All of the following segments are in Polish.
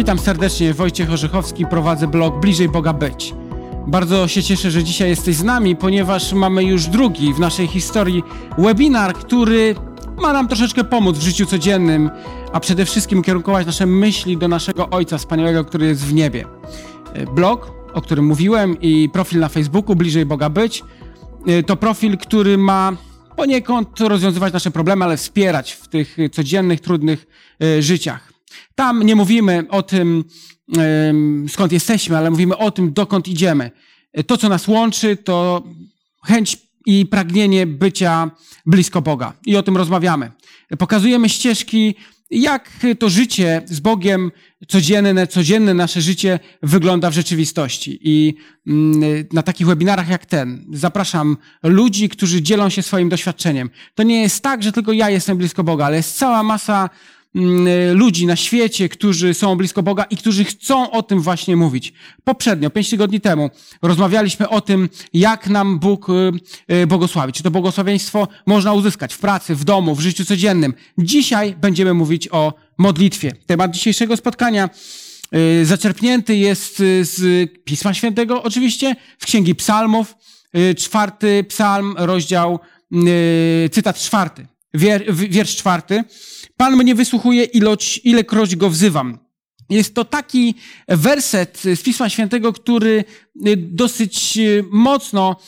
Witam serdecznie, Wojciech Orzechowski, prowadzę blog Bliżej Boga Być. Bardzo się cieszę, że dzisiaj jesteś z nami, ponieważ mamy już drugi w naszej historii webinar, który ma nam troszeczkę pomóc w życiu codziennym, a przede wszystkim ukierunkować nasze myśli do naszego Ojca Wspaniałego, który jest w niebie. Blog, o którym mówiłem, i profil na Facebooku Bliżej Boga Być, to profil, który ma poniekąd rozwiązywać nasze problemy, ale wspierać w tych codziennych, trudnych życiach. Tam nie mówimy o tym, skąd jesteśmy, ale mówimy o tym, dokąd idziemy. To, co nas łączy, to chęć i pragnienie bycia blisko Boga. I o tym rozmawiamy. Pokazujemy ścieżki, jak to życie z Bogiem, codzienne nasze życie wygląda w rzeczywistości. I na takich webinarach jak ten zapraszam ludzi, którzy dzielą się swoim doświadczeniem. To nie jest tak, że tylko ja jestem blisko Boga, ale jest cała masa ludzi na świecie, którzy są blisko Boga i którzy chcą o tym właśnie mówić. Poprzednio, 5 tygodni temu, rozmawialiśmy o tym, jak nam Bóg błogosławi. Czy to błogosławieństwo można uzyskać w pracy, w domu, w życiu codziennym. Dzisiaj będziemy mówić o modlitwie. Temat dzisiejszego spotkania zaczerpnięty jest z Pisma Świętego, oczywiście, z Księgi Psalmów, 4 psalm, rozdział, cytat 4, wiersz 4. Pan mnie wysłuchuje, ilekroć go wzywam. Jest to taki werset z Pisma Świętego, który dosyć mocno,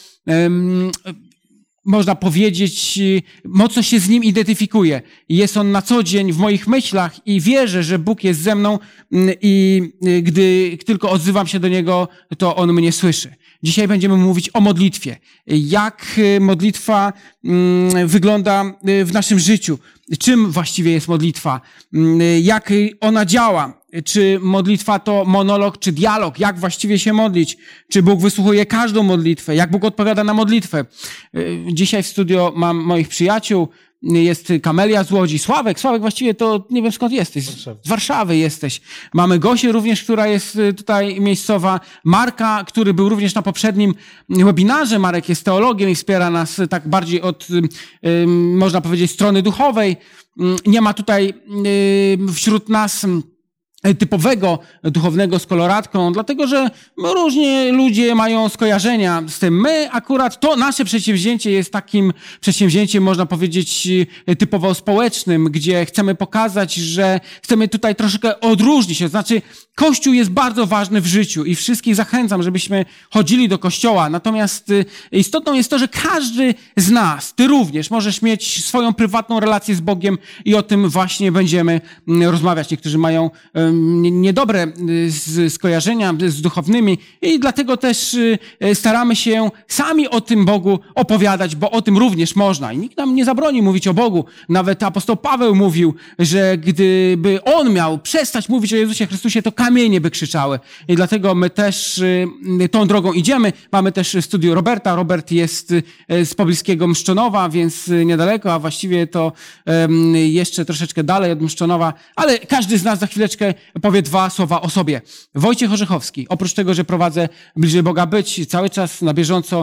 można powiedzieć, mocno się z nim identyfikuje. Jest on na co dzień w moich myślach i wierzę, że Bóg jest ze mną i gdy tylko odzywam się do Niego, to On mnie słyszy. Dzisiaj będziemy mówić o modlitwie. Jak modlitwa wygląda w naszym życiu? Czym właściwie jest modlitwa? Jak ona działa? Czy modlitwa to monolog, czy dialog? Jak właściwie się modlić? Czy Bóg wysłuchuje każdą modlitwę? Jak Bóg odpowiada na modlitwę? Dzisiaj w studio mam moich przyjaciół. Jest Kamelia z Łodzi. Sławek właściwie to nie wiem skąd jesteś. Z Warszawy jesteś. Mamy Gosię również, która jest tutaj miejscowa. Marka, który był również na poprzednim webinarze. Marek jest teologiem i wspiera nas tak bardziej od, można powiedzieć, strony duchowej. Nie ma tutaj wśród nas typowego duchownego z koloratką, dlatego że różni ludzie mają skojarzenia z tym. My akurat to nasze przedsięwzięcie jest takim przedsięwzięciem, można powiedzieć, typowo społecznym, gdzie chcemy pokazać, że chcemy tutaj troszkę odróżnić się. Znaczy, Kościół jest bardzo ważny w życiu i wszystkich zachęcam, żebyśmy chodzili do Kościoła. Natomiast istotą jest to, że każdy z nas, ty również, możesz mieć swoją prywatną relację z Bogiem i o tym właśnie będziemy rozmawiać. Niektórzy mają niedobre skojarzenia z duchownymi i dlatego też staramy się sami o tym Bogu opowiadać, bo o tym również można. I nikt nam nie zabroni mówić o Bogu. Nawet apostoł Paweł mówił, że gdyby on miał przestać mówić o Jezusie Chrystusie, to kamienie by krzyczały. I dlatego my też tą drogą idziemy. Mamy też w studiu Roberta. Robert jest z pobliskiego Mszczonowa, więc niedaleko, a właściwie to jeszcze troszeczkę dalej od Mszczonowa, ale każdy z nas za chwileczkę powie 2 słowa o sobie. Wojciech Orzechowski. Oprócz tego, że prowadzę Bliżej Boga Być, cały czas na bieżąco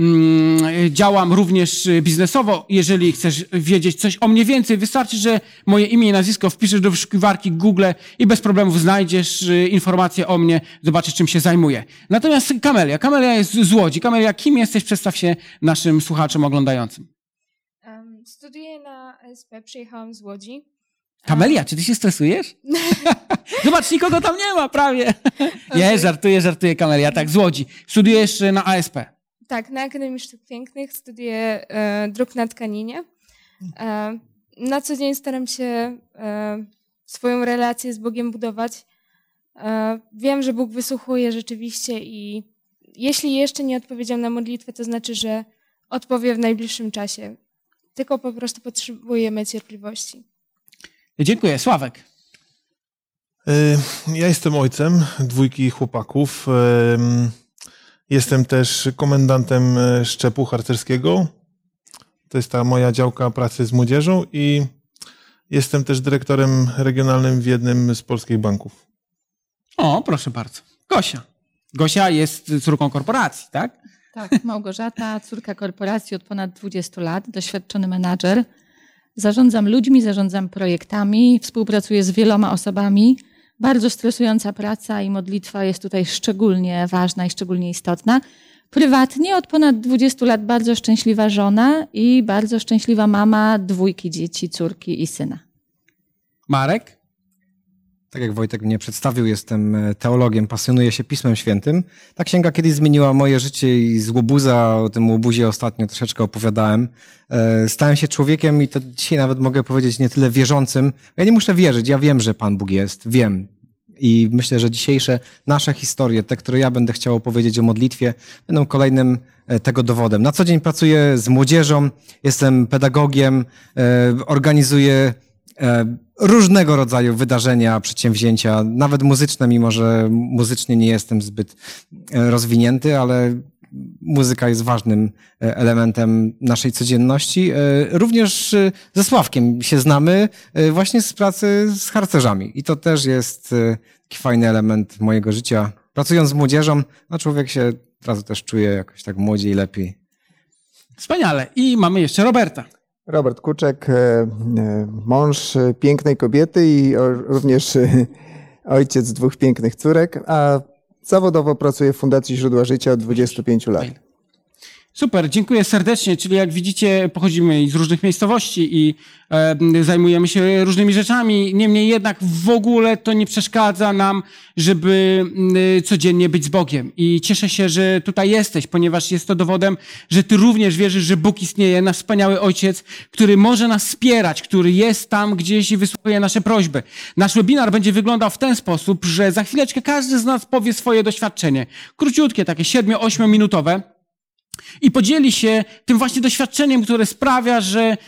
działam również biznesowo. Jeżeli chcesz wiedzieć coś o mnie więcej, wystarczy, że moje imię i nazwisko wpiszesz do wyszukiwarki Google i bez problemów znajdziesz informacje o mnie, zobaczysz, czym się zajmuję. Natomiast Kamelia jest z Łodzi. Kamelia, kim jesteś? Przedstaw się naszym słuchaczom oglądającym. Studiuję na ASP, przyjechałam z Łodzi. Kamelia, czy ty się stresujesz? Zobacz, nikogo tam nie ma prawie. Nie, żartuję, Kamelia. Tak, z Łodzi. Studiujesz na ASP. Tak, na Akademii Sztuk Pięknych studiuję druk na tkaninie. Na co dzień staram się swoją relację z Bogiem budować. Wiem, że Bóg wysłuchuje rzeczywiście i jeśli jeszcze nie odpowiedział na modlitwę, to znaczy, że odpowie w najbliższym czasie. Tylko po prostu potrzebujemy cierpliwości. Dziękuję. Sławek. Ja jestem ojcem 2 chłopaków. Jestem też komendantem szczepu harcerskiego. To jest ta moja działka pracy z młodzieżą i jestem też dyrektorem regionalnym w jednym z polskich banków. O, proszę bardzo. Gosia. Gosia jest córką korporacji, tak? Tak, Małgorzata, córka korporacji od ponad 20 lat, doświadczony menadżer. Zarządzam ludźmi, zarządzam projektami, współpracuję z wieloma osobami bardzo stresująca praca i modlitwa jest tutaj szczególnie ważna i szczególnie istotna. Prywatnie od ponad 20 lat bardzo szczęśliwa żona i bardzo szczęśliwa mama 2 dzieci, córki i syna. Marek? Tak jak Wojtek mnie przedstawił, jestem teologiem, pasjonuję się Pismem Świętym. Ta księga kiedyś zmieniła moje życie i z łobuza, o tym łobuzie ostatnio troszeczkę opowiadałem. Stałem się człowiekiem i to dzisiaj nawet mogę powiedzieć nie tyle wierzącym. Ja nie muszę wierzyć, ja wiem, że Pan Bóg jest, wiem. I myślę, że dzisiejsze nasze historie, te, które ja będę chciał opowiedzieć o modlitwie, będą kolejnym tego dowodem. Na co dzień pracuję z młodzieżą, jestem pedagogiem, organizuję różnego rodzaju wydarzenia, przedsięwzięcia, nawet muzyczne, mimo że muzycznie nie jestem zbyt rozwinięty, ale muzyka jest ważnym elementem naszej codzienności. Również ze Sławkiem się znamy właśnie z pracy z harcerzami i to też jest taki fajny element mojego życia. Pracując z młodzieżą, no człowiek się od razu też czuje jakoś tak młodziej, lepiej. Wspaniale. I mamy jeszcze Roberta. Robert Kuczek, mąż pięknej kobiety i również ojciec 2 pięknych córek, a zawodowo pracuję w Fundacji Źródła Życia od 25 lat. Super, dziękuję serdecznie. Czyli jak widzicie, pochodzimy z różnych miejscowości i zajmujemy się różnymi rzeczami. Niemniej jednak w ogóle to nie przeszkadza nam, żeby codziennie być z Bogiem. I cieszę się, że tutaj jesteś, ponieważ jest to dowodem, że ty również wierzysz, że Bóg istnieje, nasz wspaniały Ojciec, który może nas wspierać, który jest tam gdzieś i wysłuchuje nasze prośby. Nasz webinar będzie wyglądał w ten sposób, że za chwileczkę każdy z nas powie swoje doświadczenie. Króciutkie, takie 7-8 minutowe. I podzieli się tym właśnie doświadczeniem, które sprawia, że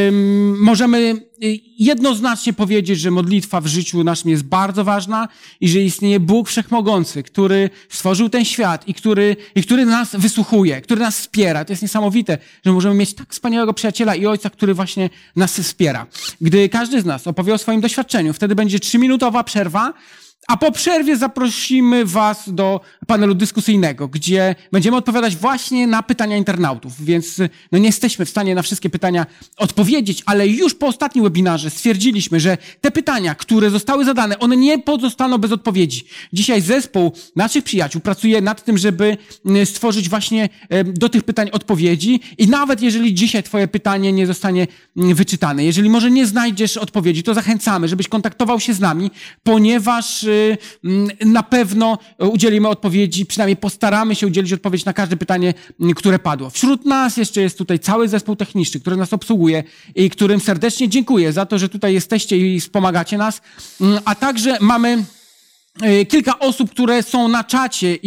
możemy jednoznacznie powiedzieć, że modlitwa w życiu naszym jest bardzo ważna i że istnieje Bóg Wszechmogący, który stworzył ten świat i który nas wysłuchuje, który nas wspiera. To jest niesamowite, że możemy mieć tak wspaniałego przyjaciela i ojca, który właśnie nas wspiera. Gdy każdy z nas opowie o swoim doświadczeniu, wtedy będzie 3-minutowa przerwa, a po przerwie zaprosimy was do panelu dyskusyjnego, gdzie będziemy odpowiadać właśnie na pytania internautów, więc no nie jesteśmy w stanie na wszystkie pytania odpowiedzieć, ale już po ostatnim webinarze stwierdziliśmy, że te pytania, które zostały zadane, one nie pozostaną bez odpowiedzi. Dzisiaj zespół naszych przyjaciół pracuje nad tym, żeby stworzyć właśnie do tych pytań odpowiedzi i nawet jeżeli dzisiaj twoje pytanie nie zostanie wyczytane, jeżeli może nie znajdziesz odpowiedzi, to zachęcamy, żebyś kontaktował się z nami, ponieważ na pewno udzielimy odpowiedzi, przynajmniej postaramy się udzielić odpowiedzi na każde pytanie, które padło. Wśród nas jeszcze jest tutaj cały zespół techniczny, który nas obsługuje i którym serdecznie dziękuję za to, że tutaj jesteście i wspomagacie nas, a także mamy kilka osób, które są na czacie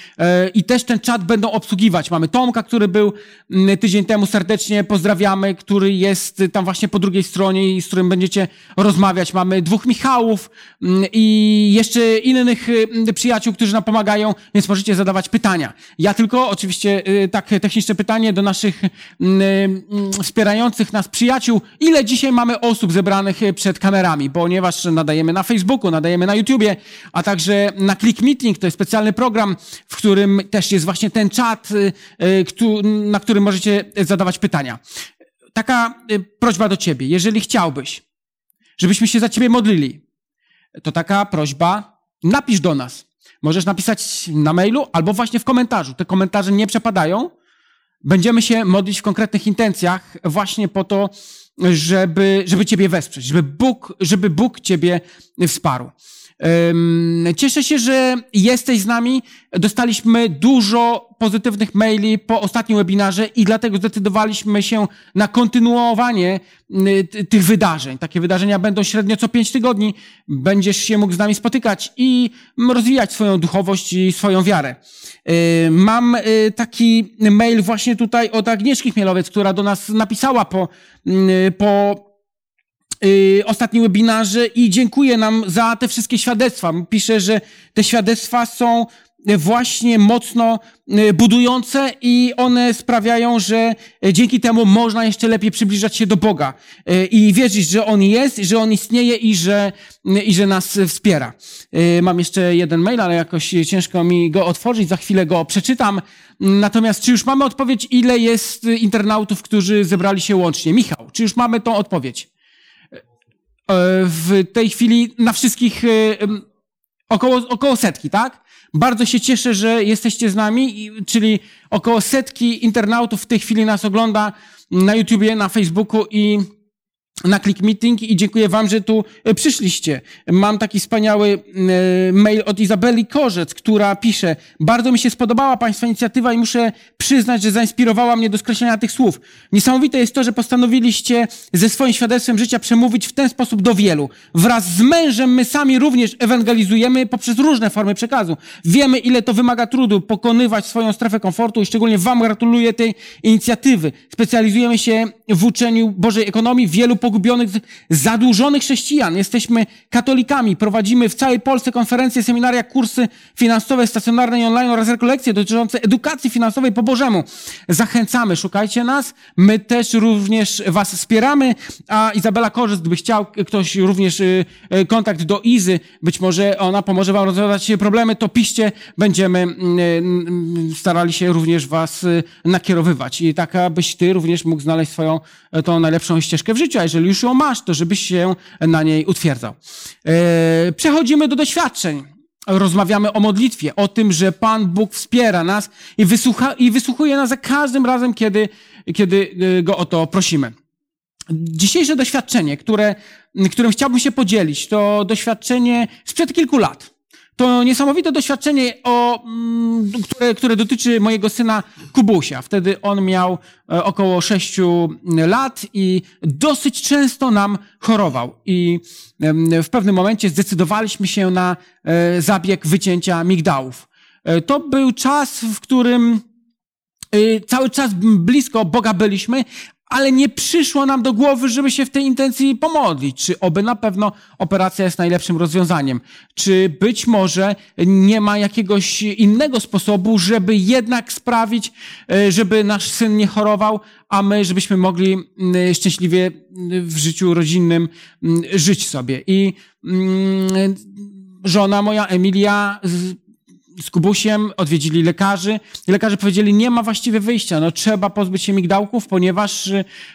i też ten czat będą obsługiwać. Mamy Tomka, który był tydzień temu, serdecznie pozdrawiamy, który jest tam właśnie po drugiej stronie i z którym będziecie rozmawiać. Mamy 2 Michałów i jeszcze innych przyjaciół, którzy nam pomagają, więc możecie zadawać pytania. Ja tylko oczywiście tak techniczne pytanie do naszych wspierających nas przyjaciół. Ile dzisiaj mamy osób zebranych przed kamerami? Ponieważ nadajemy na Facebooku, nadajemy na YouTubie, a także na Click Meeting, to jest specjalny program, w którym też jest właśnie ten czat, na którym możecie zadawać pytania. Taka prośba do ciebie. Jeżeli chciałbyś, żebyśmy się za ciebie modlili, to taka prośba, napisz do nas. Możesz napisać na mailu albo właśnie w komentarzu. Te komentarze nie przepadają. Będziemy się modlić w konkretnych intencjach właśnie po to, żeby ciebie wesprzeć, żeby Bóg ciebie wsparł. Cieszę się, że jesteś z nami. Dostaliśmy dużo pozytywnych maili po ostatnim webinarze i dlatego zdecydowaliśmy się na kontynuowanie tych wydarzeń. Takie wydarzenia będą średnio co 5 tygodni. Będziesz się mógł z nami spotykać i rozwijać swoją duchowość i swoją wiarę. Mam taki mail właśnie tutaj od Agnieszki Chmielowiec, która do nas napisała po ostatnim webinarze i dziękuję nam za te wszystkie świadectwa. Pisze, że te świadectwa są właśnie mocno budujące i one sprawiają, że dzięki temu można jeszcze lepiej przybliżać się do Boga i wierzyć, że On jest, że On istnieje i że nas wspiera. Mam jeszcze jeden mail, ale jakoś ciężko mi go otworzyć, za chwilę go przeczytam. Natomiast czy już mamy odpowiedź, ile jest internautów, którzy zebrali się łącznie? Michał, czy już mamy tą odpowiedź? W tej chwili na wszystkich około 100, tak? Bardzo się cieszę, że jesteście z nami, czyli około 100 internautów w tej chwili nas ogląda na YouTubie, na Facebooku i na Click Meeting i dziękuję wam, że tu przyszliście. Mam taki wspaniały mail od Izabeli Korzec, która pisze: bardzo mi się spodobała państwa inicjatywa i muszę przyznać, że zainspirowała mnie do skreślenia tych słów. Niesamowite jest to, że postanowiliście ze swoim świadectwem życia przemówić w ten sposób do wielu. Wraz z mężem my sami również ewangelizujemy poprzez różne formy przekazu. Wiemy, ile to wymaga trudu pokonywać swoją strefę komfortu i szczególnie wam gratuluję tej inicjatywy. Specjalizujemy się w uczeniu Bożej ekonomii wielu pogubionych, zadłużonych chrześcijan. Jesteśmy katolikami, prowadzimy w całej Polsce konferencje, seminaria, kursy finansowe, stacjonarne i online oraz rekolekcje dotyczące edukacji finansowej po Bożemu. Zachęcamy, szukajcie nas. My też również was wspieramy, a Izabela Korzec, gdyby chciał ktoś również kontakt do Izy, być może ona pomoże wam rozwiązać problemy, to piszcie, będziemy starali się również was nakierowywać i tak, abyś ty również mógł znaleźć swoją tą najlepszą ścieżkę w życiu, a jeżeli już ją masz, to żebyś się na niej utwierdzał. Przechodzimy do doświadczeń. Rozmawiamy o modlitwie, o tym, że Pan Bóg wspiera nas i wysłuchuje nas za każdym razem, kiedy Go o to prosimy. Dzisiejsze doświadczenie, którym chciałbym się podzielić, to doświadczenie sprzed kilku lat. To niesamowite doświadczenie, które dotyczy mojego syna Kubusia. Wtedy on miał około 6 lat i dosyć często nam chorował. I w pewnym momencie zdecydowaliśmy się na zabieg wycięcia migdałów. To był czas, w którym cały czas blisko Boga byliśmy, ale nie przyszło nam do głowy, żeby się w tej intencji pomodlić. Czy oby na pewno operacja jest najlepszym rozwiązaniem? Czy być może nie ma jakiegoś innego sposobu, żeby jednak sprawić, żeby nasz syn nie chorował, a my, żebyśmy mogli szczęśliwie w życiu rodzinnym żyć sobie. I żona moja, Emilia, z Kubusiem odwiedzili lekarzy. Lekarze powiedzieli, nie ma właściwie wyjścia, no trzeba pozbyć się migdałków, ponieważ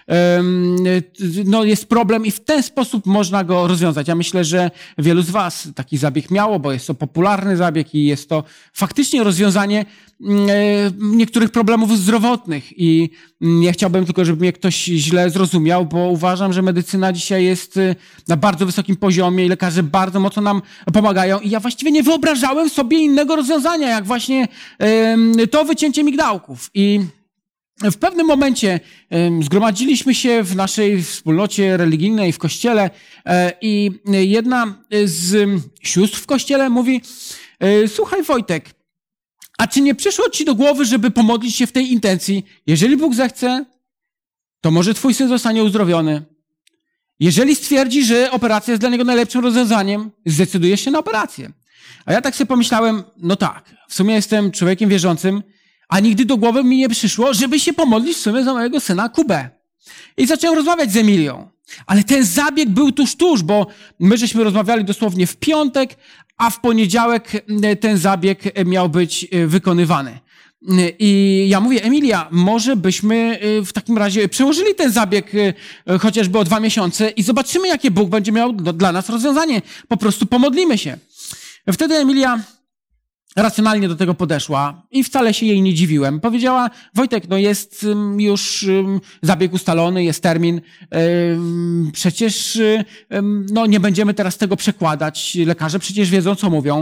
jest problem i w ten sposób można go rozwiązać. Ja myślę, że wielu z was taki zabieg miało, bo jest to popularny zabieg i jest to faktycznie rozwiązanie niektórych problemów zdrowotnych i nie chciałbym tylko, żeby mnie ktoś źle zrozumiał, bo uważam, że medycyna dzisiaj jest na bardzo wysokim poziomie i lekarze bardzo mocno nam pomagają i ja właściwie nie wyobrażałem sobie innego rozwiązania, jak właśnie to wycięcie migdałków. I w pewnym momencie zgromadziliśmy się w naszej wspólnocie religijnej w kościele i jedna z sióstr w kościele mówi, słuchaj Wojtek, a czy nie przyszło ci do głowy, żeby pomodlić się w tej intencji? Jeżeli Bóg zechce, to może twój syn zostanie uzdrowiony. Jeżeli stwierdzi, że operacja jest dla niego najlepszym rozwiązaniem, zdecydujesz się na operację. A ja tak sobie pomyślałem, no tak, w sumie jestem człowiekiem wierzącym, a nigdy do głowy mi nie przyszło, żeby się pomodlić w sumie za mojego syna Kubę. I zacząłem rozmawiać z Emilią. Ale ten zabieg był tuż, bo my żeśmy rozmawiali dosłownie w piątek, a w poniedziałek ten zabieg miał być wykonywany. I ja mówię, Emilia, może byśmy w takim razie przełożyli ten zabieg chociażby o 2 miesiące i zobaczymy, jakie Bóg będzie miał dla nas rozwiązanie. Po prostu pomodlimy się. Wtedy Emilia racjonalnie do tego podeszła i wcale się jej nie dziwiłem. Powiedziała, Wojtek, no jest już zabieg ustalony, jest termin, przecież nie będziemy teraz tego przekładać. Lekarze przecież wiedzą, co mówią.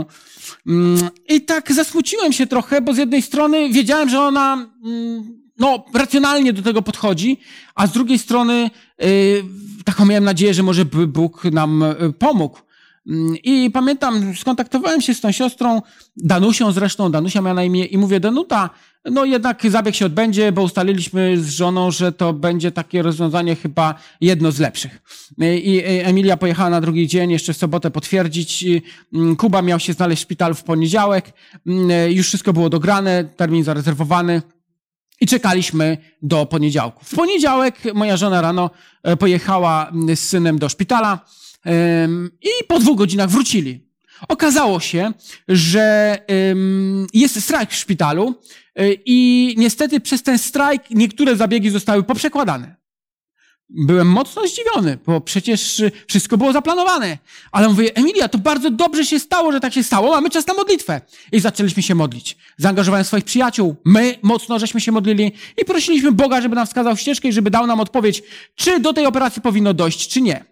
I tak zasmuciłem się trochę, bo z jednej strony wiedziałem, że ona racjonalnie do tego podchodzi, a z drugiej strony taką miałem nadzieję, że może Bóg nam pomógł. I pamiętam, skontaktowałem się z tą siostrą, Danusią zresztą, Danusia miała na imię i mówię, Danuta, jednak zabieg się odbędzie, bo ustaliliśmy z żoną, że to będzie takie rozwiązanie chyba jedno z lepszych. I Emilia pojechała na drugi dzień, jeszcze w sobotę potwierdzić. Kuba miał się znaleźć w szpitalu w poniedziałek, już wszystko było dograne, termin zarezerwowany i czekaliśmy do poniedziałku. W poniedziałek moja żona rano pojechała z synem do szpitala, i po 2 godzinach wrócili. Okazało się, że jest strajk w szpitalu i niestety przez ten strajk niektóre zabiegi zostały poprzekładane. Byłem mocno zdziwiony, bo przecież wszystko było zaplanowane. Ale mówię, Emilia, to bardzo dobrze się stało, że tak się stało. Mamy czas na modlitwę. I zaczęliśmy się modlić. Zaangażowałem swoich przyjaciół. My mocno żeśmy się modlili i prosiliśmy Boga, żeby nam wskazał ścieżkę i żeby dał nam odpowiedź, czy do tej operacji powinno dojść, czy nie.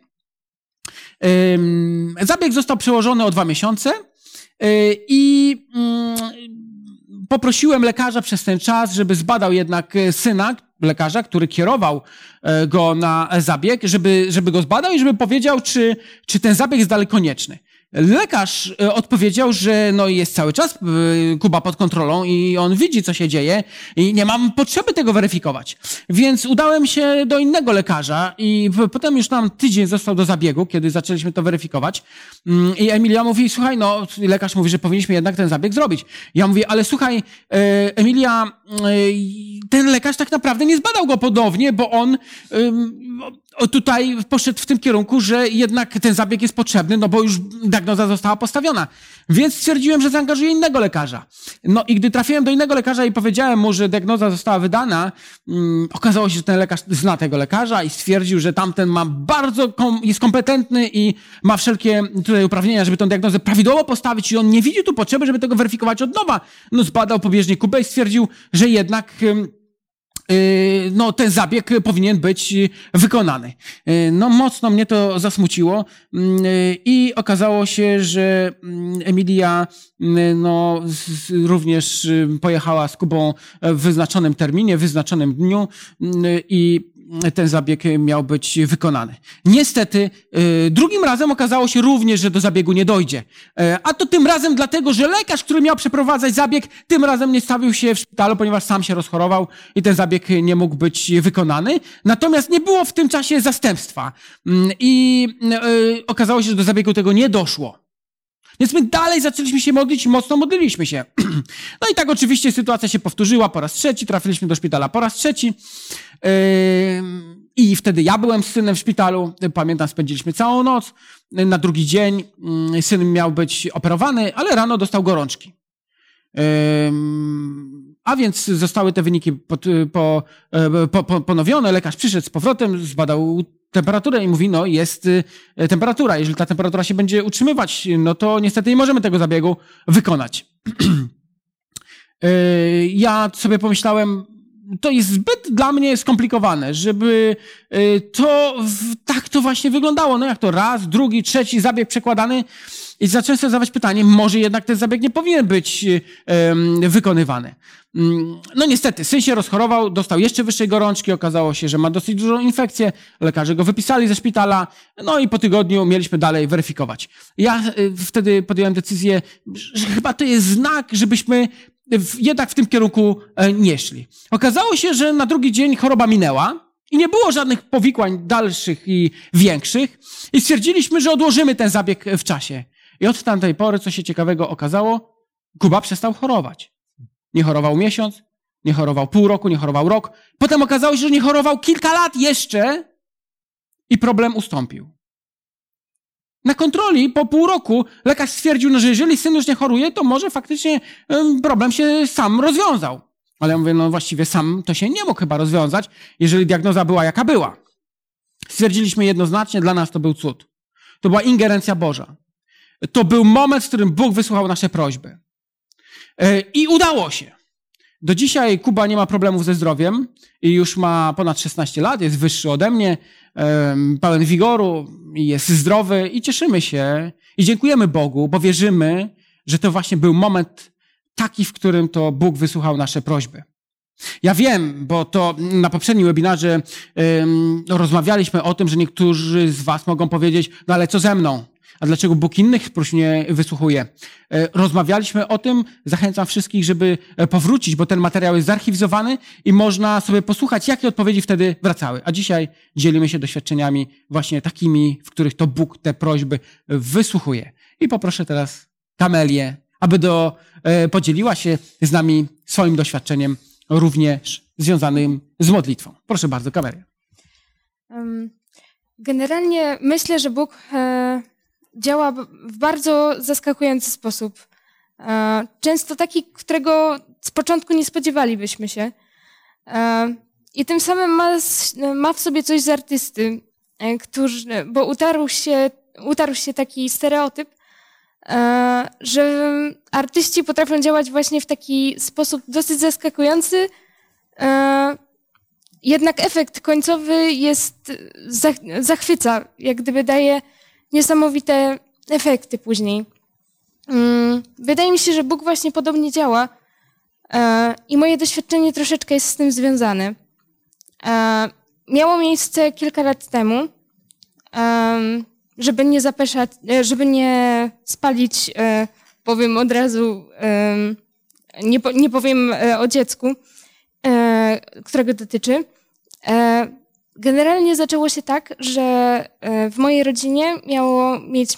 Zabieg został przełożony o 2 miesiące i poprosiłem lekarza przez ten czas, żeby zbadał jednak syna lekarza, który kierował go na zabieg, żeby go zbadał i żeby powiedział, czy ten zabieg jest dalej konieczny. Lekarz odpowiedział, że no jest cały czas Kuba pod kontrolą i on widzi, co się dzieje i nie mam potrzeby tego weryfikować. Więc udałem się do innego lekarza i potem już tam tydzień został do zabiegu, kiedy zaczęliśmy to weryfikować. I Emilia mówi, słuchaj, no lekarz mówi, że powinniśmy jednak ten zabieg zrobić. Ja mówię, ale słuchaj, Emilia, ten lekarz tak naprawdę nie zbadał go ponownie, bo on tutaj poszedł w tym kierunku, że jednak ten zabieg jest potrzebny, no bo już diagnoza została postawiona. Więc stwierdziłem, że zaangażuję innego lekarza. No i gdy trafiłem do innego lekarza i powiedziałem mu, że diagnoza została wydana, okazało się, że ten lekarz zna tego lekarza i stwierdził, że tamten jest kompetentny i ma wszelkie tutaj uprawnienia, żeby tę diagnozę prawidłowo postawić i on nie widzi tu potrzeby, żeby tego weryfikować od nowa. No zbadał pobieżnie Kubę i stwierdził, że jednak no, ten zabieg powinien być wykonany. No, mocno mnie to zasmuciło i okazało się, że Emilia no, również pojechała z Kubą w wyznaczonym terminie, w wyznaczonym dniu i ten zabieg miał być wykonany. Niestety, drugim razem okazało się również, że do zabiegu nie dojdzie. A to tym razem dlatego, że lekarz, który miał przeprowadzać zabieg, tym razem nie stawił się w szpitalu, ponieważ sam się rozchorował i ten zabieg nie mógł być wykonany. Natomiast nie było w tym czasie zastępstwa. I okazało się, że do zabiegu tego nie doszło. Więc my dalej zaczęliśmy się modlić i mocno modliliśmy się. No i tak oczywiście sytuacja się powtórzyła po raz trzeci, trafiliśmy do szpitala po raz trzeci. I wtedy ja byłem z synem w szpitalu, pamiętam, spędziliśmy całą noc. Na drugi dzień syn miał być operowany, ale rano dostał gorączki. A więc zostały te wyniki ponowione, lekarz przyszedł z powrotem, zbadał temperaturę i mówi, no jest temperatura. Jeżeli ta temperatura się będzie utrzymywać, no to niestety nie możemy tego zabiegu wykonać. Ja sobie pomyślałem, to jest zbyt dla mnie skomplikowane, żeby tak to właśnie wyglądało. No jak to raz, drugi, trzeci zabieg przekładany i zacząłem sobie zadawać pytanie, może jednak ten zabieg nie powinien być wykonywany. No niestety, syn się rozchorował, dostał jeszcze wyższej gorączki, okazało się, że ma dosyć dużą infekcję, lekarze go wypisali ze szpitala, no i po tygodniu mieliśmy dalej weryfikować. Ja wtedy podjąłem decyzję, że chyba to jest znak, żebyśmy jednak w tym kierunku nie szli. Okazało się, że na drugi dzień choroba minęła i nie było żadnych powikłań dalszych i większych i stwierdziliśmy, że odłożymy ten zabieg w czasie. I od tamtej pory, co się ciekawego okazało, Kuba przestał chorować. Nie chorował miesiąc, nie chorował pół roku, nie chorował rok. Potem okazało się, że nie chorował kilka lat jeszcze i problem ustąpił. Na kontroli po pół roku lekarz stwierdził, no, że jeżeli syn już nie choruje, to może faktycznie problem się sam rozwiązał. Ale ja mówię, no właściwie sam to się nie mógł chyba rozwiązać, jeżeli diagnoza była jaka była. Stwierdziliśmy jednoznacznie, dla nas to był cud. To była ingerencja Boża. To był moment, w którym Bóg wysłuchał nasze prośby. I udało się. Do dzisiaj Kuba nie ma problemów ze zdrowiem i już ma ponad 16 lat, jest wyższy ode mnie, pełen wigoru, jest zdrowy i cieszymy się i dziękujemy Bogu, bo wierzymy, że to właśnie był moment taki, w którym to Bóg wysłuchał nasze prośby. Ja wiem, bo to na poprzednim webinarze rozmawialiśmy o tym, że niektórzy z was mogą powiedzieć, no ale co ze mną? A dlaczego Bóg innych próśb nie wysłuchuje? Rozmawialiśmy o tym, zachęcam wszystkich, żeby powrócić, bo ten materiał jest zarchiwizowany i można sobie posłuchać, jakie odpowiedzi wtedy wracały. A dzisiaj dzielimy się doświadczeniami właśnie takimi, w których to Bóg te prośby wysłuchuje. I poproszę teraz Kamelię, aby podzieliła się z nami swoim doświadczeniem również związanym z modlitwą. Proszę bardzo, Kamelia. Generalnie myślę, że Bóg działa w bardzo zaskakujący sposób. Często taki, którego z początku nie spodziewalibyśmy się. I tym samym ma w sobie coś z artysty, bo utarł się taki stereotyp, że artyści potrafią działać właśnie w taki sposób dosyć zaskakujący, jednak efekt końcowy zachwyca, jak gdyby daje niesamowite efekty później. Wydaje mi się, że Bóg właśnie podobnie działa i moje doświadczenie troszeczkę jest z tym związane. Miało miejsce kilka lat temu, żeby nie zapeszać, żeby nie spalić, powiem od razu, nie powiem o dziecku, którego dotyczy. Generalnie zaczęło się tak, że w mojej rodzinie miał mieć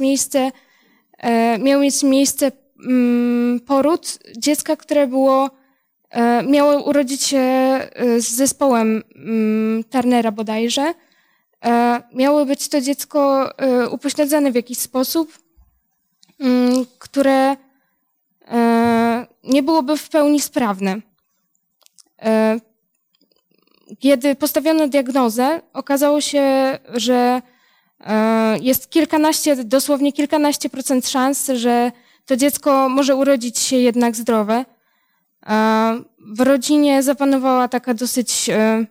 miejsce poród dziecka, które miało urodzić się z zespołem Turnera bodajże. Miało być to dziecko upośledzone w jakiś sposób, które nie byłoby w pełni sprawne. Kiedy postawiono diagnozę, okazało się, że jest dosłownie kilkanaście procent szans, że to dziecko może urodzić się jednak zdrowe. W rodzinie zapanowała taka dosyć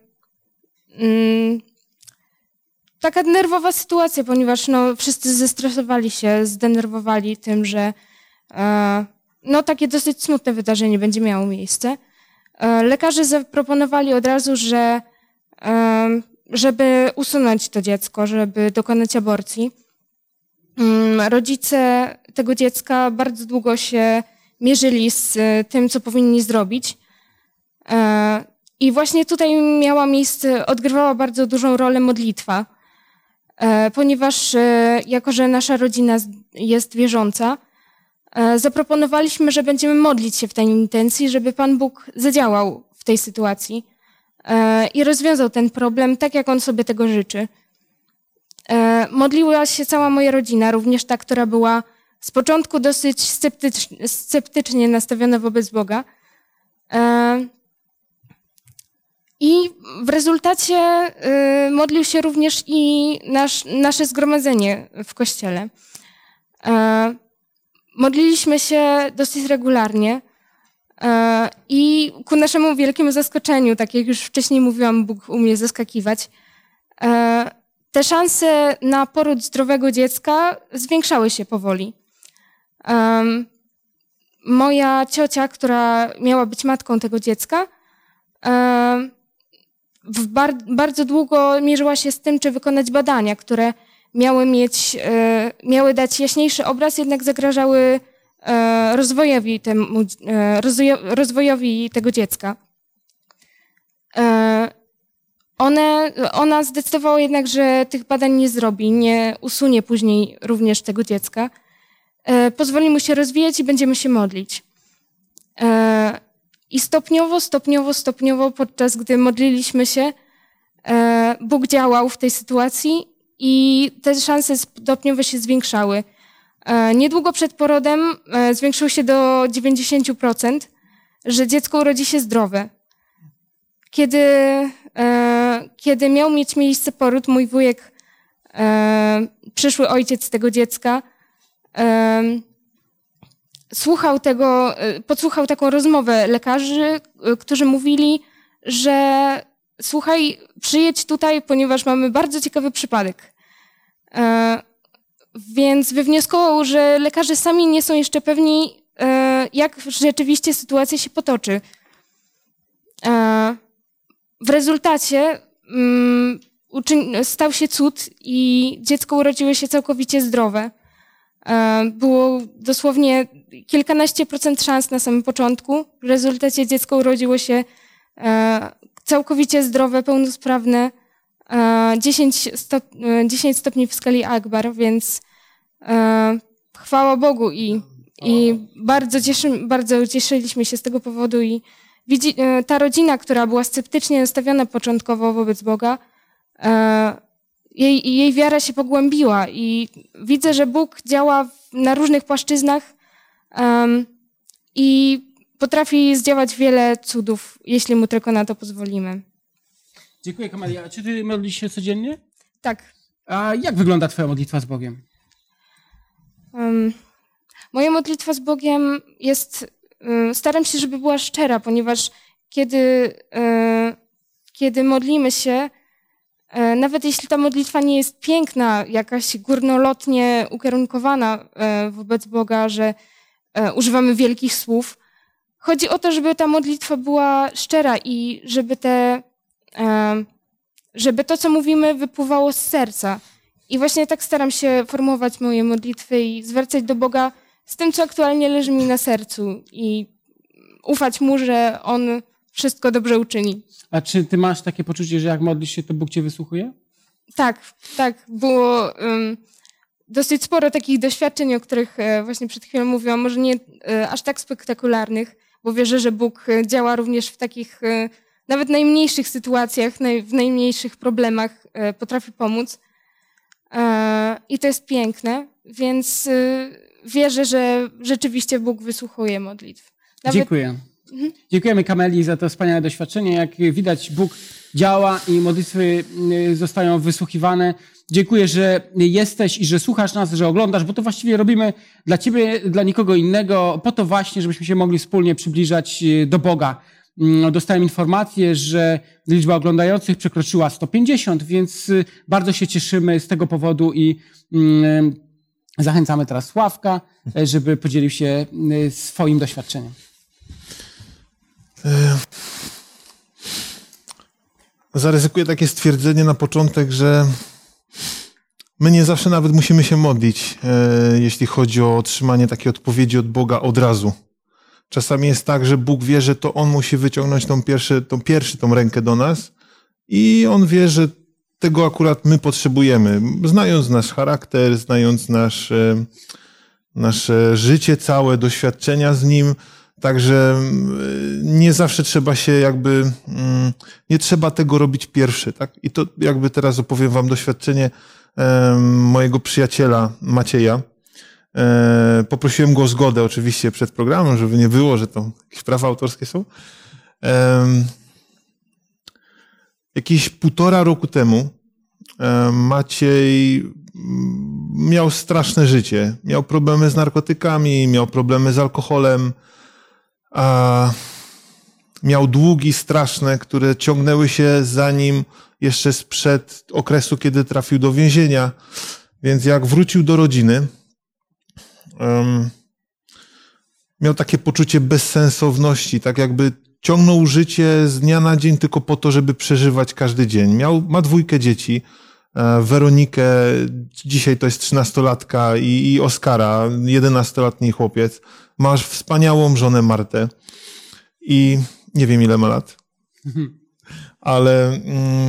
taka nerwowa sytuacja, ponieważ wszyscy zestresowali się, zdenerwowali tym, że takie dosyć smutne wydarzenie będzie miało miejsce. Lekarze zaproponowali od razu, że żeby usunąć to dziecko, żeby dokonać aborcji. Rodzice tego dziecka bardzo długo się mierzyli z tym, co powinni zrobić. I właśnie tutaj odgrywała bardzo dużą rolę modlitwa, ponieważ jako, że nasza rodzina jest wierząca, zaproponowaliśmy, że będziemy modlić się w tej intencji, żeby Pan Bóg zadziałał w tej sytuacji i rozwiązał ten problem tak, jak On sobie tego życzy. Modliła się cała moja rodzina, również ta, która była z początku dosyć sceptycznie nastawiona wobec Boga. I w rezultacie modlił się również i nasze zgromadzenie w kościele. Modliliśmy się dosyć regularnie i ku naszemu wielkiemu zaskoczeniu, tak jak już wcześniej mówiłam, Bóg umie zaskakiwać, te szanse na poród zdrowego dziecka zwiększały się powoli. Moja ciocia, która miała być matką tego dziecka, bardzo długo mierzyła się z tym, czy wykonać badania, które miały dać jaśniejszy obraz, jednak zagrażały rozwojowi tego dziecka. Ona zdecydowała jednak, że tych badań nie zrobi, nie usunie później również tego dziecka. Pozwoli mu się rozwijać i będziemy się modlić. I stopniowo, podczas gdy modliliśmy się, Bóg działał w tej sytuacji i te szanse stopniowo się zwiększały. Niedługo przed porodem zwiększyło się do 90%, że dziecko urodzi się zdrowe. Kiedy miał mieć miejsce poród, mój wujek, przyszły ojciec tego dziecka, podsłuchał taką rozmowę lekarzy, którzy mówili, że słuchaj, przyjedź tutaj, ponieważ mamy bardzo ciekawy przypadek. Więc wywnioskował, że lekarze sami nie są jeszcze pewni, jak rzeczywiście sytuacja się potoczy. W rezultacie stał się cud i dziecko urodziło się całkowicie zdrowe. Było dosłownie kilkanaście procent szans na samym początku. W rezultacie dziecko urodziło się całkowicie zdrowe, pełnosprawne, 10 stopni w skali Akbar, więc chwała Bogu i bardzo cieszyliśmy się z tego powodu i ta rodzina, która była sceptycznie nastawiona początkowo wobec Boga, jej wiara się pogłębiła i widzę, że Bóg działa na różnych płaszczyznach i potrafi zdziałać wiele cudów, jeśli Mu tylko na to pozwolimy. Dziękuję, Kamelia. Czy ty modlisz się codziennie? Tak. A jak wygląda twoja modlitwa z Bogiem? Moja modlitwa z Bogiem jest... Staram się, żeby była szczera, ponieważ kiedy modlimy się, nawet jeśli ta modlitwa nie jest piękna, jakaś górnolotnie ukierunkowana wobec Boga, że używamy wielkich słów, chodzi o to, żeby ta modlitwa była szczera i żeby to, co mówimy, wypływało z serca. I właśnie tak staram się formować moje modlitwy i zwracać do Boga z tym, co aktualnie leży mi na sercu i ufać Mu, że On wszystko dobrze uczyni. A czy ty masz takie poczucie, że jak modlisz się, to Bóg cię wysłuchuje? Tak. Było dosyć sporo takich doświadczeń, o których właśnie przed chwilą mówiłam, może nie aż tak spektakularnych, bo wierzę, że Bóg działa również w takich nawet najmniejszych sytuacjach, w najmniejszych problemach potrafi pomóc. I to jest piękne, więc wierzę, że rzeczywiście Bóg wysłuchuje modlitw. Dziękuję. Dziękujemy Kameli za to wspaniałe doświadczenie. Jak widać, Bóg działa i modlitwy zostają wysłuchiwane. Dziękuję, że jesteś i że słuchasz nas, że oglądasz, bo to właściwie robimy dla ciebie, dla nikogo innego, po to właśnie, żebyśmy się mogli wspólnie przybliżać do Boga. Dostałem informację, że liczba oglądających przekroczyła 150, więc bardzo się cieszymy z tego powodu i zachęcamy teraz Sławka, żeby podzielił się swoim doświadczeniem. Zaryzykuję takie stwierdzenie na początek, że my nie zawsze nawet musimy się modlić, jeśli chodzi o otrzymanie takiej odpowiedzi od Boga od razu. Czasami jest tak, że Bóg wie, że to On musi wyciągnąć tą rękę do nas i On wie, że tego akurat my potrzebujemy. Znając nasz charakter, znając nasze życie całe, doświadczenia z Nim, także nie zawsze trzeba się nie trzeba tego robić pierwszy, tak? I to jakby teraz opowiem wam doświadczenie mojego przyjaciela Macieja. Poprosiłem go o zgodę oczywiście przed programem, żeby nie było, że to jakieś prawa autorskie są. Jakieś 1,5 roku temu Maciej miał straszne życie. Miał problemy z narkotykami, miał problemy z alkoholem, miał długi straszne, które ciągnęły się za nim jeszcze sprzed okresu, kiedy trafił do więzienia. Więc jak wrócił do rodziny, miał takie poczucie bezsensowności, tak jakby ciągnął życie z dnia na dzień tylko po to, żeby przeżywać każdy dzień. Ma 2 dzieci, Weronikę, dzisiaj to jest 13-latka i Oskara, 11-letni chłopiec. Masz wspaniałą żonę Martę i nie wiem ile ma lat, ale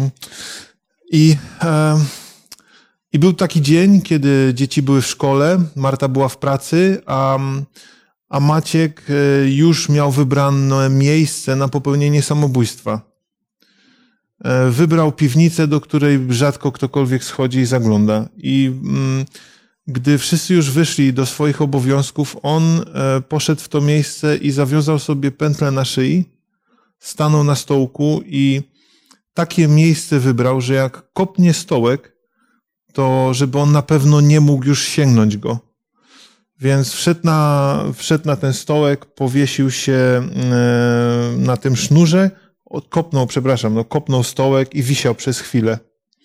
i był taki dzień, kiedy dzieci były w szkole, Marta była w pracy, a Maciek już miał wybrane miejsce na popełnienie samobójstwa. Wybrał piwnicę, do której rzadko ktokolwiek schodzi i zagląda. I gdy wszyscy już wyszli do swoich obowiązków, on poszedł w to miejsce i zawiązał sobie pętlę na szyi, stanął na stołku i takie miejsce wybrał, że jak kopnie stołek, to żeby on na pewno nie mógł już sięgnąć go. Więc wszedł na ten stołek, powiesił się na tym sznurze, kopnął stołek i wisiał przez chwilę.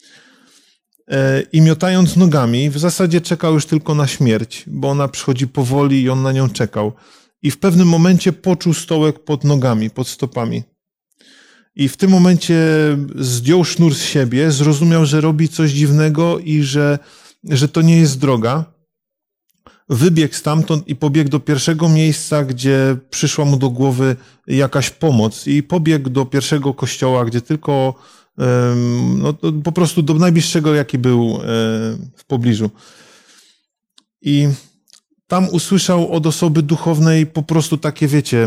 I miotając nogami, w zasadzie czekał już tylko na śmierć, bo ona przychodzi powoli i on na nią czekał. I w pewnym momencie poczuł stołek pod nogami, pod stopami. I w tym momencie zdjął sznur z siebie, zrozumiał, że robi coś dziwnego i że to nie jest droga. Wybiegł stamtąd i pobiegł do pierwszego miejsca, gdzie przyszła mu do głowy jakaś pomoc. I pobiegł do pierwszego kościoła, gdzie tylko po prostu do najbliższego, jaki był w pobliżu. I tam usłyszał od osoby duchownej po prostu takie, wiecie,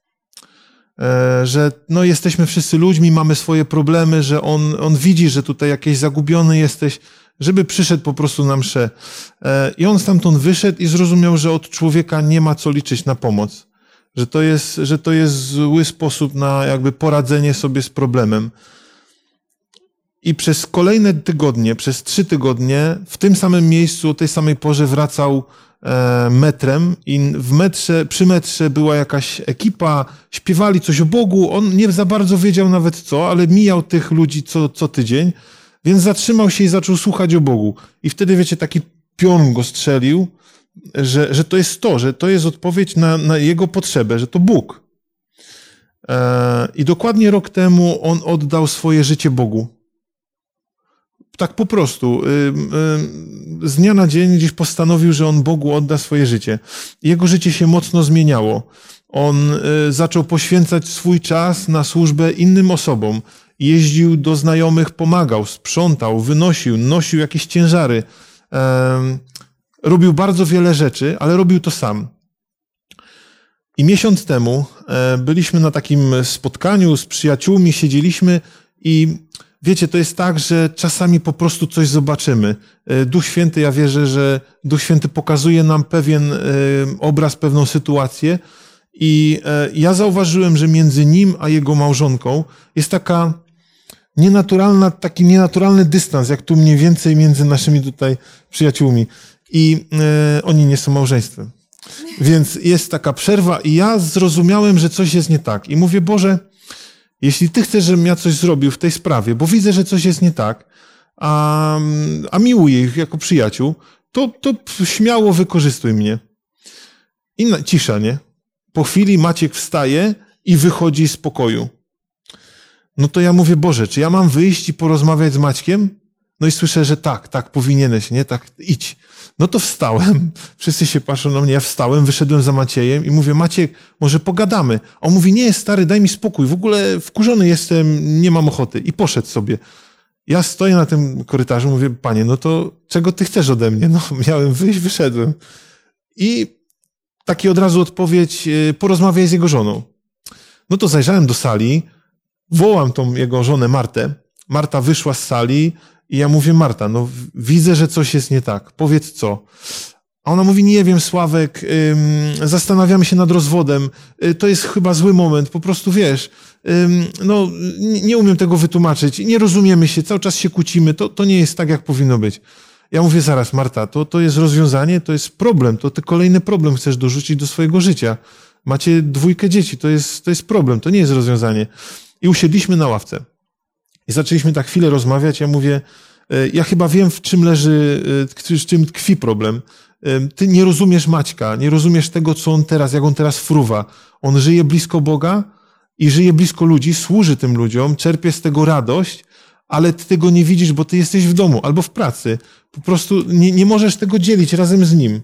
że jesteśmy wszyscy ludźmi, mamy swoje problemy, że on widzi, że tutaj jakiś zagubiony jesteś, żeby przyszedł po prostu na mszę. I on stamtąd wyszedł i zrozumiał, że od człowieka nie ma co liczyć na pomoc. Że to jest zły sposób na jakby poradzenie sobie z problemem. I przez kolejne tygodnie, przez 3 tygodnie, w tym samym miejscu, o tej samej porze wracał metrem i przy metrze była jakaś ekipa, śpiewali coś o Bogu, on nie za bardzo wiedział nawet co, ale mijał tych ludzi co tydzień, więc zatrzymał się i zaczął słuchać o Bogu. I wtedy, wiecie, taki pion go strzelił, że to jest to, że to jest odpowiedź na jego potrzebę, że to Bóg. I dokładnie rok temu on oddał swoje życie Bogu. Tak po prostu. Z dnia na dzień gdzieś postanowił, że on Bogu odda swoje życie. Jego życie się mocno zmieniało. On zaczął poświęcać swój czas na służbę innym osobom. Jeździł do znajomych, pomagał, sprzątał, nosił jakieś ciężary. Robił bardzo wiele rzeczy, ale robił to sam. I miesiąc temu byliśmy na takim spotkaniu z przyjaciółmi, siedzieliśmy i wiecie, to jest tak, że czasami po prostu coś zobaczymy. Duch Święty, ja wierzę, że Duch Święty pokazuje nam pewien obraz, pewną sytuację i ja zauważyłem, że między nim a jego małżonką jest taki nienaturalny dystans, jak tu mniej więcej między naszymi tutaj przyjaciółmi. I oni nie są małżeństwem. Więc jest taka przerwa i ja zrozumiałem, że coś jest nie tak. I mówię, Boże, jeśli Ty chcesz, żebym ja coś zrobił w tej sprawie, bo widzę, że coś jest nie tak, a miłuję ich jako przyjaciół, to śmiało wykorzystuj mnie. I cisza, nie? Po chwili Maciek wstaje i wychodzi z pokoju. No to ja mówię, Boże, czy ja mam wyjść i porozmawiać z Maćkiem? No i słyszę, że tak, powinieneś, nie? Tak, idź. No to wstałem, wszyscy się patrzą na mnie, ja wstałem, wyszedłem za Maciejem i mówię, Maciek, może pogadamy. A on mówi, nie, stary, daj mi spokój, w ogóle wkurzony jestem, nie mam ochoty. I poszedł sobie. Ja stoję na tym korytarzu, mówię, Panie, no to czego Ty chcesz ode mnie? No miałem wyjść, wyszedłem. I taki od razu odpowiedź, porozmawiaj z jego żoną. No to zajrzałem do sali, wołam tą jego żonę Martę. Marta wyszła z sali i ja mówię, Marta, no widzę, że coś jest nie tak. Powiedz co? A ona mówi, nie wiem, Sławek, zastanawiamy się nad rozwodem, to jest chyba zły moment, po prostu wiesz, no nie umiem tego wytłumaczyć, nie rozumiemy się, cały czas się kłócimy, to nie jest tak, jak powinno być. Ja mówię, zaraz, Marta, to jest rozwiązanie, to jest problem, to ty kolejny problem chcesz dorzucić do swojego życia. Macie 2 dzieci, to jest problem, to nie jest rozwiązanie. I usiedliśmy na ławce. I zaczęliśmy tak chwilę rozmawiać. Ja mówię, ja chyba wiem, w czym tkwi problem. Ty nie rozumiesz Maćka, nie rozumiesz tego, co on teraz, jak on teraz fruwa. On żyje blisko Boga i żyje blisko ludzi, służy tym ludziom, czerpie z tego radość, ale ty tego nie widzisz, bo ty jesteś w domu albo w pracy. Po prostu nie możesz tego dzielić razem z nim.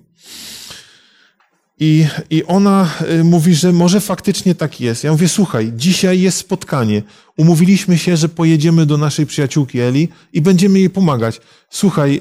I ona mówi, że może faktycznie tak jest. Ja mówię, słuchaj, dzisiaj jest spotkanie. Umówiliśmy się, że pojedziemy do naszej przyjaciółki Eli i będziemy jej pomagać. Słuchaj,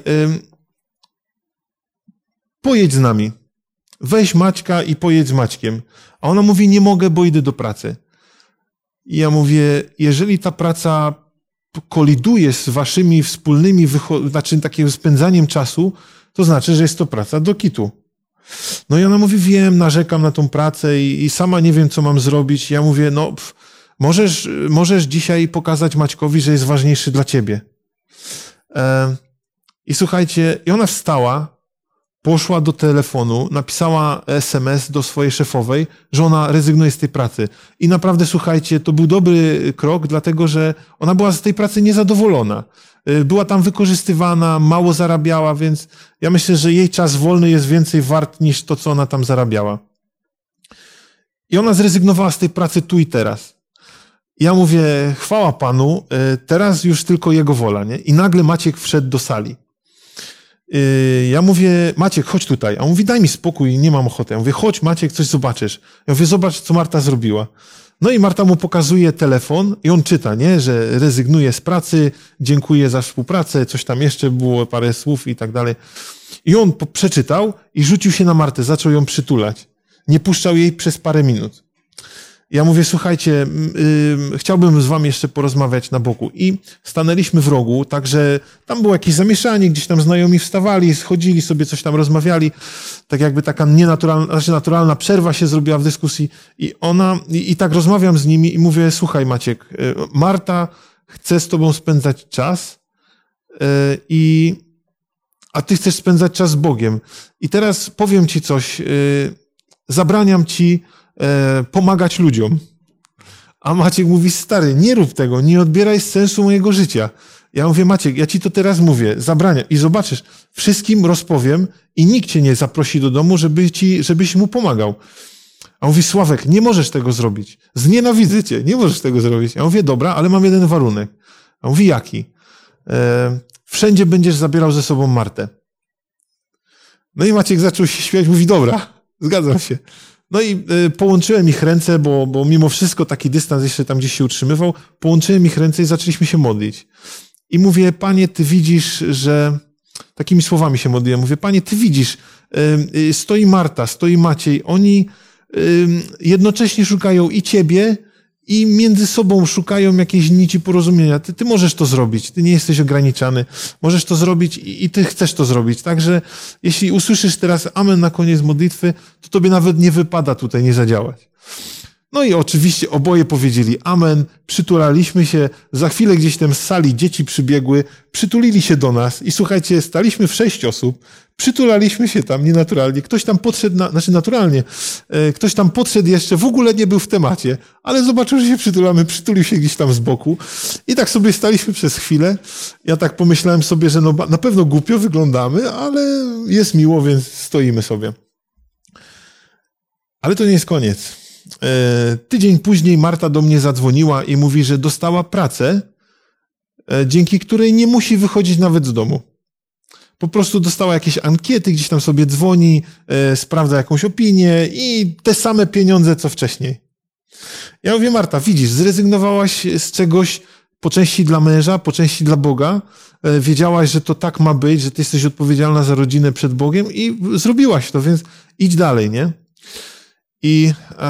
pojedź z nami. Weź Maćka i pojedź z Maćkiem. A ona mówi, nie mogę, bo idę do pracy. I ja mówię, jeżeli ta praca koliduje z waszymi wspólnymi, takim spędzaniem czasu, to znaczy, że jest to praca do kitu. No i ona mówi, wiem, narzekam na tą pracę i sama nie wiem, co mam zrobić. Ja mówię, no możesz dzisiaj pokazać Maćkowi, że jest ważniejszy dla ciebie. I słuchajcie, i ona wstała, poszła do telefonu, napisała SMS do swojej szefowej, że ona rezygnuje z tej pracy. I naprawdę, słuchajcie, to był dobry krok, dlatego że ona była z tej pracy niezadowolona. Była tam wykorzystywana, mało zarabiała, więc ja myślę, że jej czas wolny jest więcej wart niż to, co ona tam zarabiała. I ona zrezygnowała z tej pracy tu i teraz. Ja mówię, chwała Panu, teraz już tylko Jego wola, nie? I nagle Maciek wszedł do sali. Ja mówię, Maciek, chodź tutaj. A on mówi, daj mi spokój, nie mam ochoty. Ja mówię, chodź Maciek, coś zobaczysz. Ja mówię, zobacz, co Marta zrobiła. No i Marta mu pokazuje telefon i on czyta, nie, że rezygnuje z pracy, dziękuję za współpracę, coś tam jeszcze było, parę słów i tak dalej. I on przeczytał i rzucił się na Martę, zaczął ją przytulać. Nie puszczał jej przez parę minut. Ja mówię, słuchajcie, chciałbym z wami jeszcze porozmawiać na boku. I stanęliśmy w rogu, także tam było jakieś zamieszanie, gdzieś tam znajomi wstawali, schodzili sobie, coś tam rozmawiali. Tak jakby taka naturalna przerwa się zrobiła w dyskusji. I tak rozmawiam z nimi i mówię, słuchaj Maciek, Marta chce z tobą spędzać czas a ty chcesz spędzać czas z Bogiem. I teraz powiem ci coś, zabraniam ci pomagać ludziom. A Maciek mówi, stary, nie rób tego, nie odbieraj sensu mojego życia. Ja mówię, Maciek, ja ci to teraz mówię, zabraniam. I zobaczysz, wszystkim rozpowiem i nikt cię nie zaprosi do domu, żebyś mu pomagał. A on mówi, Sławek, nie możesz tego zrobić. Znienawidzę cię, nie możesz tego zrobić. Ja mówię, dobra, ale mam jeden warunek. A on mówi, jaki? Wszędzie będziesz zabierał ze sobą Martę. No i Maciek zaczął się śmiać, mówi, dobra, zgadzam się. No i połączyłem ich ręce, bo mimo wszystko taki dystans jeszcze tam gdzieś się utrzymywał, połączyłem ich ręce i zaczęliśmy się modlić. I mówię, Panie, Ty widzisz, że... Takimi słowami się modliłem. Mówię, Panie, Ty widzisz, stoi Marta, stoi Maciej, oni jednocześnie szukają i Ciebie, i między sobą szukają jakiejś nici porozumienia. Ty możesz to zrobić, ty nie jesteś ograniczany, możesz to zrobić i ty chcesz to zrobić. Także jeśli usłyszysz teraz amen na koniec modlitwy, to tobie nawet nie wypada tutaj nie zadziałać. No i oczywiście oboje powiedzieli amen, przytulaliśmy się, za chwilę gdzieś tam z sali dzieci przybiegły, przytulili się do nas i słuchajcie, staliśmy w 6 osób, przytulaliśmy się tam nienaturalnie, ktoś tam podszedł, naturalnie, ktoś tam podszedł jeszcze, w ogóle nie był w temacie, ale zobaczył, że się przytulamy, przytulił się gdzieś tam z boku i tak sobie staliśmy przez chwilę. Ja tak pomyślałem sobie, że no, na pewno głupio wyglądamy, ale jest miło, więc stoimy sobie. Ale to nie jest koniec. Tydzień później Marta do mnie zadzwoniła i mówi, że dostała pracę, dzięki której nie musi wychodzić nawet z domu. Po prostu dostała jakieś ankiety, gdzieś tam sobie dzwoni, sprawdza jakąś opinię i te same pieniądze, co wcześniej. Ja mówię, Marta, widzisz, zrezygnowałaś z czegoś po części dla męża, po części dla Boga. Wiedziałaś, że to tak ma być, że ty jesteś odpowiedzialna za rodzinę przed Bogiem i zrobiłaś to, więc idź dalej, nie? I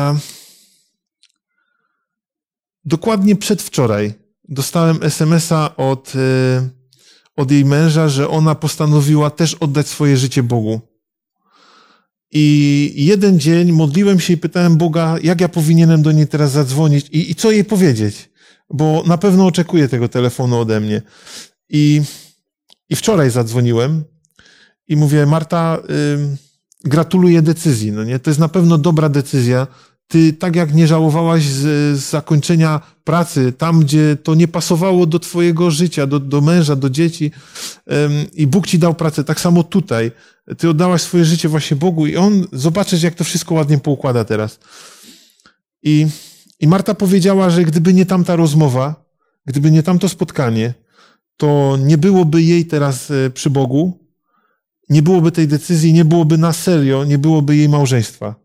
dokładnie przedwczoraj dostałem SMS-a od jej męża, że ona postanowiła też oddać swoje życie Bogu. I jeden dzień modliłem się i pytałem Boga, jak ja powinienem do niej teraz zadzwonić i co jej powiedzieć, bo na pewno oczekuje tego telefonu ode mnie. I wczoraj zadzwoniłem i mówię, Marta, gratuluję decyzji, no nie? To jest na pewno dobra decyzja. Ty tak jak nie żałowałaś z zakończenia pracy, tam gdzie to nie pasowało do twojego życia, do męża, do dzieci i Bóg ci dał pracę, tak samo tutaj. Ty oddałaś swoje życie właśnie Bogu i On, zobaczysz jak to wszystko ładnie poukłada teraz. I Marta powiedziała, że gdyby nie tamta rozmowa, gdyby nie tamto spotkanie, to nie byłoby jej teraz przy Bogu, nie byłoby tej decyzji, nie byłoby na serio, nie byłoby jej małżeństwa.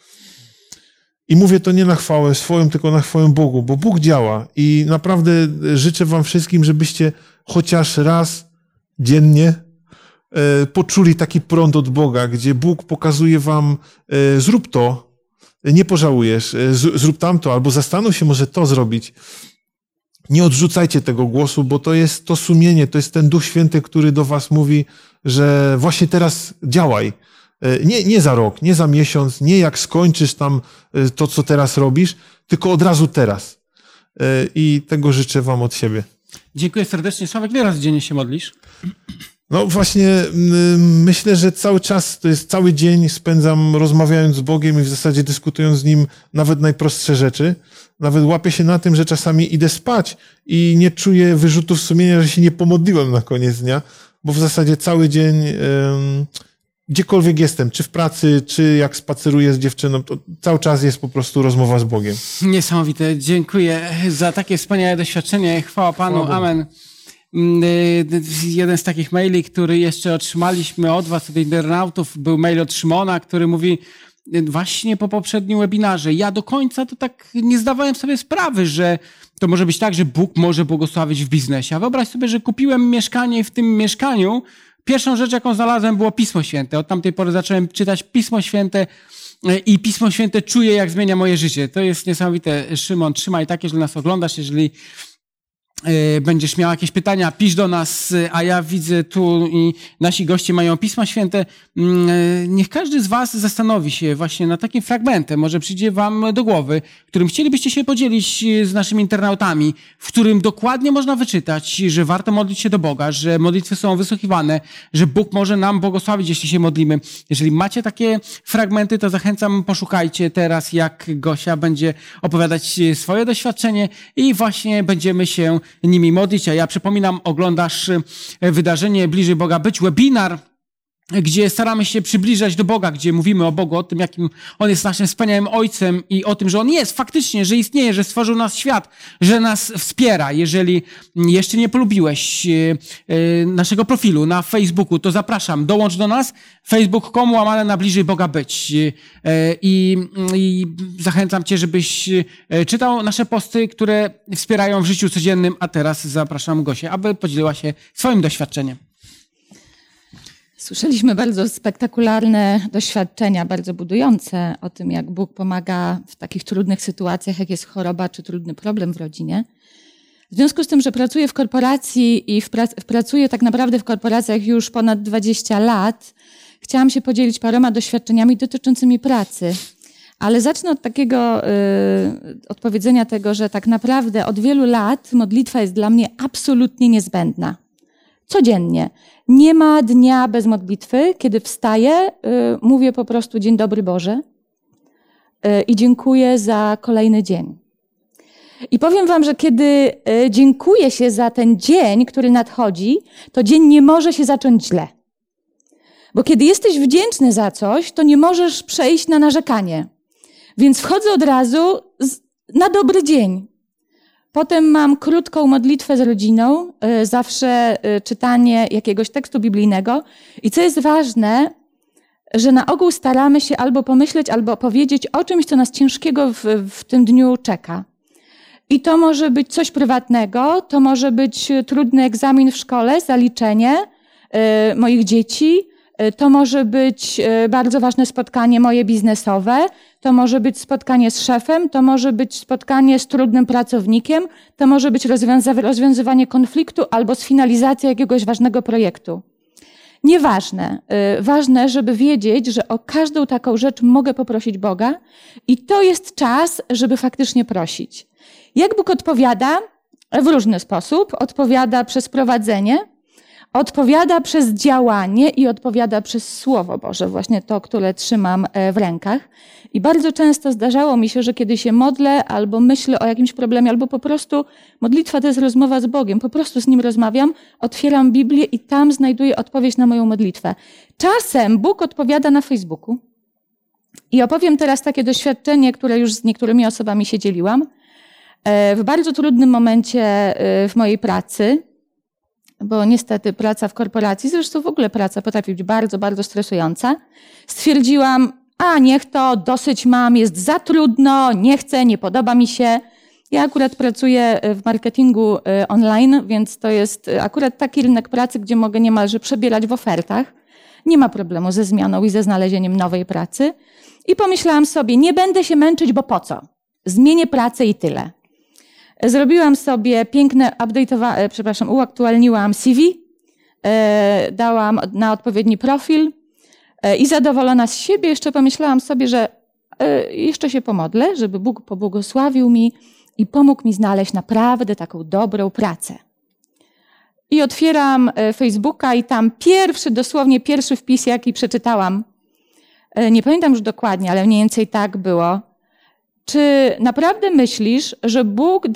I mówię to nie na chwałę swoją, tylko na chwałę Bogu, bo Bóg działa i naprawdę życzę wam wszystkim, żebyście chociaż raz dziennie poczuli taki prąd od Boga, gdzie Bóg pokazuje wam, zrób to, nie pożałujesz, zrób tamto, albo zastanów się, może to zrobić. Nie odrzucajcie tego głosu, bo to jest to sumienie, to jest ten Duch Święty, który do was mówi, że właśnie teraz działaj. Nie za rok, nie za miesiąc, nie jak skończysz tam to, co teraz robisz, tylko od razu teraz. I tego życzę wam od siebie. Dziękuję serdecznie. Sławek, ile razy dziennie się modlisz? No właśnie, myślę, że cały czas, to jest cały dzień spędzam rozmawiając z Bogiem i w zasadzie dyskutując z Nim nawet najprostsze rzeczy. Nawet łapię się na tym, że czasami idę spać i nie czuję wyrzutów sumienia, że się nie pomodliłem na koniec dnia, bo w zasadzie cały dzień, gdziekolwiek jestem, czy w pracy, czy jak spaceruję z dziewczyną, to cały czas jest po prostu rozmowa z Bogiem. Niesamowite. Dziękuję za takie wspaniałe doświadczenie. Chwała Panu. Amen. Jeden z takich maili, który jeszcze otrzymaliśmy od was, od internautów, był mail od Szymona, który mówi właśnie po poprzednim webinarze, ja do końca to tak nie zdawałem sobie sprawy, że to może być tak, że Bóg może błogosławić w biznesie. A wyobraź sobie, że kupiłem mieszkanie i w tym mieszkaniu pierwszą rzecz, jaką znalazłem, było Pismo Święte. Od tamtej pory zacząłem czytać Pismo Święte i Pismo Święte czuję, jak zmienia moje życie. To jest niesamowite. Szymon, trzymaj tak, jeżeli nas oglądasz, jeżeli będziesz miał jakieś pytania, pisz do nas, a ja widzę tu i nasi goście mają Pisma Święte. Niech każdy z was zastanowi się właśnie nad takim fragmentem, może przyjdzie wam do głowy, którym chcielibyście się podzielić z naszymi internautami, w którym dokładnie można wyczytać, że warto modlić się do Boga, że modlitwy są wysłuchiwane, że Bóg może nam błogosławić, jeśli się modlimy. Jeżeli macie takie fragmenty, to zachęcam, poszukajcie teraz, jak Gosia będzie opowiadać swoje doświadczenie i właśnie będziemy się nimi modlić. A ja przypominam, oglądasz wydarzenie Bliżej Boga Być, webinar, gdzie staramy się przybliżać do Boga, gdzie mówimy o Bogu, o tym, jakim On jest naszym wspaniałym Ojcem i o tym, że On jest faktycznie, że istnieje, że stworzył nas świat, że nas wspiera. Jeżeli jeszcze nie polubiłeś naszego profilu na Facebooku, to zapraszam, dołącz do nas, facebook.com/na Bliżej Boga Być. I zachęcam cię, żebyś czytał nasze posty, które wspierają w życiu codziennym, a teraz zapraszam Gosię, aby podzieliła się swoim doświadczeniem. Słyszeliśmy bardzo spektakularne doświadczenia, bardzo budujące o tym, jak Bóg pomaga w takich trudnych sytuacjach, jak jest choroba czy trudny problem w rodzinie. W związku z tym, że pracuję w korporacji i pracuję tak naprawdę w korporacjach już ponad 20 lat, chciałam się podzielić paroma doświadczeniami dotyczącymi pracy. Ale zacznę od takiego odpowiedzenia tego, że tak naprawdę od wielu lat modlitwa jest dla mnie absolutnie niezbędna. Codziennie. Nie ma dnia bez modlitwy. Kiedy wstaję, mówię po prostu dzień dobry Boże i dziękuję za kolejny dzień. I powiem wam, że kiedy dziękuję się za ten dzień, który nadchodzi, to dzień nie może się zacząć źle. Bo kiedy jesteś wdzięczny za coś, to nie możesz przejść na narzekanie. Więc wchodzę od razu na dobry dzień. Potem mam krótką modlitwę z rodziną, zawsze czytanie jakiegoś tekstu biblijnego. I co jest ważne, że na ogół staramy się albo pomyśleć, albo opowiedzieć o czymś, co nas ciężkiego w tym dniu czeka. I to może być coś prywatnego, to może być trudny egzamin w szkole, zaliczenie moich dzieci, to może być bardzo ważne spotkanie moje biznesowe, to może być spotkanie z szefem, to może być spotkanie z trudnym pracownikiem, to może być rozwiązywanie konfliktu albo sfinalizacja jakiegoś ważnego projektu. Nieważne. Ważne, żeby wiedzieć, że o każdą taką rzecz mogę poprosić Boga i to jest czas, żeby faktycznie prosić. Jak Bóg odpowiada? W różny sposób. Odpowiada przez prowadzenie, odpowiada przez działanie i odpowiada przez Słowo Boże, właśnie to, które trzymam w rękach. I bardzo często zdarzało mi się, że kiedy się modlę albo myślę o jakimś problemie, albo po prostu modlitwa to jest rozmowa z Bogiem, po prostu z Nim rozmawiam, otwieram Biblię i tam znajduję odpowiedź na moją modlitwę. Czasem Bóg odpowiada na Facebooku. I opowiem teraz takie doświadczenie, które już z niektórymi osobami się dzieliłam. W bardzo trudnym momencie w mojej pracy, bo niestety praca w korporacji, zresztą w ogóle praca potrafi być bardzo, bardzo stresująca, stwierdziłam, niech to, dosyć mam, jest za trudno, nie chcę, nie podoba mi się. Ja akurat pracuję w marketingu online, więc to jest akurat taki rynek pracy, gdzie mogę niemalże przebierać w ofertach. Nie ma problemu ze zmianą i ze znalezieniem nowej pracy. I pomyślałam sobie, nie będę się męczyć, bo po co? Zmienię pracę i tyle. Zrobiłam sobie piękne uaktualniłam CV, dałam na odpowiedni profil i zadowolona z siebie jeszcze pomyślałam sobie, że jeszcze się pomodlę, żeby Bóg pobłogosławił mi i pomógł mi znaleźć naprawdę taką dobrą pracę. I otwieram Facebooka i tam dosłownie pierwszy wpis, jaki przeczytałam, nie pamiętam już dokładnie, ale mniej więcej tak było. Czy naprawdę myślisz, że Bóg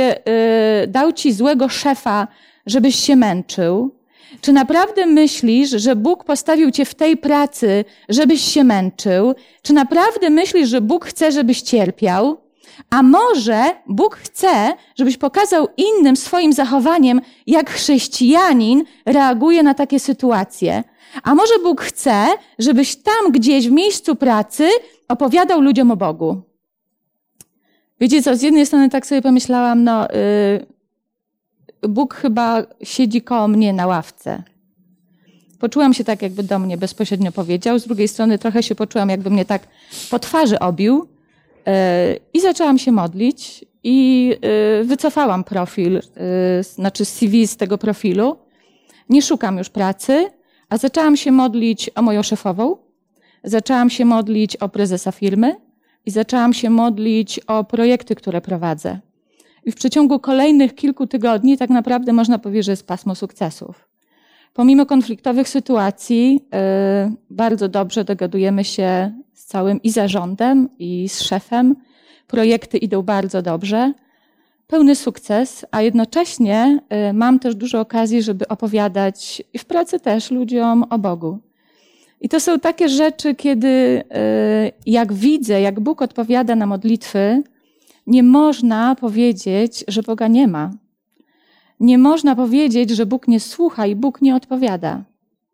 dał ci złego szefa, żebyś się męczył? Czy naprawdę myślisz, że Bóg postawił cię w tej pracy, żebyś się męczył? Czy naprawdę myślisz, że Bóg chce, żebyś cierpiał? A może Bóg chce, żebyś pokazał innym swoim zachowaniem, jak chrześcijanin reaguje na takie sytuacje? A może Bóg chce, żebyś tam gdzieś w miejscu pracy opowiadał ludziom o Bogu? Wiecie co, z jednej strony tak sobie pomyślałam, Bóg chyba siedzi koło mnie na ławce. Poczułam się tak, jakby do mnie bezpośrednio powiedział. Z drugiej strony trochę się poczułam, jakby mnie tak po twarzy obił. I zaczęłam się modlić i wycofałam profil, znaczy CV z tego profilu. Nie szukam już pracy, a zaczęłam się modlić o moją szefową, zaczęłam się modlić o prezesa firmy i zaczęłam się modlić o projekty, które prowadzę. I w przeciągu kolejnych kilku tygodni tak naprawdę można powiedzieć, że jest pasmo sukcesów. Pomimo konfliktowych sytuacji bardzo dobrze dogadujemy się z całym i zarządem, i z szefem. Projekty idą bardzo dobrze. Pełny sukces, a jednocześnie mam też dużo okazji, żeby opowiadać i w pracy też ludziom o Bogu. I to są takie rzeczy, kiedy jak widzę, jak Bóg odpowiada na modlitwy, nie można powiedzieć, że Boga nie ma. Nie można powiedzieć, że Bóg nie słucha i Bóg nie odpowiada.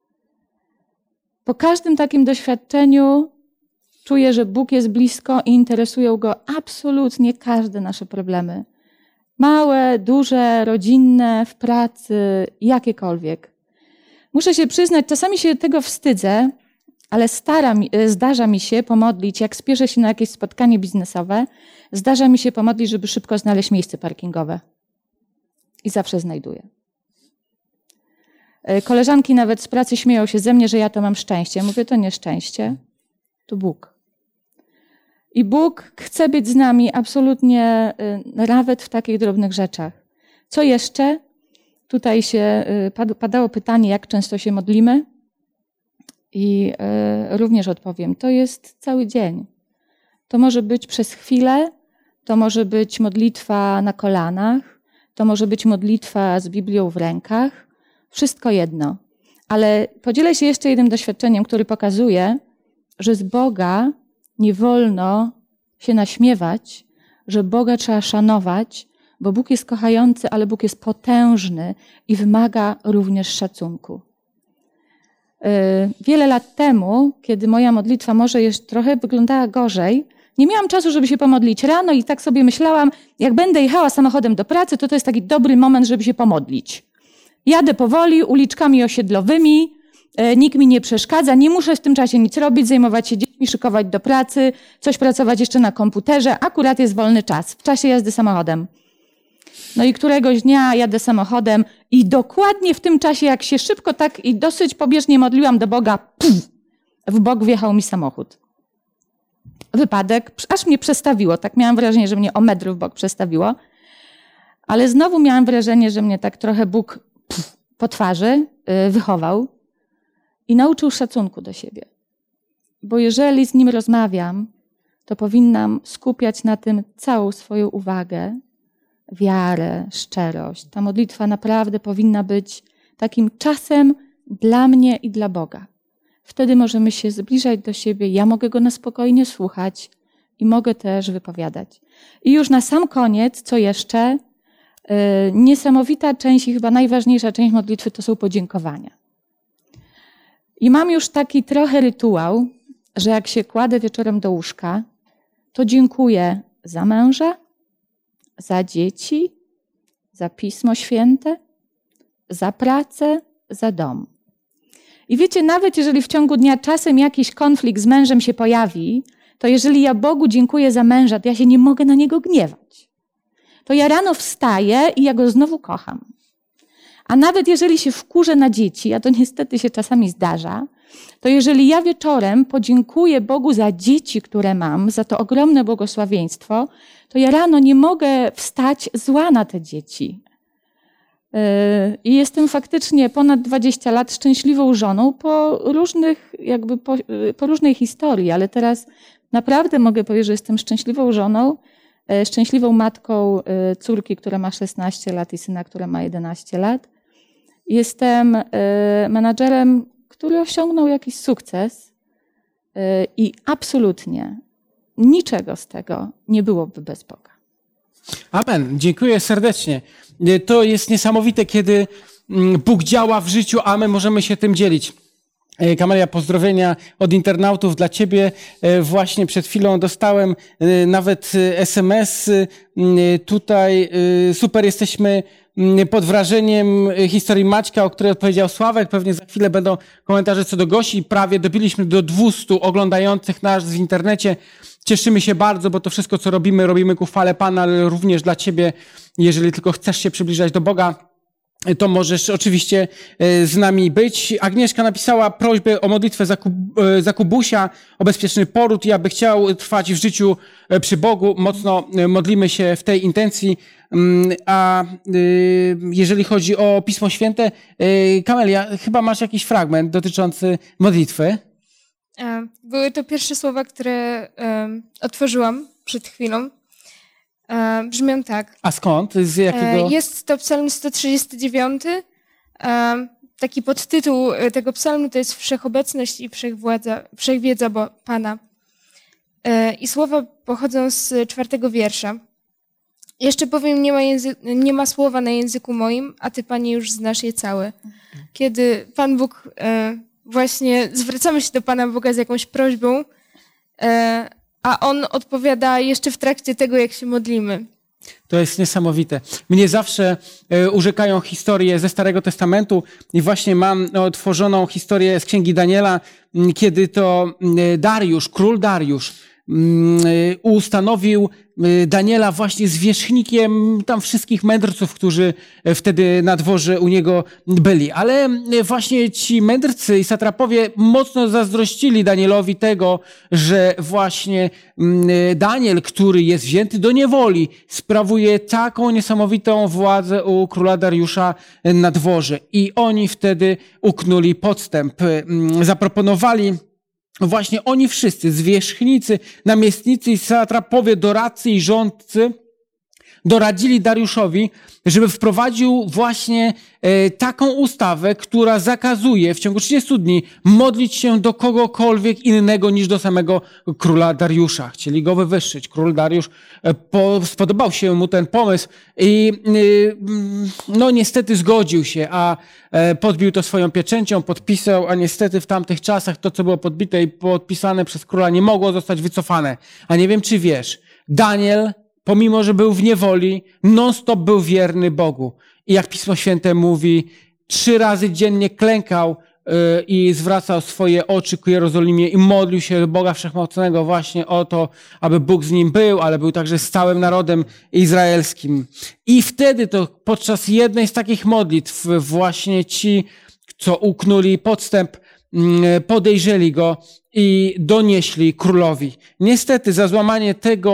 Po każdym takim doświadczeniu czuję, że Bóg jest blisko i interesują Go absolutnie każde nasze problemy. Małe, duże, rodzinne, w pracy, jakiekolwiek. Muszę się przyznać, czasami się tego wstydzę, ale zdarza mi się pomodlić, jak spieszę się na jakieś spotkanie biznesowe, zdarza mi się pomodlić, żeby szybko znaleźć miejsce parkingowe. I zawsze znajduję. Koleżanki nawet z pracy śmieją się ze mnie, że ja to mam szczęście. Mówię, to nie szczęście, to Bóg. I Bóg chce być z nami absolutnie nawet w takich drobnych rzeczach. Co jeszcze? Tutaj się padało pytanie, jak często się modlimy. I również odpowiem, to jest cały dzień. To może być przez chwilę, to może być modlitwa na kolanach, to może być modlitwa z Biblią w rękach. Wszystko jedno. Ale podzielę się jeszcze jednym doświadczeniem, który pokazuje, że z Boga nie wolno się naśmiewać, że Boga trzeba szanować, bo Bóg jest kochający, ale Bóg jest potężny i wymaga również szacunku. Wiele lat temu, kiedy moja modlitwa może jeszcze trochę wyglądała gorzej, nie miałam czasu, żeby się pomodlić rano i tak sobie myślałam, jak będę jechała samochodem do pracy, to jest taki dobry moment, żeby się pomodlić. Jadę powoli uliczkami osiedlowymi, nikt mi nie przeszkadza, nie muszę w tym czasie nic robić, zajmować się dziećmi, szykować do pracy, coś pracować jeszcze na komputerze, akurat jest wolny czas w czasie jazdy samochodem. No i któregoś dnia jadę samochodem i dokładnie w tym czasie, jak się szybko tak i dosyć pobieżnie modliłam do Boga, w bok wjechał mi samochód. Wypadek, aż mnie przestawiło, tak miałam wrażenie, że mnie o metr w bok przestawiło, ale znowu miałam wrażenie, że mnie tak trochę Bóg po twarzy wychował i nauczył szacunku do siebie. Bo jeżeli z Nim rozmawiam, to powinnam skupiać na tym całą swoją uwagę, wiarę, szczerość. Ta modlitwa naprawdę powinna być takim czasem dla mnie i dla Boga. Wtedy możemy się zbliżać do siebie, ja mogę Go na spokojnie słuchać i mogę też wypowiadać. I już na sam koniec, co jeszcze? Niesamowita część i chyba najważniejsza część modlitwy to są podziękowania. I mam już taki trochę rytuał, że jak się kładę wieczorem do łóżka, to dziękuję za męża, za dzieci, za Pismo Święte, za pracę, za dom. I wiecie, nawet jeżeli w ciągu dnia czasem jakiś konflikt z mężem się pojawi, to jeżeli ja Bogu dziękuję za męża, to ja się nie mogę na niego gniewać. To ja rano wstaję i ja go znowu kocham. A nawet jeżeli się wkurzę na dzieci, a to niestety się czasami zdarza, to jeżeli ja wieczorem podziękuję Bogu za dzieci, które mam, za to ogromne błogosławieństwo, to ja rano nie mogę wstać zła na te dzieci. I jestem faktycznie ponad 20 lat szczęśliwą żoną po różnej historii, ale teraz naprawdę mogę powiedzieć, że jestem szczęśliwą żoną, szczęśliwą matką córki, która ma 16 lat i syna, która ma 11 lat. Jestem menadżerem, który osiągnął jakiś sukces i absolutnie niczego z tego nie byłoby bez Boga. Amen. Dziękuję serdecznie. To jest niesamowite, kiedy Bóg działa w życiu, a my możemy się tym dzielić. Kamelia, pozdrowienia od internautów dla Ciebie. Właśnie przed chwilą dostałem nawet SMS. Tutaj super jesteśmy pod wrażeniem historii Maćka, o której odpowiedział Sławek. Pewnie za chwilę będą komentarze co do gości. Prawie dobiliśmy do 200 oglądających nas w internecie. cieszymy się bardzo, bo to wszystko, co robimy ku chwale Pana, ale również dla Ciebie, jeżeli tylko chcesz się przybliżać do Boga, to możesz oczywiście z nami być. Agnieszka napisała prośbę o modlitwę za Kubusia, o bezpieczny poród. Ja bym chciał trwać w życiu przy Bogu. Mocno modlimy się w tej intencji. A jeżeli chodzi o Pismo Święte, Kamelia, chyba masz jakiś fragment dotyczący modlitwy? Były to pierwsze słowa, które otworzyłam przed chwilą. Brzmią tak. A skąd? Z jakiego? Jest to psalm 139. Taki podtytuł tego psalmu to jest Wszechobecność i Wszechwiedza Pana. I słowa pochodzą z 4 wiersza. Jeszcze powiem, nie ma słowa na języku moim, a Ty, Panie, już znasz je całe. Kiedy Pan Bóg, właśnie zwracamy się do Pana Boga z jakąś prośbą, a On odpowiada jeszcze w trakcie tego, jak się modlimy. To jest niesamowite. Mnie zawsze urzekają historie ze Starego Testamentu i właśnie mam otworzoną historię z Księgi Daniela, kiedy to król Dariusz ustanowił Daniela właśnie zwierzchnikiem tam wszystkich mędrców, którzy wtedy na dworze u niego byli. Ale właśnie ci mędrcy i satrapowie mocno zazdrościli Danielowi tego, że właśnie Daniel, który jest wzięty do niewoli, sprawuje taką niesamowitą władzę u króla Dariusza na dworze. I oni wtedy uknuli podstęp. Zaproponowali właśnie oni wszyscy, zwierzchnicy, namiestnicy i satrapowie, doradcy i rządcy, doradzili Dariuszowi, żeby wprowadził właśnie taką ustawę, która zakazuje w ciągu 30 dni modlić się do kogokolwiek innego niż do samego króla Dariusza. Chcieli go wywyższyć. Król Dariusz, spodobał się mu ten pomysł i no niestety zgodził się, a podbił to swoją pieczęcią, podpisał, a niestety w tamtych czasach to, co było podbite i podpisane przez króla, nie mogło zostać wycofane. A nie wiem, czy wiesz, Daniel, pomimo że był w niewoli, non-stop był wierny Bogu. I jak Pismo Święte mówi, 3 razy dziennie klękał i zwracał swoje oczy ku Jerozolimie i modlił się do Boga Wszechmocnego właśnie o to, aby Bóg z nim był, ale był także z całym narodem izraelskim. I wtedy to podczas jednej z takich modlitw właśnie ci, co uknuli podstęp, podejrzeli go i donieśli królowi. Niestety za złamanie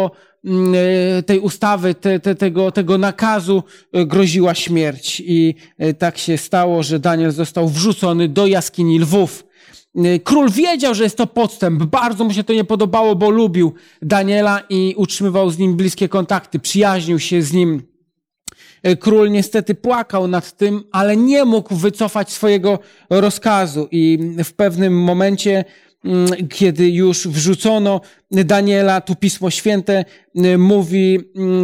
tej ustawy, tego nakazu groziła śmierć i tak się stało, że Daniel został wrzucony do jaskini lwów. Król wiedział, że jest to podstęp, bardzo mu się to nie podobało, bo lubił Daniela i utrzymywał z nim bliskie kontakty, przyjaźnił się z nim. Król niestety płakał nad tym, ale nie mógł wycofać swojego rozkazu i w pewnym momencie, kiedy już wrzucono Daniela, tu Pismo Święte mówi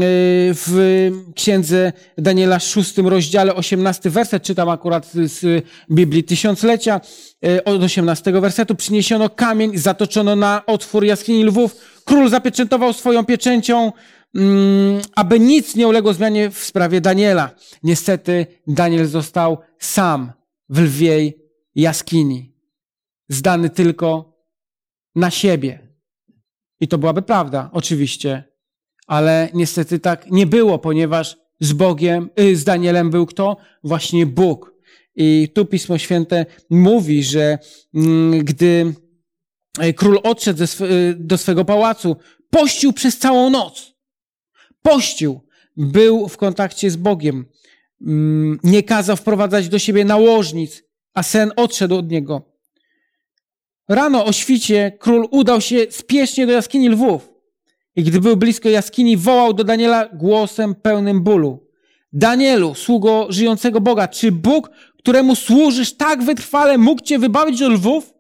w Księdze Daniela 6 rozdziale 18 werset, czytam akurat z Biblii Tysiąclecia, od 18 wersetu, przyniesiono kamień, zatoczono na otwór jaskini lwów. Król zapieczętował swoją pieczęcią, aby nic nie uległo zmianie w sprawie Daniela. Niestety Daniel został sam w lwiej jaskini, zdany tylko na siebie. I to byłaby prawda, oczywiście, ale niestety tak nie było, ponieważ z Danielem był kto? Właśnie Bóg. I tu Pismo Święte mówi, że gdy król odszedł do swego pałacu, pościł przez całą noc. Pościł. Był w kontakcie z Bogiem. Nie kazał wprowadzać do siebie nałożnic, a sen odszedł od niego. Rano o świcie król udał się spiesznie do jaskini lwów i gdy był blisko jaskini, wołał do Daniela głosem pełnym bólu. Danielu, sługo żyjącego Boga, czy Bóg, któremu służysz tak wytrwale, mógł cię wybawić od lwów?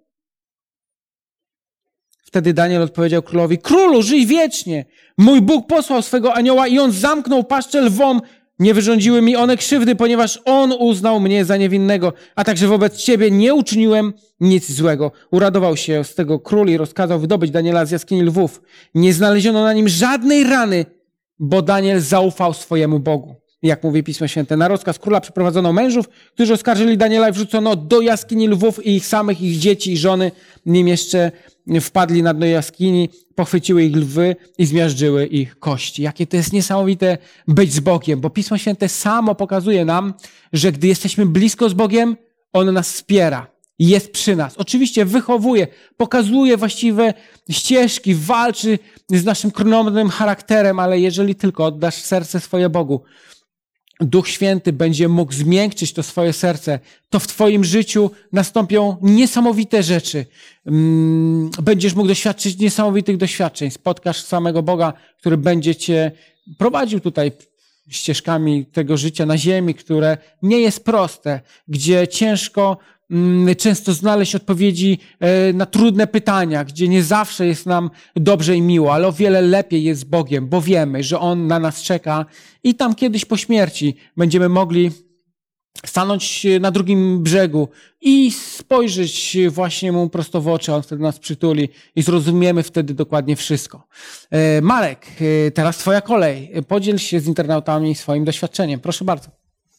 Wtedy Daniel odpowiedział królowi, królu, żyj wiecznie. Mój Bóg posłał swego anioła i on zamknął paszczę lwom. Nie wyrządziły mi one krzywdy, ponieważ on uznał mnie za niewinnego, a także wobec ciebie nie uczyniłem nic złego. Uradował się z tego król i rozkazał wydobyć Daniela z jaskini lwów. Nie znaleziono na nim żadnej rany, bo Daniel zaufał swojemu Bogu. Jak mówi Pismo Święte, na rozkaz króla przyprowadzono mężów, którzy oskarżyli Daniela i wrzucono do jaskini lwów i ich samych, ich dzieci i żony, nim jeszcze wpadli na dno jaskini, pochwyciły ich lwy i zmiażdżyły ich kości. Jakie to jest niesamowite być z Bogiem, bo Pismo Święte samo pokazuje nam, że gdy jesteśmy blisko z Bogiem, On nas wspiera. Jest przy nas. Oczywiście wychowuje, pokazuje właściwe ścieżki, walczy z naszym krnąbrnym charakterem, ale jeżeli tylko oddasz serce swoje Bogu, Duch Święty będzie mógł zmiękczyć to swoje serce, to w twoim życiu nastąpią niesamowite rzeczy. Będziesz mógł doświadczyć niesamowitych doświadczeń. Spotkasz samego Boga, który będzie cię prowadził tutaj ścieżkami tego życia na ziemi, które nie jest proste, gdzie ciężko często znaleźć odpowiedzi na trudne pytania, gdzie nie zawsze jest nam dobrze i miło, ale o wiele lepiej jest z Bogiem, bo wiemy, że On na nas czeka i tam kiedyś po śmierci będziemy mogli stanąć na drugim brzegu i spojrzeć właśnie Mu prosto w oczy, On wtedy nas przytuli i zrozumiemy wtedy dokładnie wszystko. Marek, teraz twoja kolej. Podziel się z internautami swoim doświadczeniem. Proszę bardzo.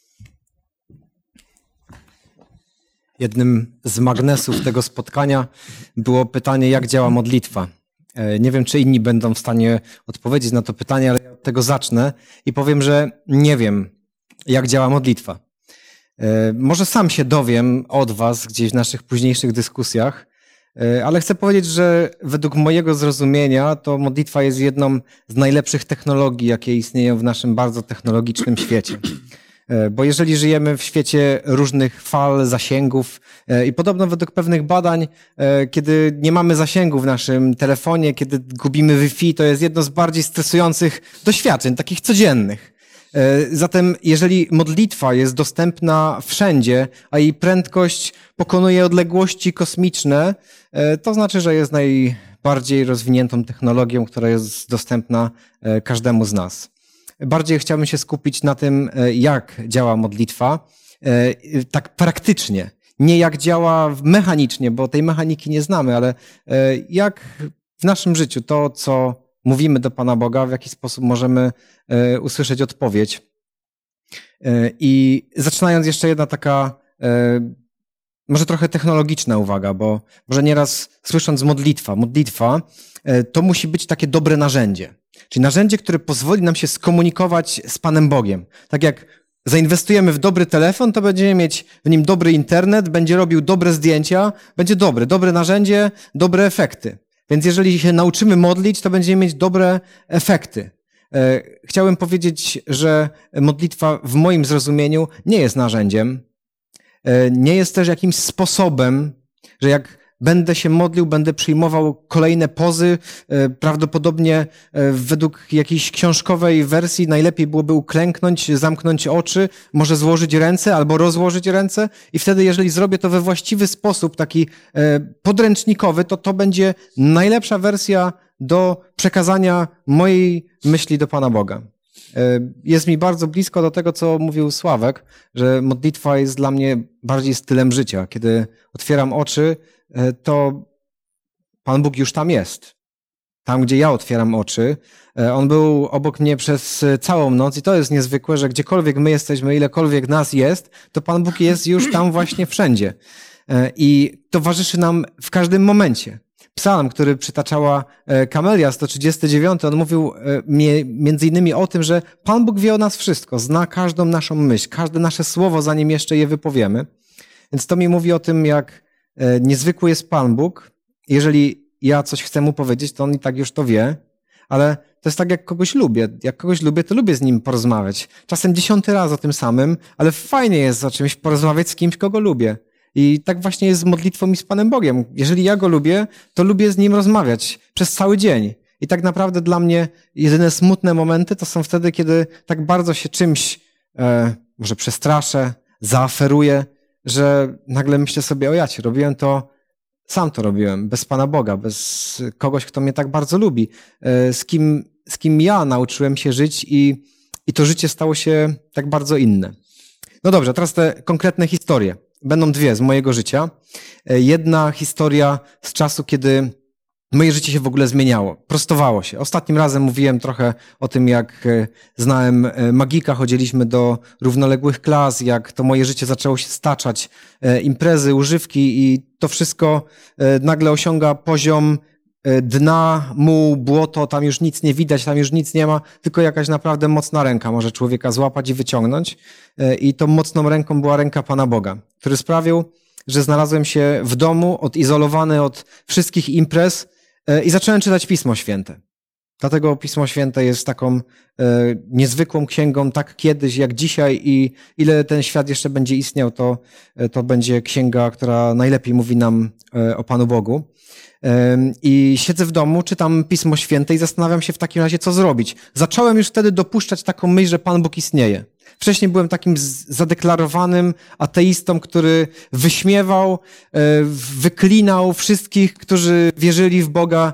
Jednym z magnesów tego spotkania było pytanie, jak działa modlitwa. Nie wiem, czy inni będą w stanie odpowiedzieć na to pytanie, ale ja od tego zacznę i powiem, że nie wiem, jak działa modlitwa. Może sam się dowiem od was gdzieś w naszych późniejszych dyskusjach, ale chcę powiedzieć, że według mojego zrozumienia to modlitwa jest jedną z najlepszych technologii, jakie istnieją w naszym bardzo technologicznym świecie. Bo jeżeli żyjemy w świecie różnych fal, zasięgów i podobno według pewnych badań, kiedy nie mamy zasięgu w naszym telefonie, kiedy gubimy Wi-Fi, to jest jedno z bardziej stresujących doświadczeń, takich codziennych. Zatem jeżeli modlitwa jest dostępna wszędzie, a jej prędkość pokonuje odległości kosmiczne, to znaczy, że jest najbardziej rozwiniętą technologią, która jest dostępna każdemu z nas. Bardziej chciałbym się skupić na tym, jak działa modlitwa, tak praktycznie. Nie jak działa mechanicznie, bo tej mechaniki nie znamy, ale jak w naszym życiu to, co mówimy do Pana Boga, w jaki sposób możemy usłyszeć odpowiedź. I zaczynając jeszcze jedna taka może trochę technologiczna uwaga, bo może nieraz słysząc modlitwa to musi być takie dobre narzędzie. Czyli narzędzie, które pozwoli nam się skomunikować z Panem Bogiem. Tak jak zainwestujemy w dobry telefon, to będziemy mieć w nim dobry internet, będzie robił dobre zdjęcia, będzie dobre narzędzie, dobre efekty. Więc jeżeli się nauczymy modlić, to będziemy mieć dobre efekty. Chciałem powiedzieć, że modlitwa w moim zrozumieniu nie jest narzędziem, nie jest też jakimś sposobem, że jak będę się modlił, będę przyjmował kolejne pozy. Prawdopodobnie według jakiejś książkowej wersji najlepiej byłoby uklęknąć, zamknąć oczy, może złożyć ręce albo rozłożyć ręce i wtedy, jeżeli zrobię to we właściwy sposób, taki podręcznikowy, to będzie najlepsza wersja do przekazania mojej myśli do Pana Boga. Jest mi bardzo blisko do tego, co mówił Sławek, że modlitwa jest dla mnie bardziej stylem życia. Kiedy otwieram oczy, to Pan Bóg już tam jest. Tam, gdzie ja otwieram oczy. On był obok mnie przez całą noc i to jest niezwykłe, że gdziekolwiek my jesteśmy, ilekolwiek nas jest, to Pan Bóg jest już tam właśnie wszędzie. I towarzyszy nam w każdym momencie. Psalm, który przytaczała Kamelia, 139, on mówił między innymi o tym, że Pan Bóg wie o nas wszystko, zna każdą naszą myśl, każde nasze słowo, zanim jeszcze je wypowiemy. Więc to mi mówi o tym, jak niezwykły jest Pan Bóg. Jeżeli ja coś chcę Mu powiedzieć, to On i tak już to wie, ale to jest tak, jak kogoś lubię. Jak kogoś lubię, to lubię z nim porozmawiać. Czasem 10 raz o tym samym, ale fajnie jest o czymś porozmawiać z kimś, kogo lubię. I tak właśnie jest z modlitwą i z Panem Bogiem. Jeżeli ja Go lubię, to lubię z Nim rozmawiać przez cały dzień. I tak naprawdę dla mnie jedyne smutne momenty to są wtedy, kiedy tak bardzo się czymś może przestraszę, zaaferuję, że nagle myślę sobie, o jacie, robiłem to, sam to robiłem, bez Pana Boga, bez kogoś, kto mnie tak bardzo lubi, z kim ja nauczyłem się żyć i to życie stało się tak bardzo inne. No dobrze, teraz te konkretne historie. Będą dwie z mojego życia. Jedna historia z czasu, kiedy moje życie się w ogóle zmieniało, prostowało się. Ostatnim razem mówiłem trochę o tym, jak znałem magika, chodziliśmy do równoległych klas, jak to moje życie zaczęło się staczać, imprezy, używki i to wszystko nagle osiąga poziom dna, muł, błoto, tam już nic nie widać, tam już nic nie ma, tylko jakaś naprawdę mocna ręka może człowieka złapać i wyciągnąć. I tą mocną ręką była ręka Pana Boga, który sprawił, że znalazłem się w domu, odizolowany od wszystkich imprez i zacząłem czytać Pismo Święte. Dlatego Pismo Święte jest taką niezwykłą księgą, tak kiedyś jak dzisiaj i ile ten świat jeszcze będzie istniał, to będzie księga, która najlepiej mówi nam o Panu Bogu. I siedzę w domu, czytam Pismo Święte i zastanawiam się w takim razie, co zrobić. Zacząłem już wtedy dopuszczać taką myśl, że Pan Bóg istnieje. Wcześniej byłem takim zadeklarowanym ateistą, który wyśmiewał, wyklinał wszystkich, którzy wierzyli w Boga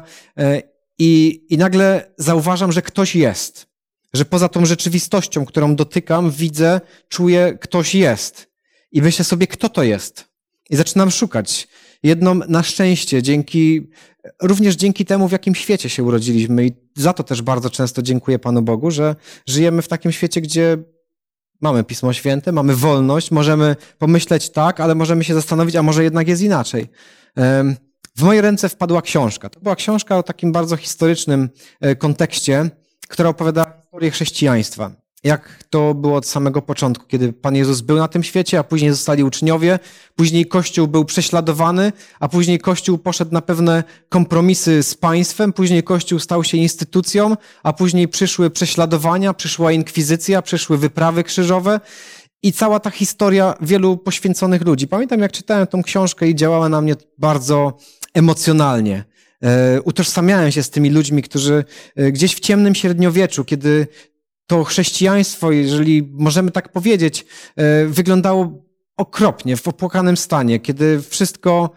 i nagle zauważam, że ktoś jest. Że poza tą rzeczywistością, którą dotykam, widzę, czuję, ktoś jest. I myślę sobie, kto to jest? I zaczynam szukać. Jedną na szczęście, również dzięki temu, w jakim świecie się urodziliśmy i za to też bardzo często dziękuję Panu Bogu, że żyjemy w takim świecie, gdzie mamy Pismo Święte, mamy wolność, możemy pomyśleć tak, ale możemy się zastanowić, a może jednak jest inaczej. W moje ręce wpadła książka. To była książka o takim bardzo historycznym kontekście, która opowiada historię chrześcijaństwa. Jak to było od samego początku, kiedy Pan Jezus był na tym świecie, a później zostali uczniowie, później Kościół był prześladowany, a później Kościół poszedł na pewne kompromisy z państwem, później Kościół stał się instytucją, a później przyszły prześladowania, przyszła inkwizycja, przyszły wyprawy krzyżowe i cała ta historia wielu poświęconych ludzi. Pamiętam, jak czytałem tą książkę i działała na mnie bardzo emocjonalnie. Utożsamiałem się z tymi ludźmi, którzy gdzieś w ciemnym średniowieczu, kiedy to chrześcijaństwo, jeżeli możemy tak powiedzieć, wyglądało okropnie, w opłakanym stanie, kiedy wszystko,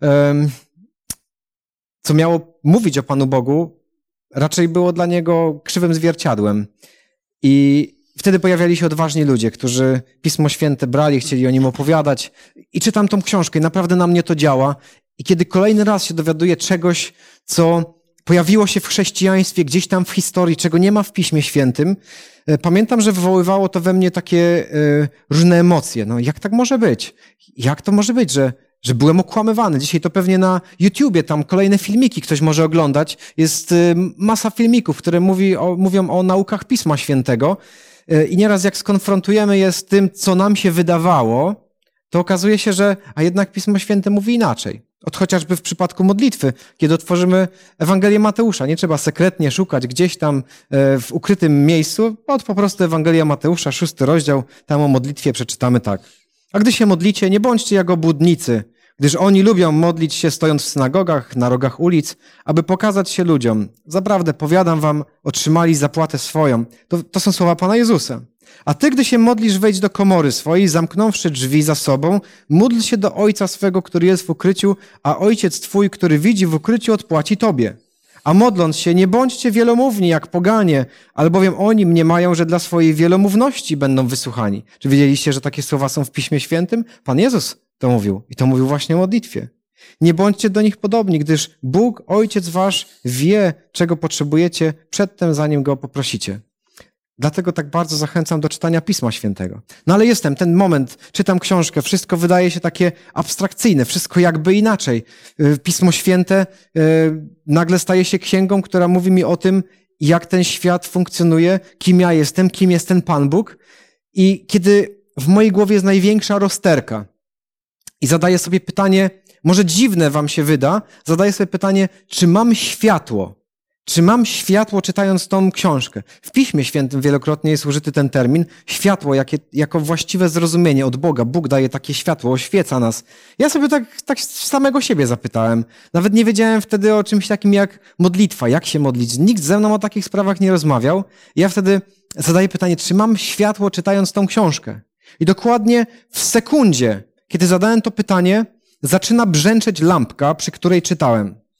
co miało mówić o Panu Bogu, raczej było dla Niego krzywym zwierciadłem. I wtedy pojawiali się odważni ludzie, którzy Pismo Święte brali, chcieli o nim opowiadać. I czytam tą książkę i naprawdę na mnie to działa. I kiedy kolejny raz się dowiaduję czegoś, co pojawiło się w chrześcijaństwie gdzieś tam w historii, czego nie ma w Piśmie Świętym, pamiętam, że wywoływało to we mnie takie różne emocje. No jak tak może być? Jak to może być, że byłem okłamywany? Dzisiaj to pewnie na YouTubie, tam kolejne filmiki ktoś może oglądać. Jest masa filmików, które mówią o naukach Pisma Świętego i nieraz jak skonfrontujemy je z tym, co nam się wydawało, to okazuje się, że a jednak Pismo Święte mówi inaczej. Chociażby w przypadku modlitwy, kiedy otworzymy Ewangelię Mateusza. Nie trzeba sekretnie szukać gdzieś tam w ukrytym miejscu, po prostu Ewangelia Mateusza, 6 rozdział, tam o modlitwie przeczytamy tak. A gdy się modlicie, nie bądźcie jak obłudnicy, gdyż oni lubią modlić się stojąc w synagogach, na rogach ulic, aby pokazać się ludziom. Zaprawdę, powiadam wam, otrzymali zapłatę swoją. To są słowa Pana Jezusa. A ty, gdy się modlisz, wejdź do komory swojej, zamknąwszy drzwi za sobą, módl się do Ojca swego, który jest w ukryciu, a Ojciec twój, który widzi w ukryciu, odpłaci tobie. A modląc się, nie bądźcie wielomówni jak poganie, albowiem oni mniemają, że dla swojej wielomówności będą wysłuchani. Czy wiedzieliście, że takie słowa są w Piśmie Świętym? Pan Jezus to mówił i to mówił właśnie o modlitwie. Nie bądźcie do nich podobni, gdyż Bóg, Ojciec wasz, wie, czego potrzebujecie przedtem, zanim Go poprosicie. Dlatego tak bardzo zachęcam do czytania Pisma Świętego. No ale ten moment, czytam książkę, wszystko wydaje się takie abstrakcyjne, wszystko jakby inaczej. Pismo Święte nagle staje się księgą, która mówi mi o tym, jak ten świat funkcjonuje, kim ja jestem, kim jest ten Pan Bóg. I kiedy w mojej głowie jest największa rozterka i zadaję sobie pytanie, może dziwne wam się wyda, zadaję sobie pytanie, czy mam światło? Czy mam światło, czytając tą książkę? W Piśmie Świętym wielokrotnie jest użyty ten termin. Światło jako właściwe zrozumienie od Boga. Bóg daje takie światło, oświeca nas. Ja sobie tak samego siebie zapytałem. Nawet nie wiedziałem wtedy o czymś takim jak modlitwa, jak się modlić. Nikt ze mną o takich sprawach nie rozmawiał. Ja wtedy zadaję pytanie, czy mam światło, czytając tą książkę? I dokładnie w sekundzie, kiedy zadałem to pytanie, zaczyna brzęczeć lampka, przy której czytałem.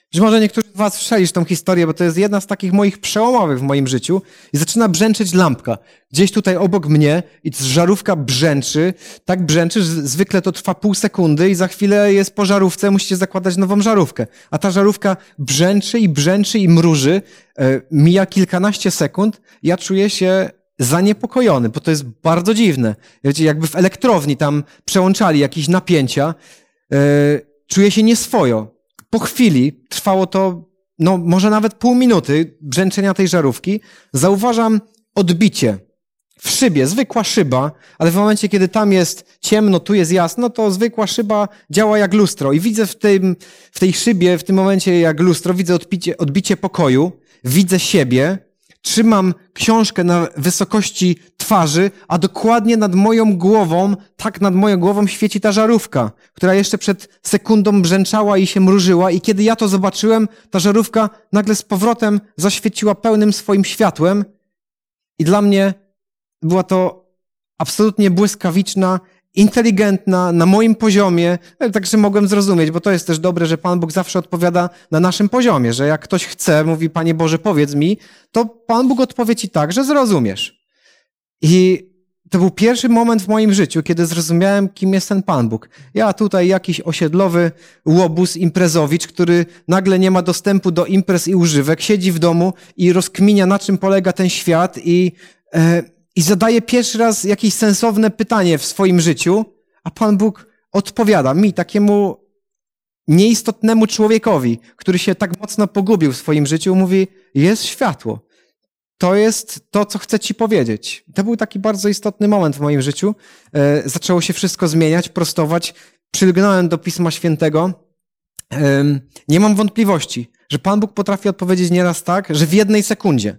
Być może niektórzy z was słyszeli tą historię, bo to jest jedna z takich moich przełomowych w moim życiu i zaczyna brzęczeć lampka. Gdzieś tutaj obok mnie i żarówka brzęczy, tak brzęczy, że zwykle to trwa pół sekundy i za chwilę jest po żarówce, musicie zakładać nową żarówkę. A ta żarówka brzęczy i mruży. Mija kilkanaście sekund, ja czuję się zaniepokojony, bo to jest bardzo dziwne. Wiecie, jakby w elektrowni tam przełączali jakieś napięcia, czuję się nieswojo. Po chwili, trwało to, no może nawet pół minuty brzęczenia tej żarówki, zauważam odbicie w szybie, zwykła szyba, ale w momencie, kiedy tam jest ciemno, tu jest jasno, to zwykła szyba działa jak lustro i widzę w tej szybie, w tym momencie jak lustro, widzę odbicie pokoju, widzę siebie, trzymam książkę na wysokości twarzy, a dokładnie nad moją głową, tak nad moją głową świeci ta żarówka, która jeszcze przed sekundą brzęczała i się mrużyła i kiedy ja to zobaczyłem, ta żarówka nagle z powrotem zaświeciła pełnym swoim światłem i dla mnie była to absolutnie błyskawiczna, inteligentna, na moim poziomie, także mogłem zrozumieć, bo to jest też dobre, że Pan Bóg zawsze odpowiada na naszym poziomie, że jak ktoś chce, mówi, Panie Boże, powiedz mi, to Pan Bóg odpowie ci tak, że zrozumiesz. I to był pierwszy moment w moim życiu, kiedy zrozumiałem, kim jest ten Pan Bóg. Ja tutaj jakiś osiedlowy łobuz, imprezowicz, który nagle nie ma dostępu do imprez i używek, siedzi w domu i rozkminia, na czym polega ten świat i zadaje pierwszy raz jakieś sensowne pytanie w swoim życiu, a Pan Bóg odpowiada mi, takiemu nieistotnemu człowiekowi, który się tak mocno pogubił w swoim życiu, mówi, jest światło. To jest to, co chcę ci powiedzieć. To był taki bardzo istotny moment w moim życiu. Zaczęło się wszystko zmieniać, prostować. Przylgnąłem do Pisma Świętego. Nie mam wątpliwości, że Pan Bóg potrafi odpowiedzieć nieraz tak, że w jednej sekundzie.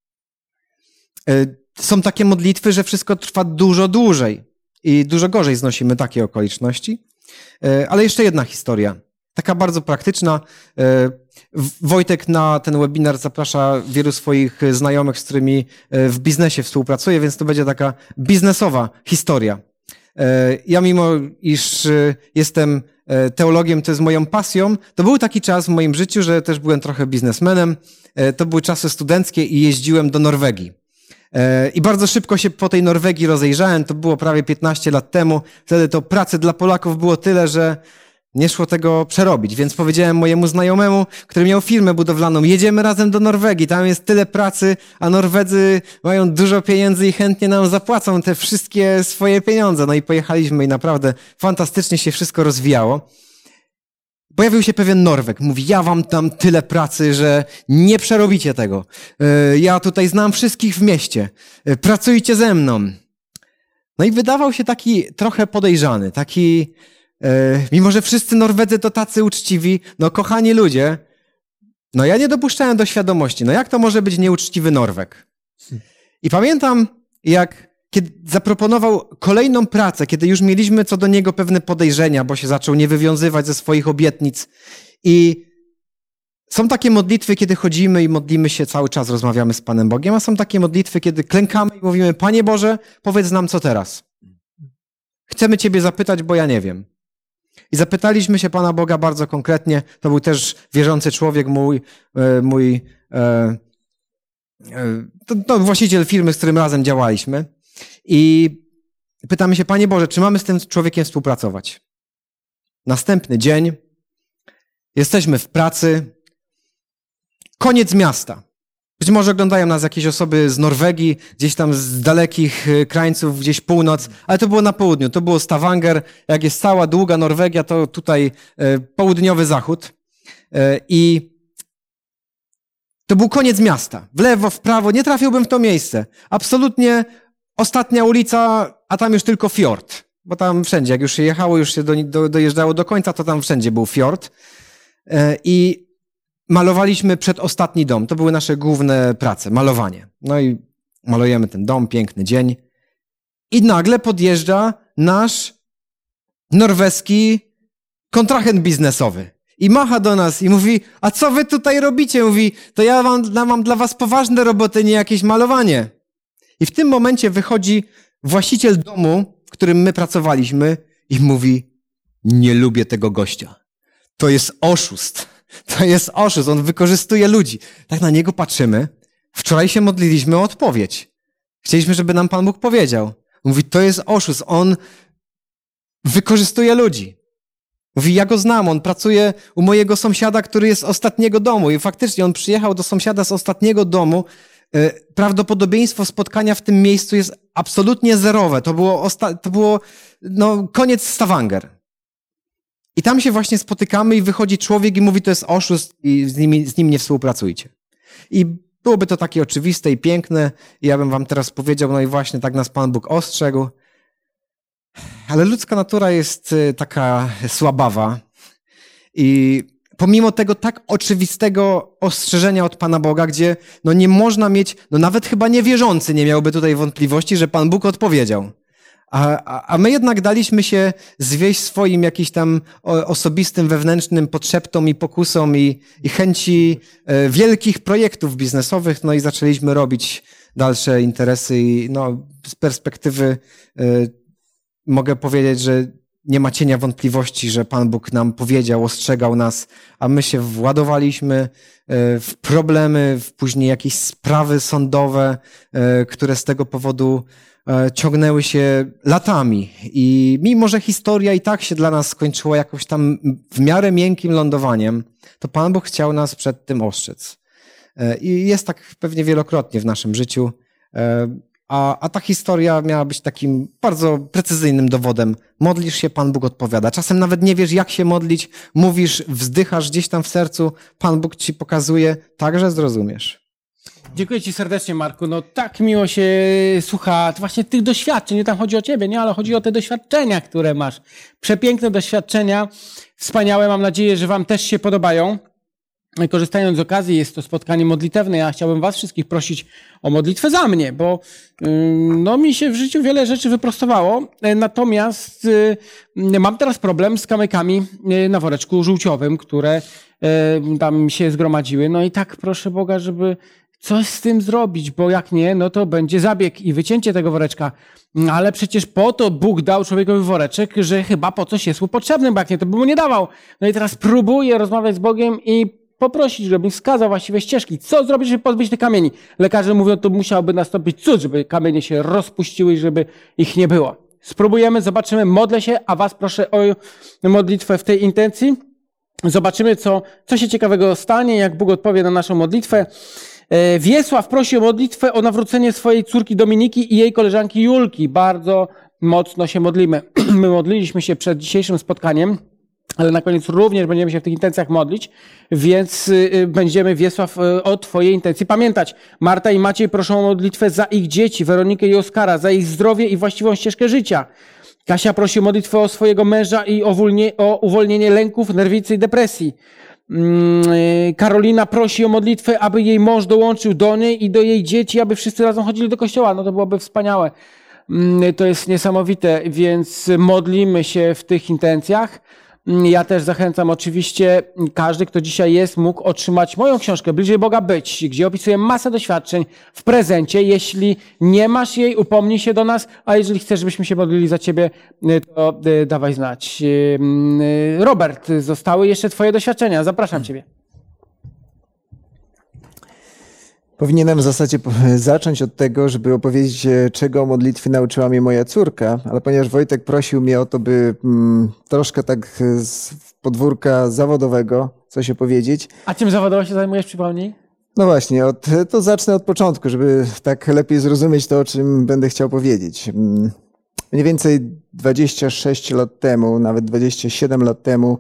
Są takie modlitwy, że wszystko trwa dużo dłużej i dużo gorzej znosimy takie okoliczności. Ale jeszcze jedna historia, taka bardzo praktyczna. Wojtek na ten webinar zaprasza wielu swoich znajomych, z którymi w biznesie współpracuje, więc to będzie taka biznesowa historia. Ja mimo, iż jestem teologiem, to jest moją pasją, to był taki czas w moim życiu, że też byłem trochę biznesmenem. To były czasy studenckie i jeździłem do Norwegii. I bardzo szybko się po tej Norwegii rozejrzałem, to było prawie 15 lat temu. Wtedy to pracy dla Polaków było tyle, że nie szło tego przerobić. Więc powiedziałem mojemu znajomemu, który miał firmę budowlaną, jedziemy razem do Norwegii, tam jest tyle pracy, a Norwedzy mają dużo pieniędzy i chętnie nam zapłacą te wszystkie swoje pieniądze. No i pojechaliśmy i naprawdę fantastycznie się wszystko rozwijało. Pojawił się pewien Norweg. Mówi, ja wam dam tyle pracy, że nie przerobicie tego. Ja tutaj znam wszystkich w mieście. Pracujcie ze mną. No i wydawał się taki trochę podejrzany. Taki, mimo że wszyscy Norwedzy to tacy uczciwi, no kochani ludzie, no ja nie dopuszczałem do świadomości. No jak to może być nieuczciwy Norweg? I pamiętam, kiedy zaproponował kolejną pracę, kiedy już mieliśmy co do niego pewne podejrzenia, bo się zaczął nie wywiązywać ze swoich obietnic. I są takie modlitwy, kiedy chodzimy i modlimy się cały czas, rozmawiamy z Panem Bogiem, a są takie modlitwy, kiedy klękamy i mówimy, Panie Boże, powiedz nam co teraz. Chcemy Ciebie zapytać, bo ja nie wiem. I zapytaliśmy się Pana Boga bardzo konkretnie. To był też wierzący człowiek, to właściciel firmy, z którym razem działaliśmy. I pytamy się, Panie Boże, czy mamy z tym człowiekiem współpracować? Następny dzień, jesteśmy w pracy, koniec miasta. Być może oglądają nas jakieś osoby z Norwegii, gdzieś tam z dalekich krańców, gdzieś północ, ale to było na południu, to było Stavanger, jak jest cała długa Norwegia, to tutaj południowy zachód. I to był koniec miasta. W lewo, w prawo, nie trafiłbym w to miejsce. Absolutnie ostatnia ulica, a tam już tylko fiord. Bo tam wszędzie, jak już się jechało, już się dojeżdżało do końca, to tam wszędzie był fiord. I malowaliśmy przedostatni dom. To były nasze główne prace, malowanie. No i malujemy ten dom, piękny dzień. I nagle podjeżdża nasz norweski kontrahent biznesowy. I macha do nas i mówi, a co wy tutaj robicie? Mówi, to ja mam dla was poważne roboty, nie jakieś malowanie. I w tym momencie wychodzi właściciel domu, w którym my pracowaliśmy i mówi, nie lubię tego gościa. To jest oszust. To jest oszust, on wykorzystuje ludzi. Tak na niego patrzymy. Wczoraj się modliliśmy o odpowiedź. Chcieliśmy, żeby nam Pan Bóg powiedział. Mówi, to jest oszust, on wykorzystuje ludzi. Mówi, ja go znam, on pracuje u mojego sąsiada, który jest z ostatniego domu i faktycznie on przyjechał do sąsiada z ostatniego domu. Prawdopodobieństwo spotkania w tym miejscu jest absolutnie zerowe. To było koniec Stavanger. I tam się właśnie spotykamy i wychodzi człowiek i mówi, to jest oszust i z nim nie współpracujcie. I byłoby to takie oczywiste i piękne i ja bym wam teraz powiedział, no i właśnie tak nas Pan Bóg ostrzegł. Ale ludzka natura jest taka słabawa i pomimo tego tak oczywistego ostrzeżenia od Pana Boga, gdzie nie można mieć, nawet chyba niewierzący nie miałby tutaj wątpliwości, że Pan Bóg odpowiedział. A my jednak daliśmy się zwieść swoim jakiś tam osobistym, wewnętrznym potrzeptom i pokusom i chęci wielkich projektów biznesowych, i zaczęliśmy robić dalsze interesy i z perspektywy mogę powiedzieć, że nie ma cienia wątpliwości, że Pan Bóg nam powiedział, ostrzegał nas, a my się władowaliśmy w problemy, w później jakieś sprawy sądowe, które z tego powodu ciągnęły się latami. I mimo, że historia i tak się dla nas skończyła jakoś tam w miarę miękkim lądowaniem, to Pan Bóg chciał nas przed tym ostrzec. I jest tak pewnie wielokrotnie w naszym życiu. A ta historia miała być takim bardzo precyzyjnym dowodem. Modlisz się, Pan Bóg odpowiada. Czasem nawet nie wiesz, jak się modlić. Mówisz, wzdychasz gdzieś tam w sercu. Pan Bóg ci pokazuje, także zrozumiesz. Dziękuję ci serdecznie, Marku. Tak miło się słucha właśnie tych doświadczeń. Nie tam chodzi o ciebie, nie, ale chodzi o te doświadczenia, które masz. Przepiękne doświadczenia. Wspaniałe. Mam nadzieję, że wam też się podobają. Korzystając z okazji, jest to spotkanie modlitewne. Ja chciałbym was wszystkich prosić o modlitwę za mnie, bo mi się w życiu wiele rzeczy wyprostowało. Natomiast mam teraz problem z kamykami na woreczku żółciowym, które tam się zgromadziły. I tak proszę Boga, żeby coś z tym zrobić, bo jak nie, to będzie zabieg i wycięcie tego woreczka. Ale przecież po to Bóg dał człowiekowi woreczek, że chyba po coś jest mu potrzebny, bo jak nie, to by mu nie dawał. I teraz próbuję rozmawiać z Bogiem i poprosić, żeby mi wskazał właściwe ścieżki. Co zrobić, żeby pozbyć tych kamieni? Lekarze mówią, to musiałby nastąpić cud, żeby kamienie się rozpuściły i żeby ich nie było. Spróbujemy, zobaczymy, modlę się, a was proszę o modlitwę w tej intencji. Zobaczymy, co się ciekawego stanie, jak Bóg odpowie na naszą modlitwę. Wiesław prosi o modlitwę o nawrócenie swojej córki Dominiki i jej koleżanki Julki. Bardzo mocno się modlimy. My modliliśmy się przed dzisiejszym spotkaniem, ale na koniec również będziemy się w tych intencjach modlić, więc będziemy, Wiesław, o twojej intencji pamiętać. Marta i Maciej proszą o modlitwę za ich dzieci, Weronikę i Oskara, za ich zdrowie i właściwą ścieżkę życia. Kasia prosi o modlitwę o swojego męża i o uwolnienie lęków, nerwicy i depresji. Karolina prosi o modlitwę, aby jej mąż dołączył do niej i do jej dzieci, aby wszyscy razem chodzili do kościoła. To byłoby wspaniałe. To jest niesamowite, więc modlimy się w tych intencjach. Ja też zachęcam oczywiście, każdy, kto dzisiaj jest, mógł otrzymać moją książkę Bliżej Boga być, gdzie opisuję masę doświadczeń w prezencie. Jeśli nie masz jej, upomnij się do nas, a jeżeli chcesz, żebyśmy się modlili za ciebie, to dawaj znać. Robert, zostały jeszcze twoje doświadczenia. Zapraszam ciebie. Powinienem w zasadzie zacząć od tego, żeby opowiedzieć, czego o modlitwie nauczyła mnie moja córka, ale ponieważ Wojtek prosił mnie o to, by troszkę tak z podwórka zawodowego coś opowiedzieć. A czym zawodowo się zajmujesz, przypomnij? No właśnie, to zacznę od początku, żeby tak lepiej zrozumieć to, o czym będę chciał powiedzieć. Mniej więcej 26 lat temu, nawet 27 lat temu,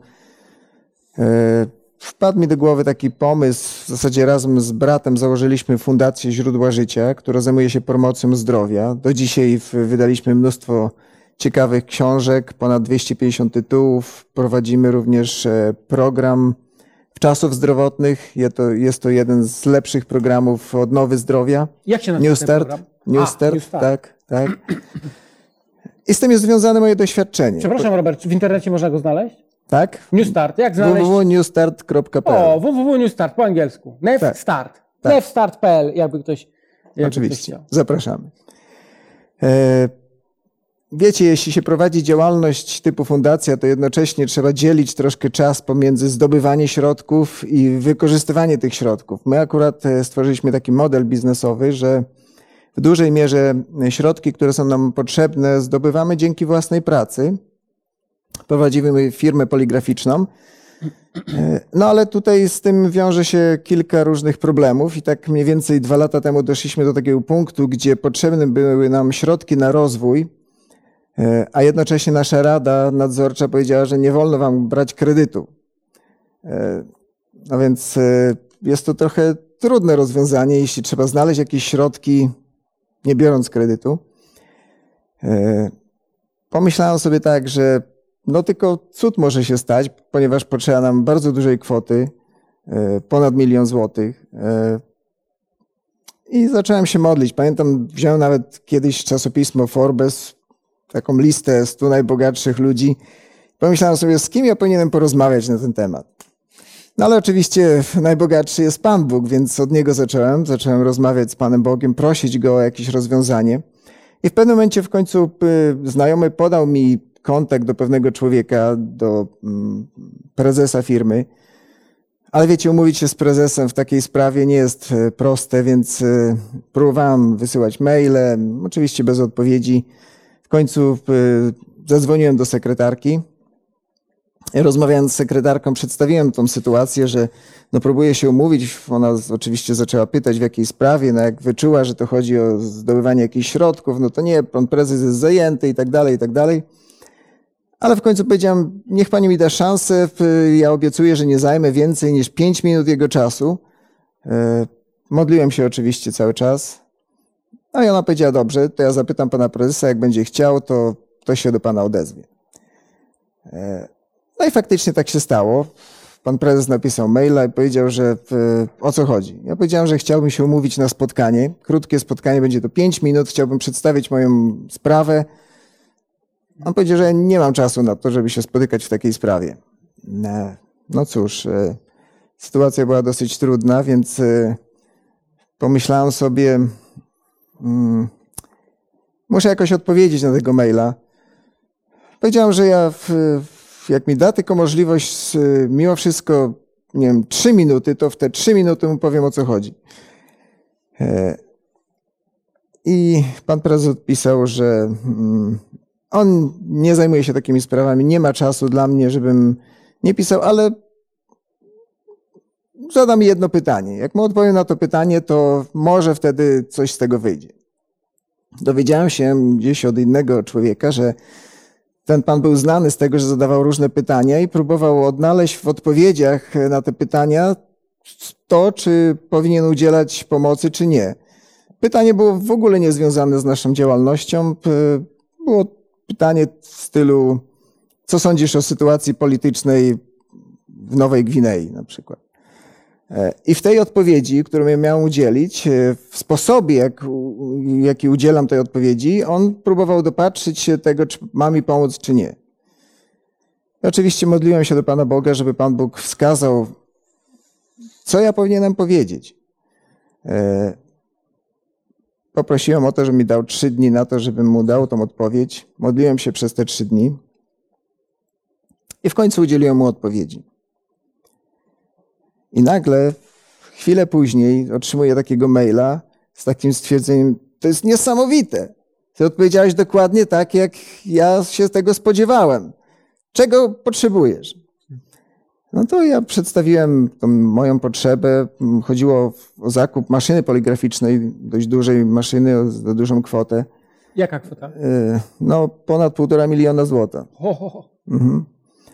wpadł mi do głowy taki pomysł, w zasadzie razem z bratem założyliśmy Fundację Źródła Życia, która zajmuje się promocją zdrowia. Do dzisiaj wydaliśmy mnóstwo ciekawych książek, ponad 250 tytułów. Prowadzimy również program wczasów zdrowotnych. Jest to jeden z lepszych programów odnowy zdrowia. Jak się nazywa New ten Start, program? New Start, tak. I z tym jest związane moje doświadczenie. Przepraszam, Robert, w internecie można go znaleźć? Tak? New Start, jak znaleźć? www.newstart.pl. www.newstart po angielsku. Newstart. Tak. Newstart.pl, jakby ktoś Oczywiście, chciał. zapraszamy. wiecie, jeśli się prowadzi działalność typu fundacja, to jednocześnie trzeba dzielić troszkę czas pomiędzy zdobywanie środków i wykorzystywanie tych środków. My akurat stworzyliśmy taki model biznesowy, że w dużej mierze środki, które są nam potrzebne, zdobywamy dzięki własnej pracy. Prowadzimy firmę poligraficzną. No ale tutaj z tym wiąże się kilka różnych problemów i tak mniej więcej 2 lata temu doszliśmy do takiego punktu, gdzie potrzebne były nam środki na rozwój, a jednocześnie nasza rada nadzorcza powiedziała, że nie wolno wam brać kredytu. No więc jest to trochę trudne rozwiązanie, jeśli trzeba znaleźć jakieś środki, nie biorąc kredytu. Pomyślałem sobie tak, że no tylko cud może się stać, ponieważ potrzeba nam bardzo dużej kwoty, ponad 1 000 000 złotych. I zacząłem się modlić. Pamiętam, wziąłem nawet kiedyś czasopismo Forbes, taką listę 100 najbogatszych ludzi. Pomyślałem sobie, z kim ja powinienem porozmawiać na ten temat. No ale oczywiście najbogatszy jest Pan Bóg, więc od Niego zacząłem. Zacząłem rozmawiać z Panem Bogiem, prosić Go o jakieś rozwiązanie. I w pewnym momencie w końcu znajomy podał mi kontakt do pewnego człowieka, do prezesa firmy. Ale wiecie, umówić się z prezesem w takiej sprawie nie jest proste, więc próbowałem wysyłać maile, oczywiście bez odpowiedzi. W końcu zadzwoniłem do sekretarki. Rozmawiając z sekretarką, przedstawiłem tą sytuację, że no próbuję się umówić. Ona oczywiście zaczęła pytać, w jakiej sprawie. No jak wyczuła, że to chodzi o zdobywanie jakichś środków, no to nie, pan prezes jest zajęty i tak dalej, i tak dalej. Ale w końcu powiedziałem, niech pani mi da szansę, ja obiecuję, że nie zajmę więcej niż 5 minut jego czasu. Modliłem się oczywiście cały czas. No i ona powiedziała, dobrze, to ja zapytam pana prezesa, jak będzie chciał, to się do pana odezwie. No i faktycznie tak się stało. Pan prezes napisał maila i powiedział, że o co chodzi. Ja powiedziałem, że chciałbym się umówić na spotkanie. Krótkie spotkanie, będzie to 5 minut, chciałbym przedstawić moją sprawę. On powiedział, że nie mam czasu na to, żeby się spotykać w takiej sprawie. No cóż, sytuacja była dosyć trudna, więc pomyślałem sobie, muszę jakoś odpowiedzieć na tego maila. Powiedziałem, że ja, jak mi da tylko możliwość, mimo wszystko, nie wiem, 3 minuty, to w te 3 minuty mu powiem, o co chodzi. I pan prezes odpisał, że on nie zajmuje się takimi sprawami, nie ma czasu dla mnie, żebym nie pisał, ale zada mi jedno pytanie. Jak mu odpowiem na to pytanie, to może wtedy coś z tego wyjdzie. Dowiedziałem się gdzieś od innego człowieka, że ten pan był znany z tego, że zadawał różne pytania i próbował odnaleźć w odpowiedziach na te pytania to, czy powinien udzielać pomocy, czy nie. Pytanie było w ogóle niezwiązane z naszą działalnością. Było pytanie w stylu, co sądzisz o sytuacji politycznej w Nowej Gwinei na przykład. I w tej odpowiedzi, którą ja miałem udzielić, w sposobie, jaki udzielam tej odpowiedzi, on próbował dopatrzyć się tego, czy ma mi pomóc, czy nie. I oczywiście modliłem się do Pana Boga, żeby Pan Bóg wskazał, co ja powinienem powiedzieć. Poprosiłem o to, żeby mi dał 3 dni na to, żebym mu dał tą odpowiedź. Modliłem się przez te 3 dni i w końcu udzieliłem mu odpowiedzi. I nagle, chwilę później, otrzymuję takiego maila z takim stwierdzeniem, to jest niesamowite. Ty odpowiedziałeś dokładnie tak, jak ja się tego spodziewałem. Czego potrzebujesz? No to ja przedstawiłem tą moją potrzebę. Chodziło o zakup maszyny poligraficznej, dość dużej maszyny, za dużą kwotę. Jaka kwota? No ponad 1,5 miliona złota. Mhm.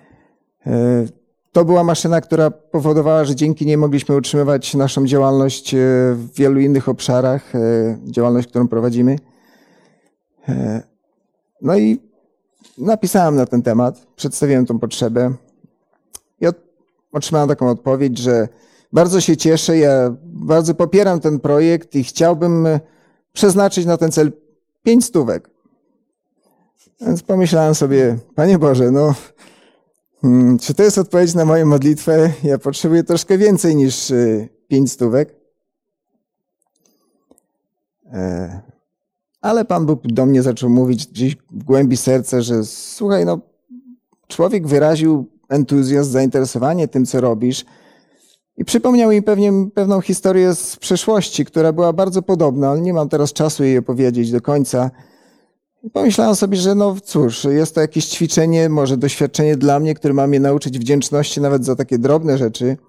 To była maszyna, która powodowała, że dzięki niej mogliśmy utrzymywać naszą działalność w wielu innych obszarach, działalność, którą prowadzimy. No i napisałem na ten temat, przedstawiłem tą potrzebę i otrzymałem taką odpowiedź, że bardzo się cieszę, ja bardzo popieram ten projekt i chciałbym przeznaczyć na ten cel 5 stówek. Więc pomyślałem sobie, Panie Boże, no czy to jest odpowiedź na moją modlitwę? Ja potrzebuję troszkę więcej niż 5 stówek. Ale Pan Bóg do mnie zaczął mówić gdzieś w głębi serca, że słuchaj, no człowiek wyraził entuzjazm, zainteresowanie tym, co robisz i przypomniał mi pewną historię z przeszłości, która była bardzo podobna, ale nie mam teraz czasu jej opowiedzieć do końca. I pomyślałem sobie, że no cóż, jest to jakieś ćwiczenie, może doświadczenie dla mnie, które ma mnie nauczyć wdzięczności nawet za takie drobne rzeczy.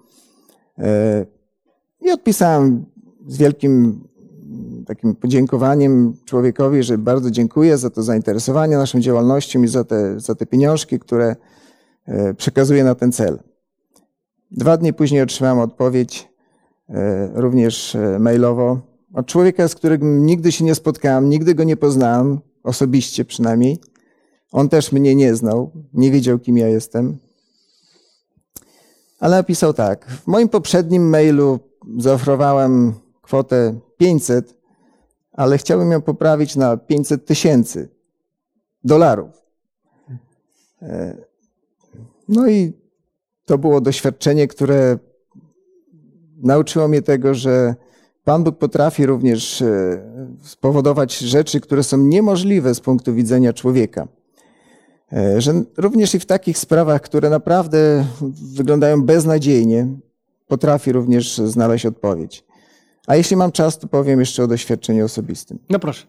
I odpisałem z wielkim takim podziękowaniem człowiekowi, że bardzo dziękuję za to zainteresowanie naszą działalnością i za te pieniążki, które przekazuję na ten cel. 2 dni później otrzymałem odpowiedź, również mailowo, od człowieka, z którym nigdy się nie spotkałem, nigdy go nie poznałem, osobiście przynajmniej. On też mnie nie znał, nie wiedział, kim ja jestem. Ale napisał tak: w moim poprzednim mailu zaoferowałem kwotę 500, ale chciałbym ją poprawić na $500,000. No i to było doświadczenie, które nauczyło mnie tego, że Pan Bóg potrafi również spowodować rzeczy, które są niemożliwe z punktu widzenia człowieka. Że również i w takich sprawach, które naprawdę wyglądają beznadziejnie, potrafi również znaleźć odpowiedź. A jeśli mam czas, to powiem jeszcze o doświadczeniu osobistym. No proszę.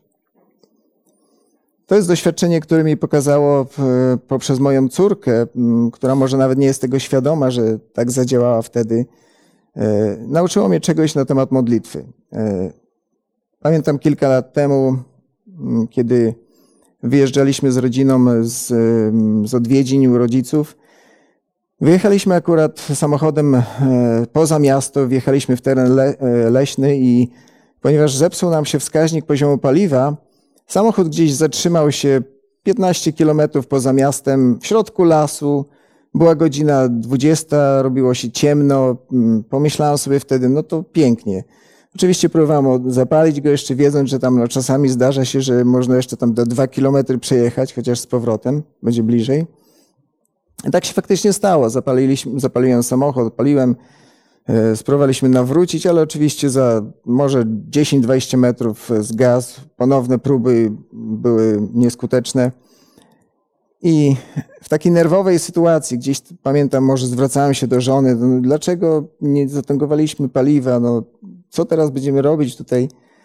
To jest doświadczenie, które mi pokazało poprzez moją córkę, która może nawet nie jest tego świadoma, że tak zadziałała wtedy. Nauczyło mnie czegoś na temat modlitwy. Pamiętam kilka lat temu, kiedy wyjeżdżaliśmy z rodziną z odwiedzin u rodziców. Wyjechaliśmy akurat samochodem poza miasto, wjechaliśmy w teren leśny i ponieważ zepsuł nam się wskaźnik poziomu paliwa, samochód gdzieś zatrzymał się 15 kilometrów poza miastem, w środku lasu. Była godzina 20, robiło się ciemno. Pomyślałem sobie wtedy, no to pięknie. Oczywiście próbowałem zapalić go jeszcze wiedząc, że tam czasami zdarza się, że można jeszcze tam do 2 kilometry przejechać, chociaż z powrotem, będzie bliżej. I tak się faktycznie stało. Zapaliłem samochód, odpaliłem, spróbowaliśmy nawrócić, ale oczywiście za może 10-20 metrów zgasł. Ponowne próby były nieskuteczne. I w takiej nerwowej sytuacji, gdzieś pamiętam, może zwracałem się do żony, no, dlaczego nie zatankowaliśmy paliwa, no co teraz będziemy robić tutaj?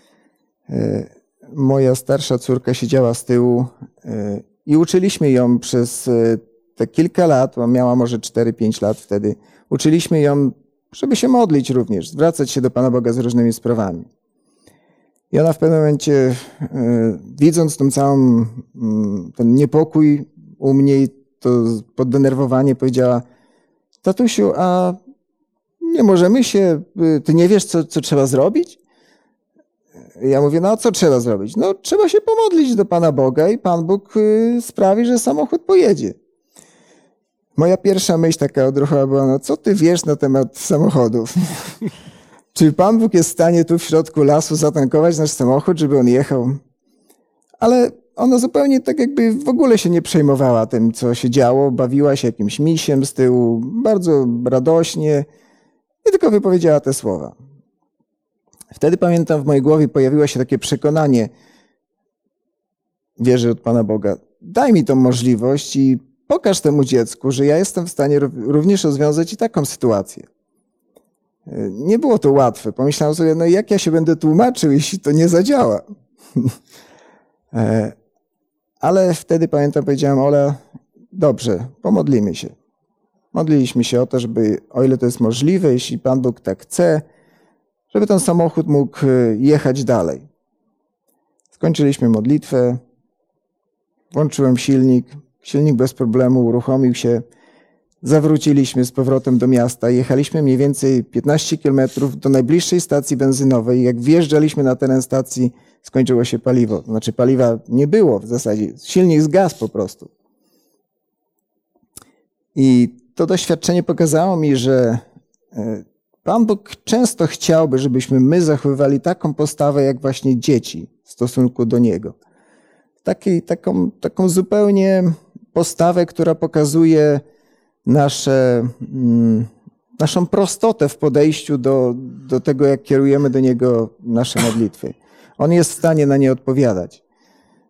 Moja starsza córka siedziała z tyłu i uczyliśmy ją przez te kilka lat, miała może 4-5 lat wtedy, uczyliśmy ją, żeby się modlić również, zwracać się do Pana Boga z różnymi sprawami. I ona w pewnym momencie, widząc ten niepokój u mnie, to poddenerwowanie, powiedziała: tatusiu, a nie możemy się, ty nie wiesz, co trzeba zrobić? Ja mówię, no a co trzeba zrobić? No trzeba się pomodlić do Pana Boga i Pan Bóg sprawi, że samochód pojedzie. Moja pierwsza myśl taka odruchowa była, no co ty wiesz na temat samochodów? Czy Pan Bóg jest w stanie tu w środku lasu zatankować nasz samochód, żeby on jechał? Ale ona zupełnie tak jakby w ogóle się nie przejmowała tym, co się działo. Bawiła się jakimś misiem z tyłu, bardzo radośnie i tylko wypowiedziała te słowa. Wtedy pamiętam, w mojej głowie pojawiło się takie przekonanie, wierzę od Pana Boga, daj mi tą możliwość i pokaż temu dziecku, że ja jestem w stanie również rozwiązać i taką sytuację. Nie było to łatwe. Pomyślałem sobie, no jak ja się będę tłumaczył, jeśli to nie zadziała? Ale wtedy pamiętam, powiedziałem: Ola, dobrze, pomodlimy się. Modliliśmy się o to, żeby, o ile to jest możliwe, jeśli Pan Bóg tak chce, żeby ten samochód mógł jechać dalej. Skończyliśmy modlitwę, włączyłem silnik bez problemu uruchomił się, zawróciliśmy z powrotem do miasta, jechaliśmy mniej więcej 15 kilometrów do najbliższej stacji benzynowej. Jak wjeżdżaliśmy na teren stacji, skończyło się paliwo. Znaczy paliwa nie było w zasadzie, silnik zgasł po prostu. I to doświadczenie pokazało mi, że Pan Bóg często chciałby, żebyśmy my zachowywali taką postawę jak właśnie dzieci w stosunku do Niego. Taką zupełnie postawę, która pokazuje naszą prostotę w podejściu do tego, jak kierujemy do Niego nasze modlitwy. On jest w stanie na nie odpowiadać.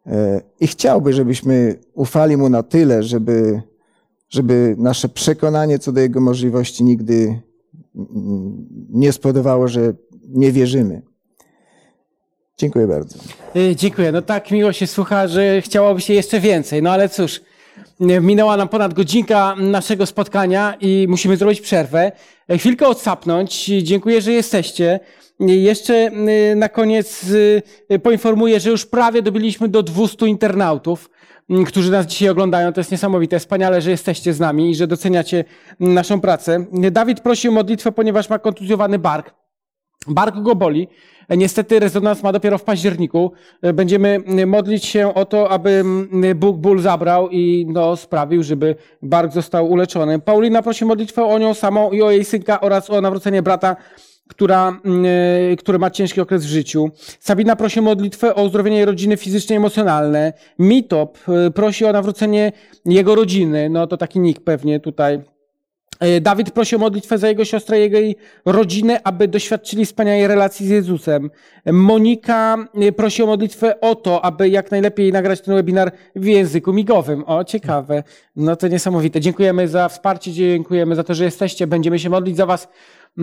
I chciałby, żebyśmy ufali Mu na tyle, żeby nasze przekonanie co do Jego możliwości nigdy nie spowodowało, że nie wierzymy. Dziękuję bardzo. Dziękuję. No tak miło się słucha, że chciałoby się jeszcze więcej. No ale cóż, minęła nam ponad godzinka naszego spotkania i musimy zrobić przerwę. Chwilkę odsapnąć. Dziękuję, że jesteście. Jeszcze na koniec poinformuję, że już prawie dobiliśmy do 200 internautów, którzy nas dzisiaj oglądają. To jest niesamowite. Wspaniale, że jesteście z nami i że doceniacie naszą pracę. Dawid prosił o modlitwę, ponieważ ma kontuzjowany bark. Bark go boli. Niestety rezonans ma dopiero w październiku. Będziemy modlić się o to, aby Bóg ból zabrał i sprawił, żeby bark został uleczony. Paulina prosi modlitwę o nią samą i o jej synka oraz o nawrócenie brata, który ma ciężki okres w życiu. Sabina prosi o modlitwę o uzdrowienie jej rodziny fizyczne i emocjonalne. Mitop prosi o nawrócenie jego rodziny. No to taki nick pewnie tutaj. Dawid prosi o modlitwę za jego siostrę i jej rodzinę, aby doświadczyli wspaniałej relacji z Jezusem. Monika prosi o modlitwę o to, aby jak najlepiej nagrać ten webinar w języku migowym. O, ciekawe. No to niesamowite. Dziękujemy za wsparcie, dziękujemy za to, że jesteście. Będziemy się modlić za was.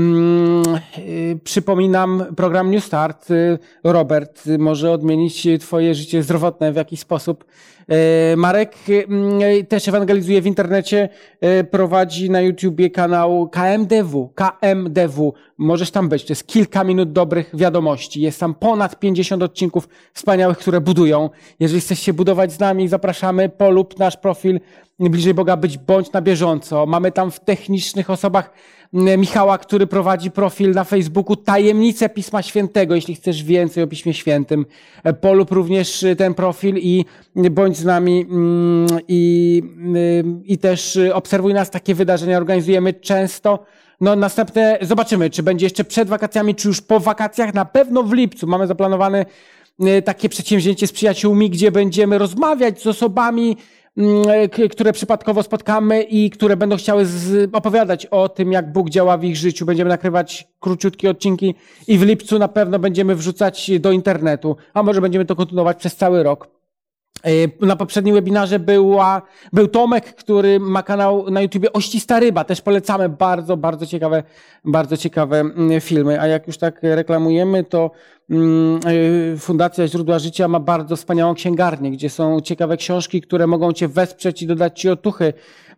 Przypominam program New Start. Robert może odmienić twoje życie zdrowotne w jakiś sposób. Marek też ewangelizuje w internecie, prowadzi na YouTubie kanał KMDW. Możesz tam być, to jest kilka minut dobrych wiadomości. Jest tam ponad 50 odcinków wspaniałych, które budują. Jeżeli chcesz się budować z nami, zapraszamy, polub nasz profil Bliżej Boga być, bądź na bieżąco. Mamy tam w technicznych osobach Michała, który prowadzi profil na Facebooku Tajemnice Pisma Świętego, jeśli chcesz więcej o Piśmie Świętym. Polub również ten profil i bądź z nami i też obserwuj nas, takie wydarzenia organizujemy często. No następne zobaczymy, czy będzie jeszcze przed wakacjami, czy już po wakacjach. Na pewno w lipcu mamy zaplanowane takie przedsięwzięcie z przyjaciółmi, gdzie będziemy rozmawiać z osobami, które przypadkowo spotkamy i które będą chciały opowiadać o tym, jak Bóg działa w ich życiu. Będziemy nakrywać króciutkie odcinki i w lipcu na pewno będziemy wrzucać do internetu, a może będziemy to kontynuować przez cały rok. Na poprzednim webinarze był Tomek, który ma kanał na YouTubie Oścista Ryba. Też polecamy bardzo ciekawe filmy. A jak już tak reklamujemy, to Fundacja Źródła Życia ma bardzo wspaniałą księgarnię, gdzie są ciekawe książki, które mogą cię wesprzeć i dodać ci otuchy.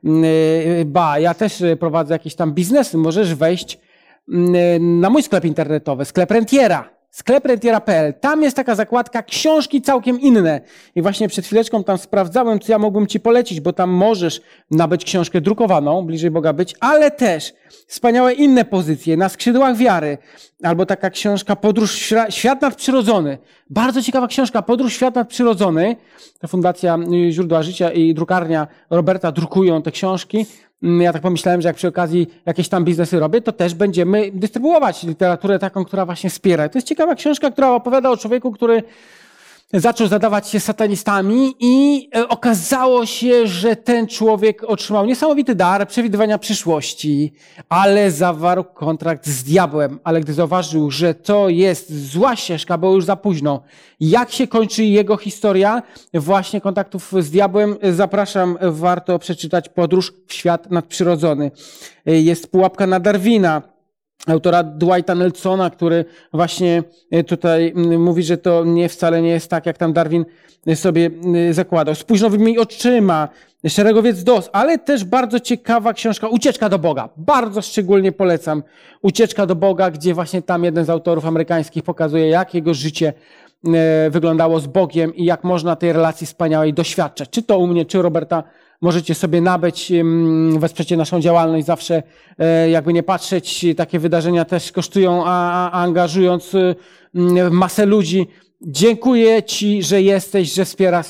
Ja też prowadzę jakieś tam biznesy. Możesz wejść na mój sklep internetowy, sklep Rentiera. skleprentiera.pl. Tam jest taka zakładka książki całkiem inne. I właśnie przed chwileczką tam sprawdzałem, co ja mógłbym ci polecić, bo tam możesz nabyć książkę drukowaną, Bliżej Boga być, ale też wspaniałe inne pozycje, Na skrzydłach wiary, albo taka książka Podróż Świat Nadprzyrodzony. Bardzo ciekawa książka, Podróż Świat Nadprzyrodzony. To Fundacja Źródła Życia i drukarnia Roberta drukują te książki. Ja tak pomyślałem, że jak przy okazji jakieś tam biznesy robię, to też będziemy dystrybuować literaturę taką, która właśnie wspiera. To jest ciekawa książka, która opowiada o człowieku, który zaczął zadawać się satanistami i okazało się, że ten człowiek otrzymał niesamowity dar przewidywania przyszłości, ale zawarł kontrakt z diabłem. Ale gdy zauważył, że to jest zła ścieżka, było już za późno. Jak się kończy jego historia właśnie kontaktów z diabłem? Zapraszam, warto przeczytać Podróż w świat nadprzyrodzony. Jest Pułapka na Darwina, autora Dwighta Nelsona, który właśnie tutaj mówi, że to wcale nie jest tak, jak tam Darwin sobie zakładał. Spójrznowymi oczyma, Szeregowiec DOS, ale też bardzo ciekawa książka Ucieczka do Boga. Bardzo szczególnie polecam Ucieczka do Boga, gdzie właśnie tam jeden z autorów amerykańskich pokazuje, jak jego życie wyglądało z Bogiem i jak można tej relacji wspaniałej doświadczać. Czy to u mnie, czy u Roberta możecie sobie nabyć, wesprzecie naszą działalność. Zawsze, jakby nie patrzeć, takie wydarzenia też kosztują, a angażując masę ludzi. Dziękuję ci, że jesteś, że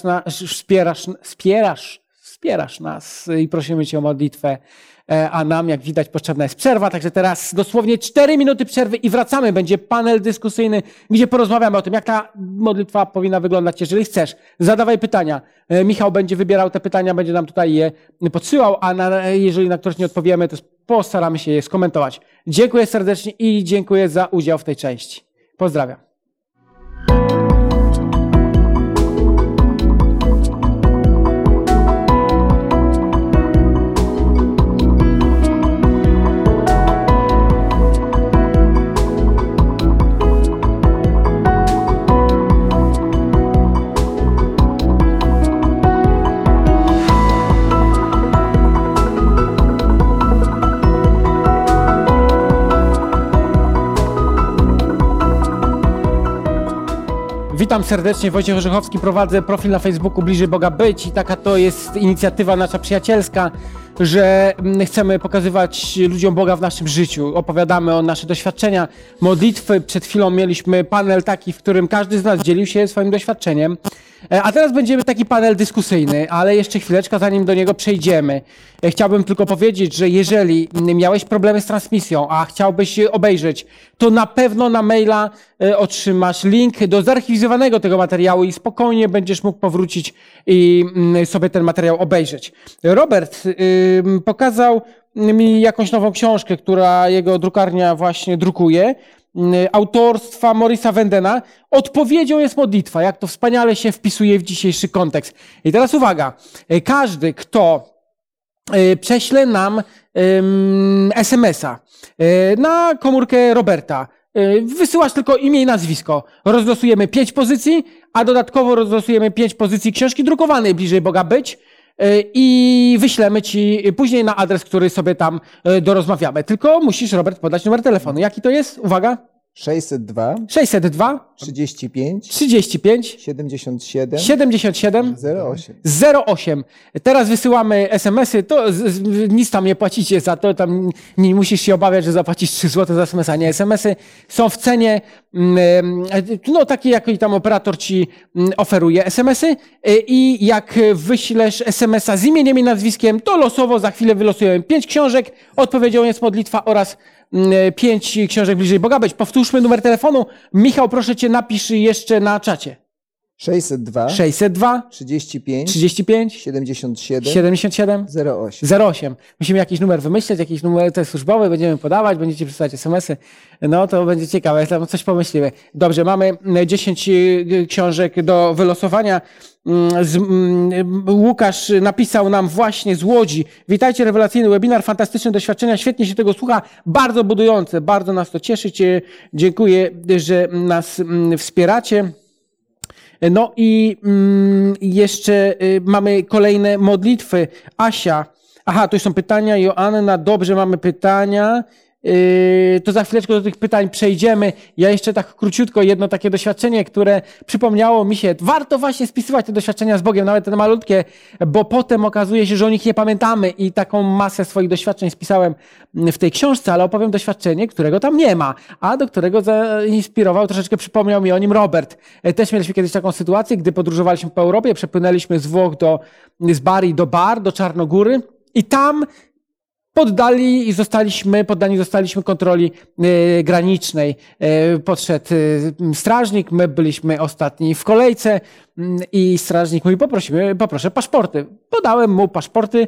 wspierasz nas i prosimy cię o modlitwę. A nam, jak widać, potrzebna jest przerwa, także teraz dosłownie 4 minuty przerwy i wracamy. Będzie panel dyskusyjny, gdzie porozmawiamy o tym, jak ta modlitwa powinna wyglądać. Jeżeli chcesz, zadawaj pytania. Michał będzie wybierał te pytania, będzie nam tutaj je podsyłał, a jeżeli na któreś nie odpowiemy, to postaramy się je skomentować. Dziękuję serdecznie i dziękuję za udział w tej części. Pozdrawiam. Witam serdecznie, Wojciech Orzechowski, prowadzę profil na Facebooku Bliżej Boga Być i taka to jest inicjatywa nasza przyjacielska, że chcemy pokazywać ludziom Boga w naszym życiu. Opowiadamy o nasze doświadczenia, modlitwy. Przed chwilą mieliśmy panel taki, w którym każdy z nas dzielił się swoim doświadczeniem. A teraz będziemy taki panel dyskusyjny, ale jeszcze chwileczkę, zanim do niego przejdziemy. Chciałbym tylko powiedzieć, że jeżeli miałeś problemy z transmisją, a chciałbyś obejrzeć, to na pewno na maila otrzymasz link do zarchiwizowanego tego materiału i spokojnie będziesz mógł powrócić i sobie ten materiał obejrzeć. Robert pokazał mi jakąś nową książkę, która jego drukarnia właśnie drukuje, autorstwa Maurice'a Vendena. Odpowiedzią jest modlitwa, jak to wspaniale się wpisuje w dzisiejszy kontekst. I teraz uwaga, każdy, kto prześle nam SMS-a na komórkę Roberta, wysyłasz tylko imię i nazwisko. Rozlosujemy 5 pozycji, a dodatkowo rozlosujemy 5 pozycji książki drukowanej Bliżej Boga Być i wyślemy ci później na adres, który sobie tam dorozmawiamy. Tylko musisz, Robert, podać numer telefonu. Jaki to jest? Uwaga. 602 35 77 08. 08. Teraz wysyłamy SMS-y, to nic tam nie płacicie za to, tam nie musisz się obawiać, że zapłacisz 3 zł za SMS-a, nie. SMS-y są w cenie, no takie jaki tam operator ci oferuje SMS-y i jak wyślesz SMS-a z imieniem i nazwiskiem, to losowo za chwilę wylosujemy 5 książek, odpowiedzią jest modlitwa oraz 5 książek Bliżej Boga Być. Powtórzmy numer telefonu. Michał, proszę cię, napisz jeszcze na czacie. 602 35 77 08. Musimy jakiś numer wymyśleć, jakiś numer służbowy, będziemy podawać, będziecie przesyłać SMS-y. No to będzie ciekawe, tam coś pomyślimy. Dobrze, mamy 10 książek do wylosowania. Łukasz napisał nam właśnie z Łodzi. Witajcie, rewelacyjny webinar, fantastyczne doświadczenia, świetnie się tego słucha, bardzo budujące, bardzo nas to cieszy. Dziękuję, że nas wspieracie. No i jeszcze mamy kolejne modlitwy. Asia. Aha, tu są pytania. Joanna, dobrze, mamy pytania. To za chwileczkę do tych pytań przejdziemy. Ja jeszcze tak króciutko jedno takie doświadczenie, które przypomniało mi się. Warto właśnie spisywać te doświadczenia z Bogiem, nawet te malutkie, bo potem okazuje się, że o nich nie pamiętamy i taką masę swoich doświadczeń spisałem w tej książce, ale opowiem doświadczenie, którego tam nie ma, a do którego zainspirował, troszeczkę przypomniał mi o nim Robert. Też mieliśmy kiedyś taką sytuację, gdy podróżowaliśmy po Europie, przepłynęliśmy z Włoch z Bari do Bar, do Czarnogóry i tam poddani zostaliśmy kontroli granicznej. Podszedł strażnik, my byliśmy ostatni w kolejce i strażnik mówi, poproszę paszporty. Podałem mu paszporty,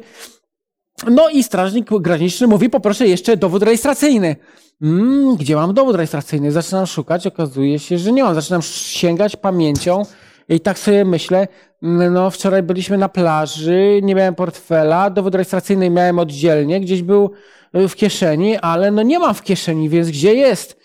no i strażnik graniczny mówi, poproszę jeszcze dowód rejestracyjny. Gdzie mam dowód rejestracyjny? Zaczynam szukać, okazuje się, że nie mam. Zaczynam sięgać pamięcią i tak sobie myślę, no wczoraj byliśmy na plaży, nie miałem portfela, dowód rejestracyjny miałem oddzielnie, gdzieś był w kieszeni, ale no nie mam w kieszeni, więc gdzie jest?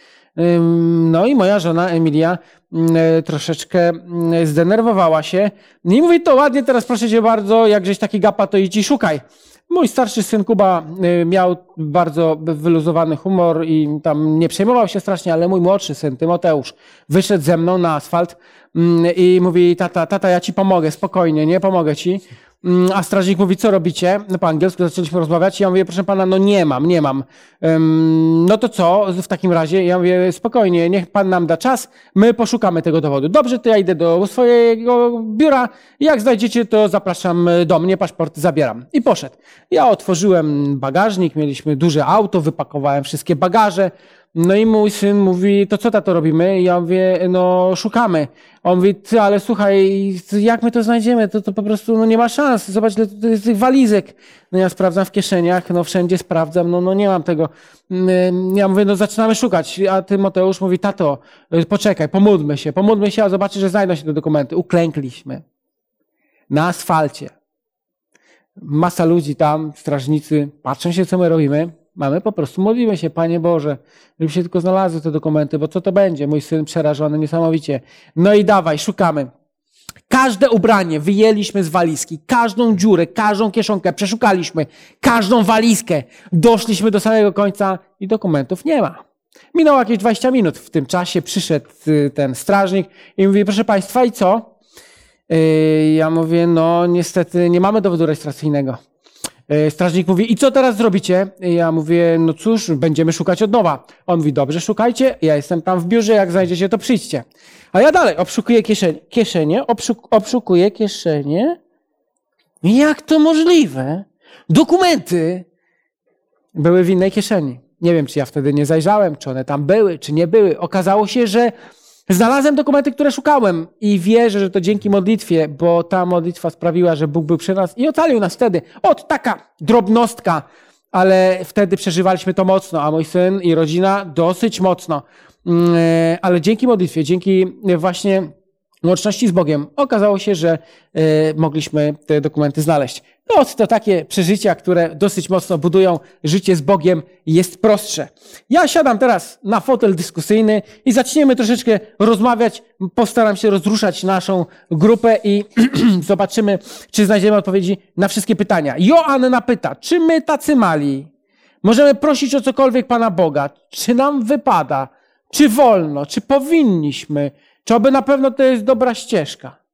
No i moja żona Emilia troszeczkę zdenerwowała się i mówi, to ładnie, teraz proszę cię bardzo, jak żeś taki gapa, to idź i szukaj. Mój starszy syn Kuba miał bardzo wyluzowany humor i tam nie przejmował się strasznie, ale mój młodszy syn Tymoteusz wyszedł ze mną na asfalt i mówi, tata, ja ci pomogę, spokojnie, nie, pomogę ci. A strażnik mówi, co robicie? No po angielsku zaczęliśmy rozmawiać i ja mówię, proszę pana, no nie mam. No to co w takim razie? Ja mówię, spokojnie, niech pan nam da czas, my poszukamy tego dowodu. Dobrze, to ja idę do swojego biura, jak znajdziecie, to zapraszam do mnie, paszport zabieram. I poszedł. Ja otworzyłem bagażnik, mieliśmy duże auto, wypakowałem wszystkie bagaże. No i mój syn mówi, to co tato robimy? I ja mówię, no szukamy. On mówi, ty, ale słuchaj, jak my to znajdziemy? To po prostu no nie ma szans. Zobacz, ile tych walizek. No ja sprawdzam w kieszeniach, no wszędzie sprawdzam, no nie mam tego. Ja mówię, no zaczynamy szukać. A Tymoteusz mówi, tato, poczekaj, pomódlmy się, a zobaczysz, że znajdą się te dokumenty. Uklękliśmy. Na asfalcie. Masa ludzi tam, strażnicy, patrzą się, co my robimy. Mamy po prostu, modlimy się, Panie Boże, żeby się tylko znalazły te dokumenty, bo co to będzie? Mój syn przerażony niesamowicie. No i dawaj, szukamy. Każde ubranie wyjęliśmy z walizki, każdą dziurę, każdą kieszonkę przeszukaliśmy, każdą walizkę. Doszliśmy do samego końca i dokumentów nie ma. Minęło jakieś 20 minut. W tym czasie przyszedł ten strażnik i mówi, proszę państwa, i co? Ja mówię, no niestety nie mamy dowodu rejestracyjnego. Strażnik mówi, i co teraz zrobicie? Ja mówię, no cóż, będziemy szukać od nowa. On mówi, dobrze, szukajcie, ja jestem tam w biurze, jak znajdziecie, to przyjdźcie. A ja dalej obszukuję obszukuję kieszenie. Jak to możliwe? Dokumenty były w innej kieszeni. Nie wiem, czy ja wtedy nie zajrzałem, czy one tam były, czy nie były. Okazało się, że znalazłem dokumenty, które szukałem i wierzę, że to dzięki modlitwie, bo ta modlitwa sprawiła, że Bóg był przy nas i ocalił nas wtedy. Taka drobnostka, ale wtedy przeżywaliśmy to mocno, a mój syn i rodzina dosyć mocno. Ale dzięki modlitwie, dzięki właśnie łączności z Bogiem okazało się, że mogliśmy te dokumenty znaleźć. No, to takie przeżycia, które dosyć mocno budują życie z Bogiem, jest prostsze. Ja siadam teraz na fotel dyskusyjny i zaczniemy troszeczkę rozmawiać. Postaram się rozruszać naszą grupę i zobaczymy, czy znajdziemy odpowiedzi na wszystkie pytania. Joanna pyta, czy my tacy mali możemy prosić o cokolwiek Pana Boga? Czy nam wypada? Czy wolno? Czy powinniśmy? Czy oby na pewno to jest dobra ścieżka?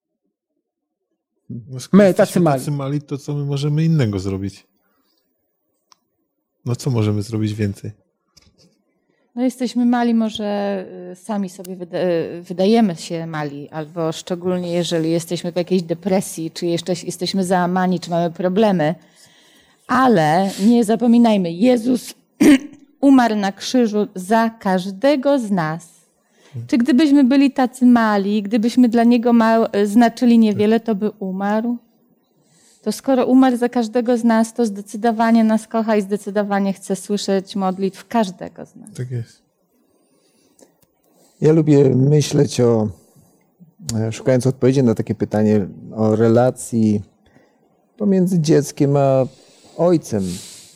My, tacy mali, to co my możemy innego zrobić? No co możemy zrobić więcej? No jesteśmy mali, może sami sobie wydajemy się mali, albo szczególnie jeżeli jesteśmy w jakiejś depresji, czy jeszcze jesteśmy załamani, czy mamy problemy. Ale nie zapominajmy, Jezus umarł na krzyżu za każdego z nas. Czy gdybyśmy byli tacy mali, gdybyśmy dla Niego znaczyli niewiele, to by umarł? To skoro umarł za każdego z nas, to zdecydowanie nas kocha i zdecydowanie chce słyszeć modlitw każdego z nas. Tak jest. Ja lubię myśleć szukając odpowiedzi na takie pytanie, o relacji pomiędzy dzieckiem a ojcem.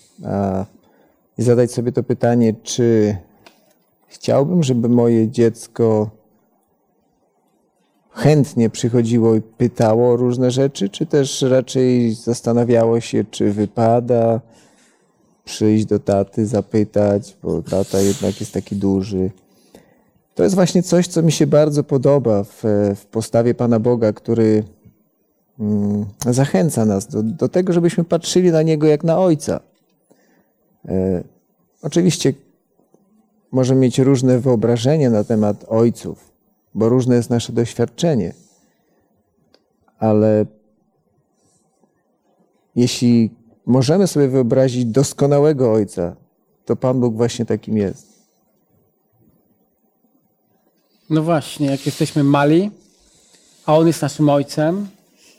I zadać sobie to pytanie, czy chciałbym, żeby moje dziecko chętnie przychodziło i pytało o różne rzeczy, czy też raczej zastanawiało się, czy wypada przyjść do taty, zapytać, bo tata jednak jest taki duży. To jest właśnie coś, co mi się bardzo podoba w postawie Pana Boga, który zachęca nas do tego, żebyśmy patrzyli na Niego jak na Ojca. Oczywiście możemy mieć różne wyobrażenie na temat ojców, bo różne jest nasze doświadczenie. Ale jeśli możemy sobie wyobrazić doskonałego ojca, to Pan Bóg właśnie takim jest. No właśnie, jak jesteśmy mali, a On jest naszym ojcem.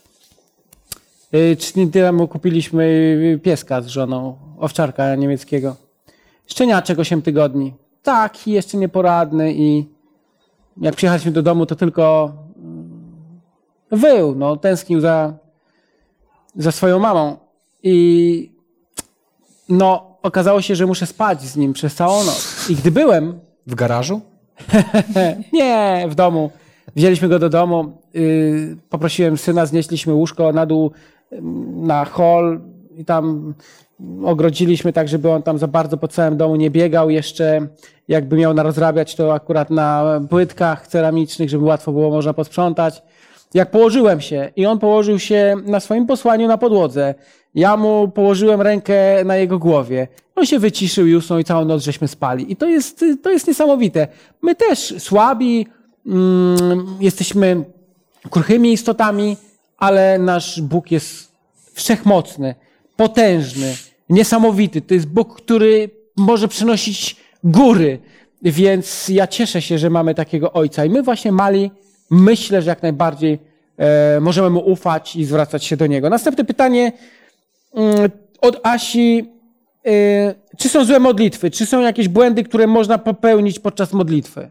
3 dni temu kupiliśmy pieska z żoną, owczarka niemieckiego. Szczeniaczek 8 tygodni. Taki jeszcze nieporadny i jak przyjechaliśmy do domu, to tylko wył, no, tęsknił za swoją mamą. I no, okazało się, że muszę spać z nim przez całą noc. I gdy byłem... W garażu? Nie, w domu. Wzięliśmy go do domu, poprosiłem syna, znieśliśmy łóżko na dół na hol i tam ogrodziliśmy tak, żeby on tam za bardzo po całym domu nie biegał. Jeszcze jakby miał narozrabiać, to akurat na płytkach ceramicznych, żeby łatwo było można posprzątać. Jak położyłem się i on położył się na swoim posłaniu na podłodze, ja mu położyłem rękę na jego głowie. On się wyciszył i usnął i całą noc żeśmy spali. I to jest niesamowite. My też słabi, jesteśmy kruchymi istotami, ale nasz Bóg jest wszechmocny, potężny, niesamowity. To jest Bóg, który może przynosić góry. Więc ja cieszę się, że mamy takiego Ojca. I my właśnie mali, myślę, że jak najbardziej możemy Mu ufać i zwracać się do Niego. Następne pytanie od Asi. Czy są złe modlitwy? Czy są jakieś błędy, które można popełnić podczas modlitwy?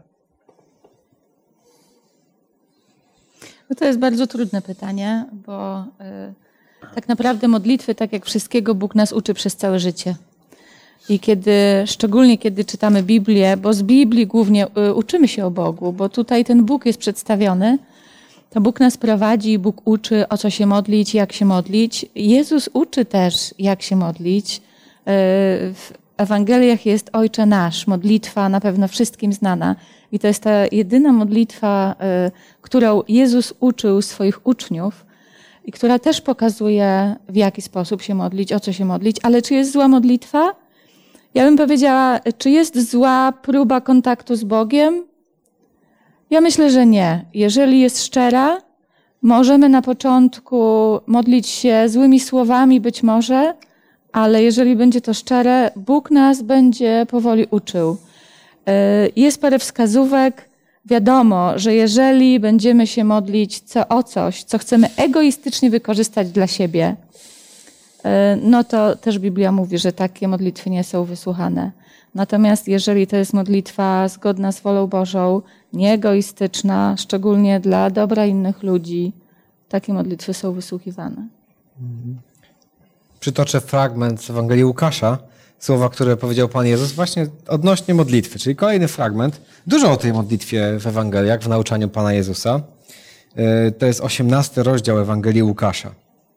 No to jest bardzo trudne pytanie, bo tak naprawdę modlitwy, tak jak wszystkiego, Bóg nas uczy przez całe życie. I szczególnie kiedy czytamy Biblię, bo z Biblii głównie uczymy się o Bogu, bo tutaj ten Bóg jest przedstawiony, to Bóg nas prowadzi, Bóg uczy, o co się modlić, jak się modlić. Jezus uczy też, jak się modlić. Ewangeliach jest Ojcze Nasz, modlitwa na pewno wszystkim znana. I to jest ta jedyna modlitwa, którą Jezus uczył swoich uczniów i która też pokazuje, w jaki sposób się modlić, o co się modlić. Ale czy jest zła modlitwa? Ja bym powiedziała, czy jest zła próba kontaktu z Bogiem? Ja myślę, że nie. Jeżeli jest szczera, możemy na początku modlić się złymi słowami być może, ale jeżeli będzie to szczere, Bóg nas będzie powoli uczył. Jest parę wskazówek. Wiadomo, że jeżeli będziemy się modlić o coś, co chcemy egoistycznie wykorzystać dla siebie, no to też Biblia mówi, że takie modlitwy nie są wysłuchane. Natomiast jeżeli to jest modlitwa zgodna z wolą Bożą, nieegoistyczna, szczególnie dla dobra innych ludzi, takie modlitwy są wysłuchiwane. Przytoczę fragment z Ewangelii Łukasza, słowa, które powiedział Pan Jezus właśnie odnośnie modlitwy, czyli kolejny fragment. Dużo o tej modlitwie w Ewangeliach, w nauczaniu Pana Jezusa. To jest 18 rozdział Ewangelii Łukasza.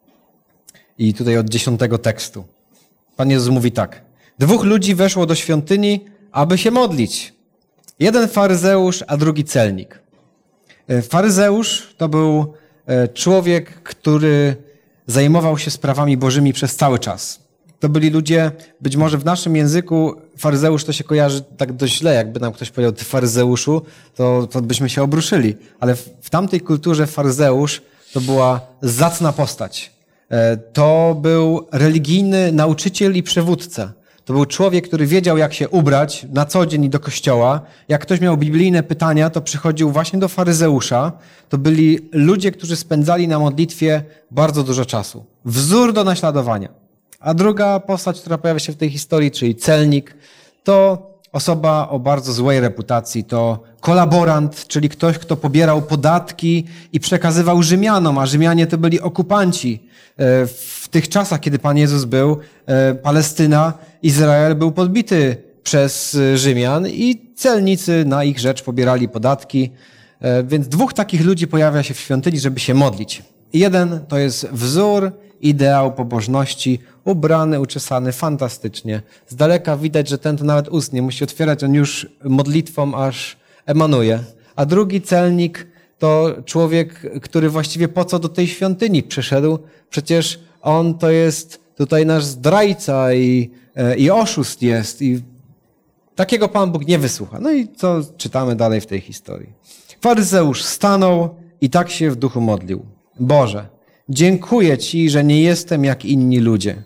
I tutaj od 10 tekstu. Pan Jezus mówi tak. 2 ludzi weszło do świątyni, aby się modlić. Jeden faryzeusz, a drugi celnik. Faryzeusz to był człowiek, który zajmował się sprawami bożymi przez cały czas. To byli ludzie, być może w naszym języku faryzeusz to się kojarzy tak dość źle, jakby nam ktoś powiedział ty faryzeuszu, to byśmy się obruszyli. Ale w tamtej kulturze faryzeusz to była zacna postać. To był religijny nauczyciel i przywódca. To był człowiek, który wiedział, jak się ubrać na co dzień do kościoła. Jak ktoś miał biblijne pytania, to przychodził właśnie do faryzeusza. To byli ludzie, którzy spędzali na modlitwie bardzo dużo czasu. Wzór do naśladowania. A druga postać, która pojawia się w tej historii, czyli celnik, to osoba o bardzo złej reputacji. To kolaborant, czyli ktoś, kto pobierał podatki i przekazywał Rzymianom, a Rzymianie to byli okupanci. W tych czasach, kiedy Pan Jezus był, Palestyna, Izrael był podbity przez Rzymian i celnicy na ich rzecz pobierali podatki. Więc 2 takich ludzi pojawia się w świątyni, żeby się modlić. Jeden to jest wzór, ideał pobożności, ubrany, uczesany fantastycznie. Z daleka widać, że ten to nawet ust nie musi otwierać, on już modlitwą aż emanuje. A drugi celnik to człowiek, który właściwie po co do tej świątyni przyszedł? Przecież on to jest tutaj nasz zdrajca i oszust jest. I takiego Pan Bóg nie wysłucha. No i co czytamy dalej w tej historii? Faryzeusz stanął i tak się w duchu modlił. Boże, dziękuję Ci, że nie jestem jak inni ludzie.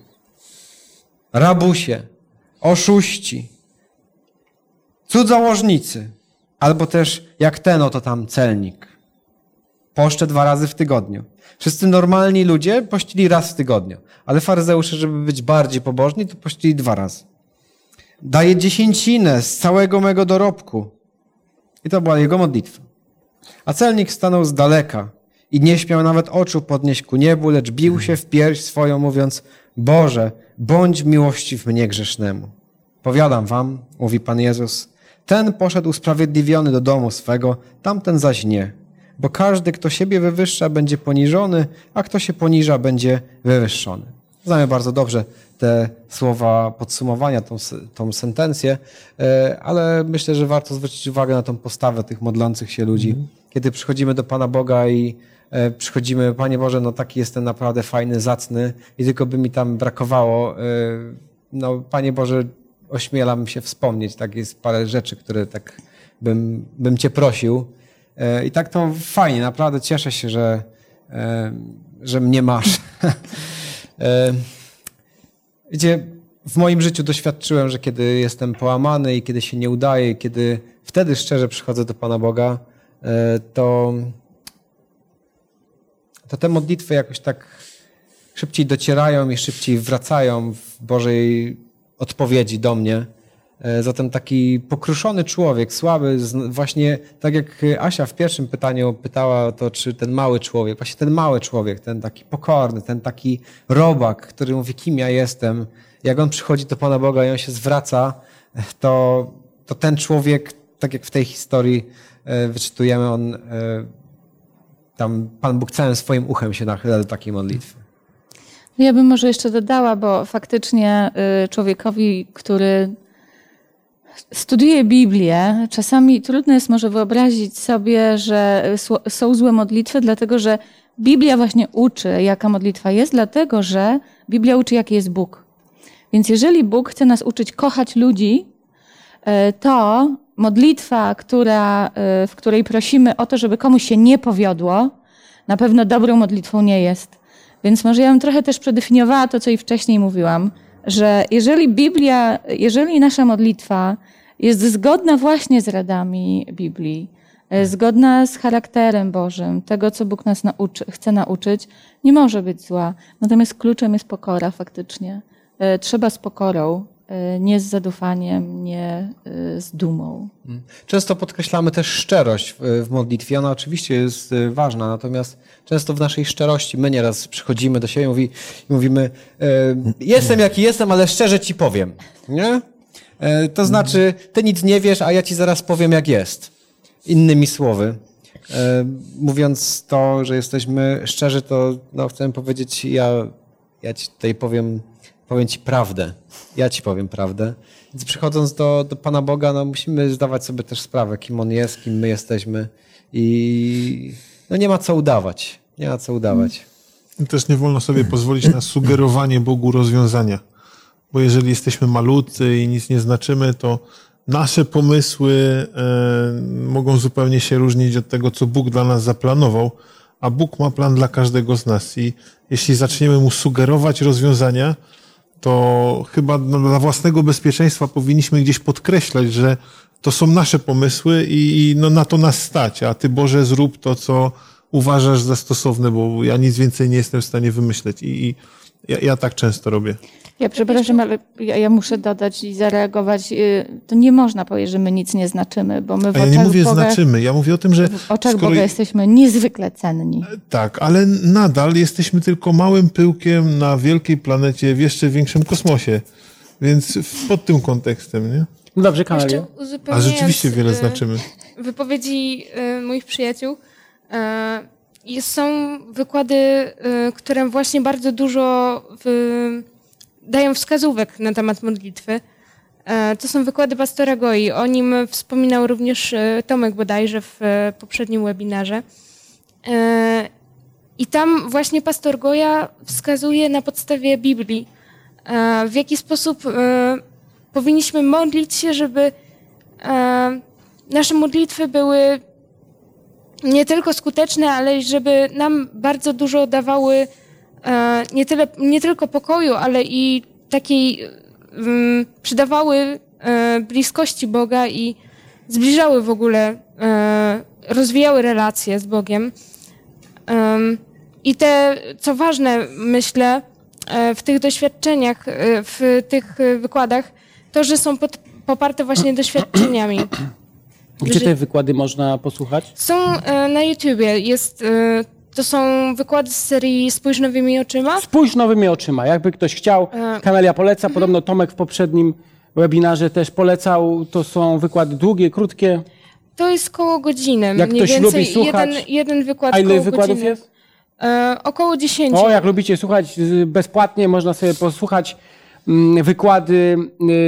Rabusie, oszuści, cudzołożnicy, albo też jak ten oto tam celnik. Poszczę 2 razy w tygodniu. Wszyscy normalni ludzie pościli raz w tygodniu, ale faryzeusze, żeby być bardziej pobożni, to pościli 2 razy. Daję 10 z całego mego dorobku. I to była jego modlitwa. A celnik stanął z daleka i nie śmiał nawet oczu podnieść ku niebu, lecz bił się w pierś swoją, mówiąc: Boże, bądź miłościw mnie grzesznemu. Powiadam wam, mówi Pan Jezus, ten poszedł usprawiedliwiony do domu swego, tamten zaś nie. Bo każdy, kto siebie wywyższa, będzie poniżony, a kto się poniża, będzie wywyższony. Znamy bardzo dobrze te słowa podsumowania, tą sentencję, ale myślę, że warto zwrócić uwagę na tą postawę tych modlących się ludzi. Kiedy przychodzimy do Pana Boga i przychodzimy, Panie Boże, no taki jestem naprawdę fajny, zacny i tylko by mi tam brakowało. No, Panie Boże, ośmielam się wspomnieć, tak jest parę rzeczy, które tak bym Cię prosił. I tak to fajnie, naprawdę cieszę się, że mnie masz. Wiecie, w moim życiu doświadczyłem, że kiedy jestem połamany i kiedy się nie udaje, kiedy wtedy szczerze przychodzę do Pana Boga, to te modlitwy jakoś tak szybciej docierają i szybciej wracają w Bożej odpowiedzi do mnie. Zatem taki pokruszony człowiek, słaby, właśnie tak jak Asia w pierwszym pytaniu pytała to, czy ten mały człowiek, właśnie ten mały człowiek, ten taki pokorny, ten taki robak, który mówi, kim ja jestem, jak on przychodzi do Pana Boga i on się zwraca, to ten człowiek, tak jak w tej historii wyczytujemy, tam Pan Bóg całym swoim uchem się nachyla do takiej modlitwy. Ja bym może jeszcze dodała, bo faktycznie człowiekowi, który studiuje Biblię, czasami trudno jest może wyobrazić sobie, że są złe modlitwy, dlatego że Biblia właśnie uczy, jaka modlitwa jest, dlatego że Biblia uczy, jaki jest Bóg. Więc jeżeli Bóg chce nas uczyć kochać ludzi, to modlitwa, w której prosimy o to, żeby komuś się nie powiodło, na pewno dobrą modlitwą nie jest. Więc może ja bym trochę też przedefiniowała to, co i wcześniej mówiłam, że jeżeli nasza modlitwa jest zgodna właśnie z radami Biblii, zgodna z charakterem Bożym, tego, co Bóg nas chce nauczyć, nie może być zła. Natomiast kluczem jest pokora faktycznie. Trzeba z pokorą, nie z zadufaniem, nie z dumą. Często podkreślamy też szczerość w modlitwie. Ona oczywiście jest ważna, natomiast często w naszej szczerości my nieraz przychodzimy do siebie i mówimy jestem jaki jestem, ale szczerze ci powiem. Nie? To znaczy, ty nic nie wiesz, a ja ci zaraz powiem jak jest. Innymi słowy. Mówiąc to, że jesteśmy szczerzy, to chcę powiedzieć, ja ci tutaj powiem ci prawdę. Ja ci powiem prawdę. Więc przychodząc do Pana Boga, musimy zdawać sobie też sprawę, kim On jest, kim my jesteśmy i nie ma co udawać. Nie ma co udawać. I też nie wolno sobie pozwolić na sugerowanie Bogu rozwiązania. Bo jeżeli jesteśmy malutcy i nic nie znaczymy, to nasze pomysły mogą zupełnie się różnić od tego, co Bóg dla nas zaplanował, a Bóg ma plan dla każdego z nas. I jeśli zaczniemy Mu sugerować rozwiązania, to chyba dla własnego bezpieczeństwa powinniśmy gdzieś podkreślać, że to są nasze pomysły i na to nas stać, a Ty, Boże, zrób to, co uważasz za stosowne, bo ja nic więcej nie jestem w stanie wymyśleć i ja tak często robię. Ja przepraszam, ale ja muszę dodać i zareagować. To nie można powiedzieć, że my nic nie znaczymy, bo my w oczach ja nie mówię Boga, znaczymy, ja mówię o tym, że w oczach Boga jesteśmy niezwykle cenni. Tak, ale nadal jesteśmy tylko małym pyłkiem na wielkiej planecie w jeszcze większym kosmosie. Więc pod tym kontekstem, nie? No dobrze, Kamilio. A rzeczywiście wiele znaczymy. Wypowiedzi moich przyjaciół. Są wykłady, które właśnie bardzo dużo dają wskazówek na temat modlitwy. To są wykłady pastora Goi. O nim wspominał również Tomek bodajże w poprzednim webinarze. I tam właśnie pastor Goja wskazuje na podstawie Biblii, w jaki sposób powinniśmy modlić się, żeby nasze modlitwy były nie tylko skuteczne, ale żeby nam bardzo dużo dawały nie tylko pokoju, ale i takiej przydawały bliskości Boga i zbliżały w ogóle, rozwijały relacje z Bogiem. I co ważne, myślę, w tych doświadczeniach, w tych wykładach, to, że są poparte właśnie doświadczeniami. Gdzie te wykłady można posłuchać? Są na YouTubie. To są wykłady z serii Spójrz nowymi oczyma. Spójrz nowymi oczyma. Jakby ktoś chciał, Kamelia poleca. Podobno Tomek w poprzednim webinarze też polecał. To są wykłady długie, krótkie. To jest koło godziny. Jak mniej ktoś więcej lubi słuchać. Jeden wykład a ile koło wykładów godziny. jest? Około 10. O, jak lubicie słuchać bezpłatnie, można sobie posłuchać wykłady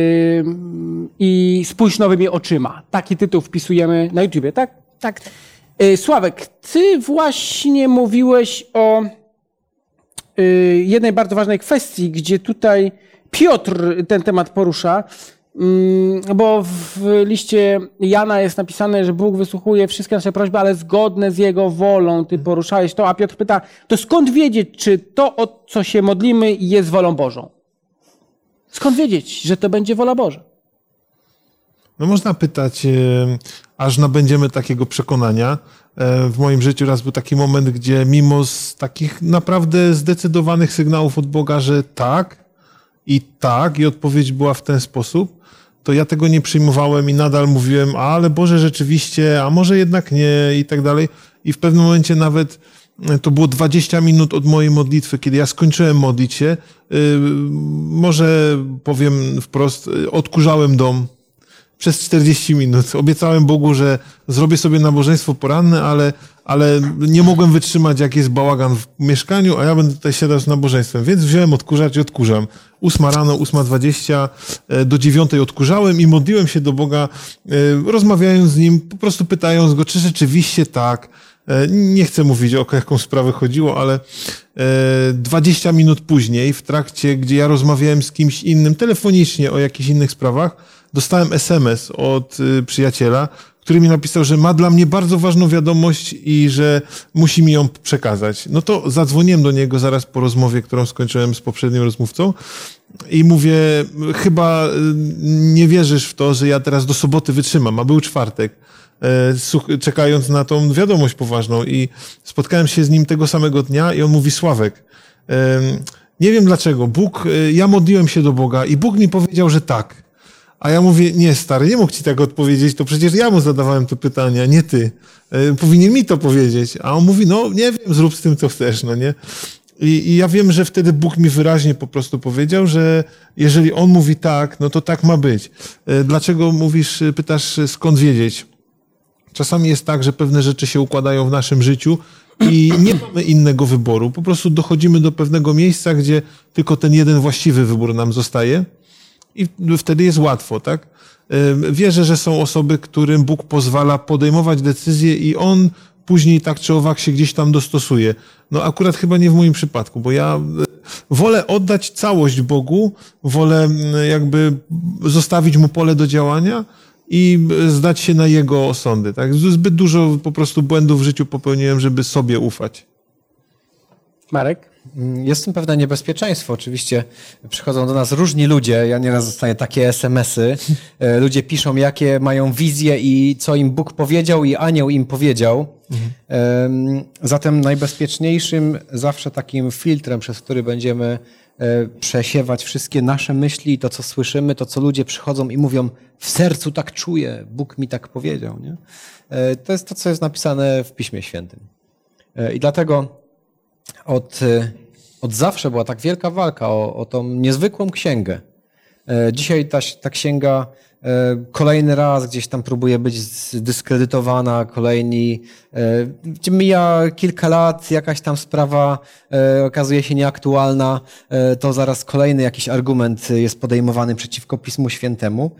i Spójrz nowymi oczyma. Taki tytuł wpisujemy na YouTubie, tak? Tak. Sławek, ty właśnie mówiłeś o jednej bardzo ważnej kwestii, gdzie tutaj Piotr ten temat porusza, bo w liście Jana jest napisane, że Bóg wysłuchuje wszystkie nasze prośby, ale zgodne z Jego wolą. Ty poruszałeś to, a Piotr pyta, to skąd wiedzieć, czy to, o co się modlimy, jest wolą Bożą? Skąd wiedzieć, że to będzie wola Boża? No można pytać, aż nabędziemy takiego przekonania. W moim życiu raz był taki moment, gdzie mimo z takich naprawdę zdecydowanych sygnałów od Boga, że tak i odpowiedź była w ten sposób, to ja tego nie przyjmowałem i nadal mówiłem, ale Boże rzeczywiście, a może jednak nie i tak dalej. I w pewnym momencie nawet to było 20 minut od mojej modlitwy, kiedy ja skończyłem modlić się, może powiem wprost, odkurzałem dom przez 40 minut. Obiecałem Bogu, że zrobię sobie nabożeństwo poranne, ale nie mogłem wytrzymać, jak jest bałagan w mieszkaniu, a ja będę tutaj siadał z nabożeństwem. Więc wziąłem odkurzacz i odkurzam. 8 rano, 8:20, do 9 odkurzałem i modliłem się do Boga, rozmawiając z Nim, po prostu pytając Go, czy rzeczywiście tak. Nie chcę mówić, o jaką sprawę chodziło, ale 20 minut później, w trakcie, gdzie ja rozmawiałem z kimś innym telefonicznie o jakichś innych sprawach, dostałem SMS od przyjaciela, który mi napisał, że ma dla mnie bardzo ważną wiadomość i że musi mi ją przekazać. No to zadzwoniłem do niego zaraz po rozmowie, którą skończyłem z poprzednim rozmówcą i mówię, chyba nie wierzysz w to, że ja teraz do soboty wytrzymam, a był czwartek, czekając na tą wiadomość poważną i spotkałem się z nim tego samego dnia i on mówi, Sławek, nie wiem dlaczego, ja modliłem się do Boga i Bóg mi powiedział, że tak. A ja mówię, nie stary, nie mógł ci tak odpowiedzieć, to przecież ja mu zadawałem te pytania, nie ty. Powinien mi to powiedzieć. A on mówi, no nie wiem, zrób z tym, co chcesz, no nie? I ja wiem, że wtedy Bóg mi wyraźnie po prostu powiedział, że jeżeli On mówi tak, no to tak ma być. Dlaczego pytasz, skąd wiedzieć? Czasami jest tak, że pewne rzeczy się układają w naszym życiu i nie mamy innego wyboru. Po prostu dochodzimy do pewnego miejsca, gdzie tylko ten jeden właściwy wybór nam zostaje. I wtedy jest łatwo, tak? Wierzę, że są osoby, którym Bóg pozwala podejmować decyzje i On później tak czy owak się gdzieś tam dostosuje. No akurat chyba nie w moim przypadku, bo ja wolę oddać całość Bogu, wolę jakby zostawić Mu pole do działania i zdać się na Jego osądy, tak? Zbyt dużo po prostu błędów w życiu popełniłem, żeby sobie ufać. Marek? Jest w tym pewne niebezpieczeństwo. Oczywiście przychodzą do nas różni ludzie. Ja nieraz dostaję takie SMS-y. Ludzie piszą, jakie mają wizje i co im Bóg powiedział i anioł im powiedział. Zatem najbezpieczniejszym zawsze takim filtrem, przez który będziemy przesiewać wszystkie nasze myśli i to, co słyszymy, to, co ludzie przychodzą i mówią, w sercu tak czuję, Bóg mi tak powiedział. Nie? To jest to, co jest napisane w Piśmie Świętym. I dlatego od zawsze była tak wielka walka o tą niezwykłą księgę. Dzisiaj ta księga kolejny raz gdzieś tam próbuje być zdyskredytowana, mija kilka lat, jakaś tam sprawa okazuje się nieaktualna, to zaraz kolejny jakiś argument jest podejmowany przeciwko Pismu Świętemu.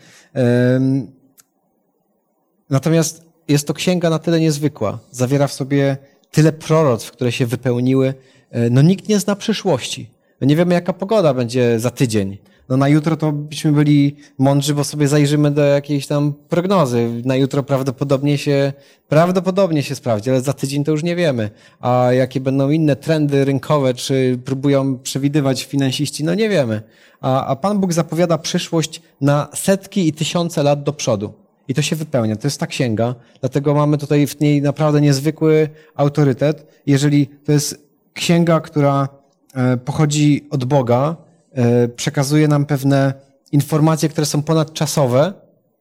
Natomiast jest to księga na tyle niezwykła, zawiera w sobie tyle proroctw, które się wypełniły. No nikt nie zna przyszłości. No nie wiemy, jaka pogoda będzie za tydzień. No na jutro to byśmy byli mądrzy, bo sobie zajrzymy do jakiejś tam prognozy. Na jutro prawdopodobnie się sprawdzi, ale za tydzień to już nie wiemy. A jakie będą inne trendy rynkowe, czy próbują przewidywać finansiści, no nie wiemy. A Pan Bóg zapowiada przyszłość na setki i tysiące lat do przodu. I to się wypełnia. To jest ta księga. Dlatego mamy tutaj w niej naprawdę niezwykły autorytet. Jeżeli to jest księga, która pochodzi od Boga, przekazuje nam pewne informacje, które są ponadczasowe,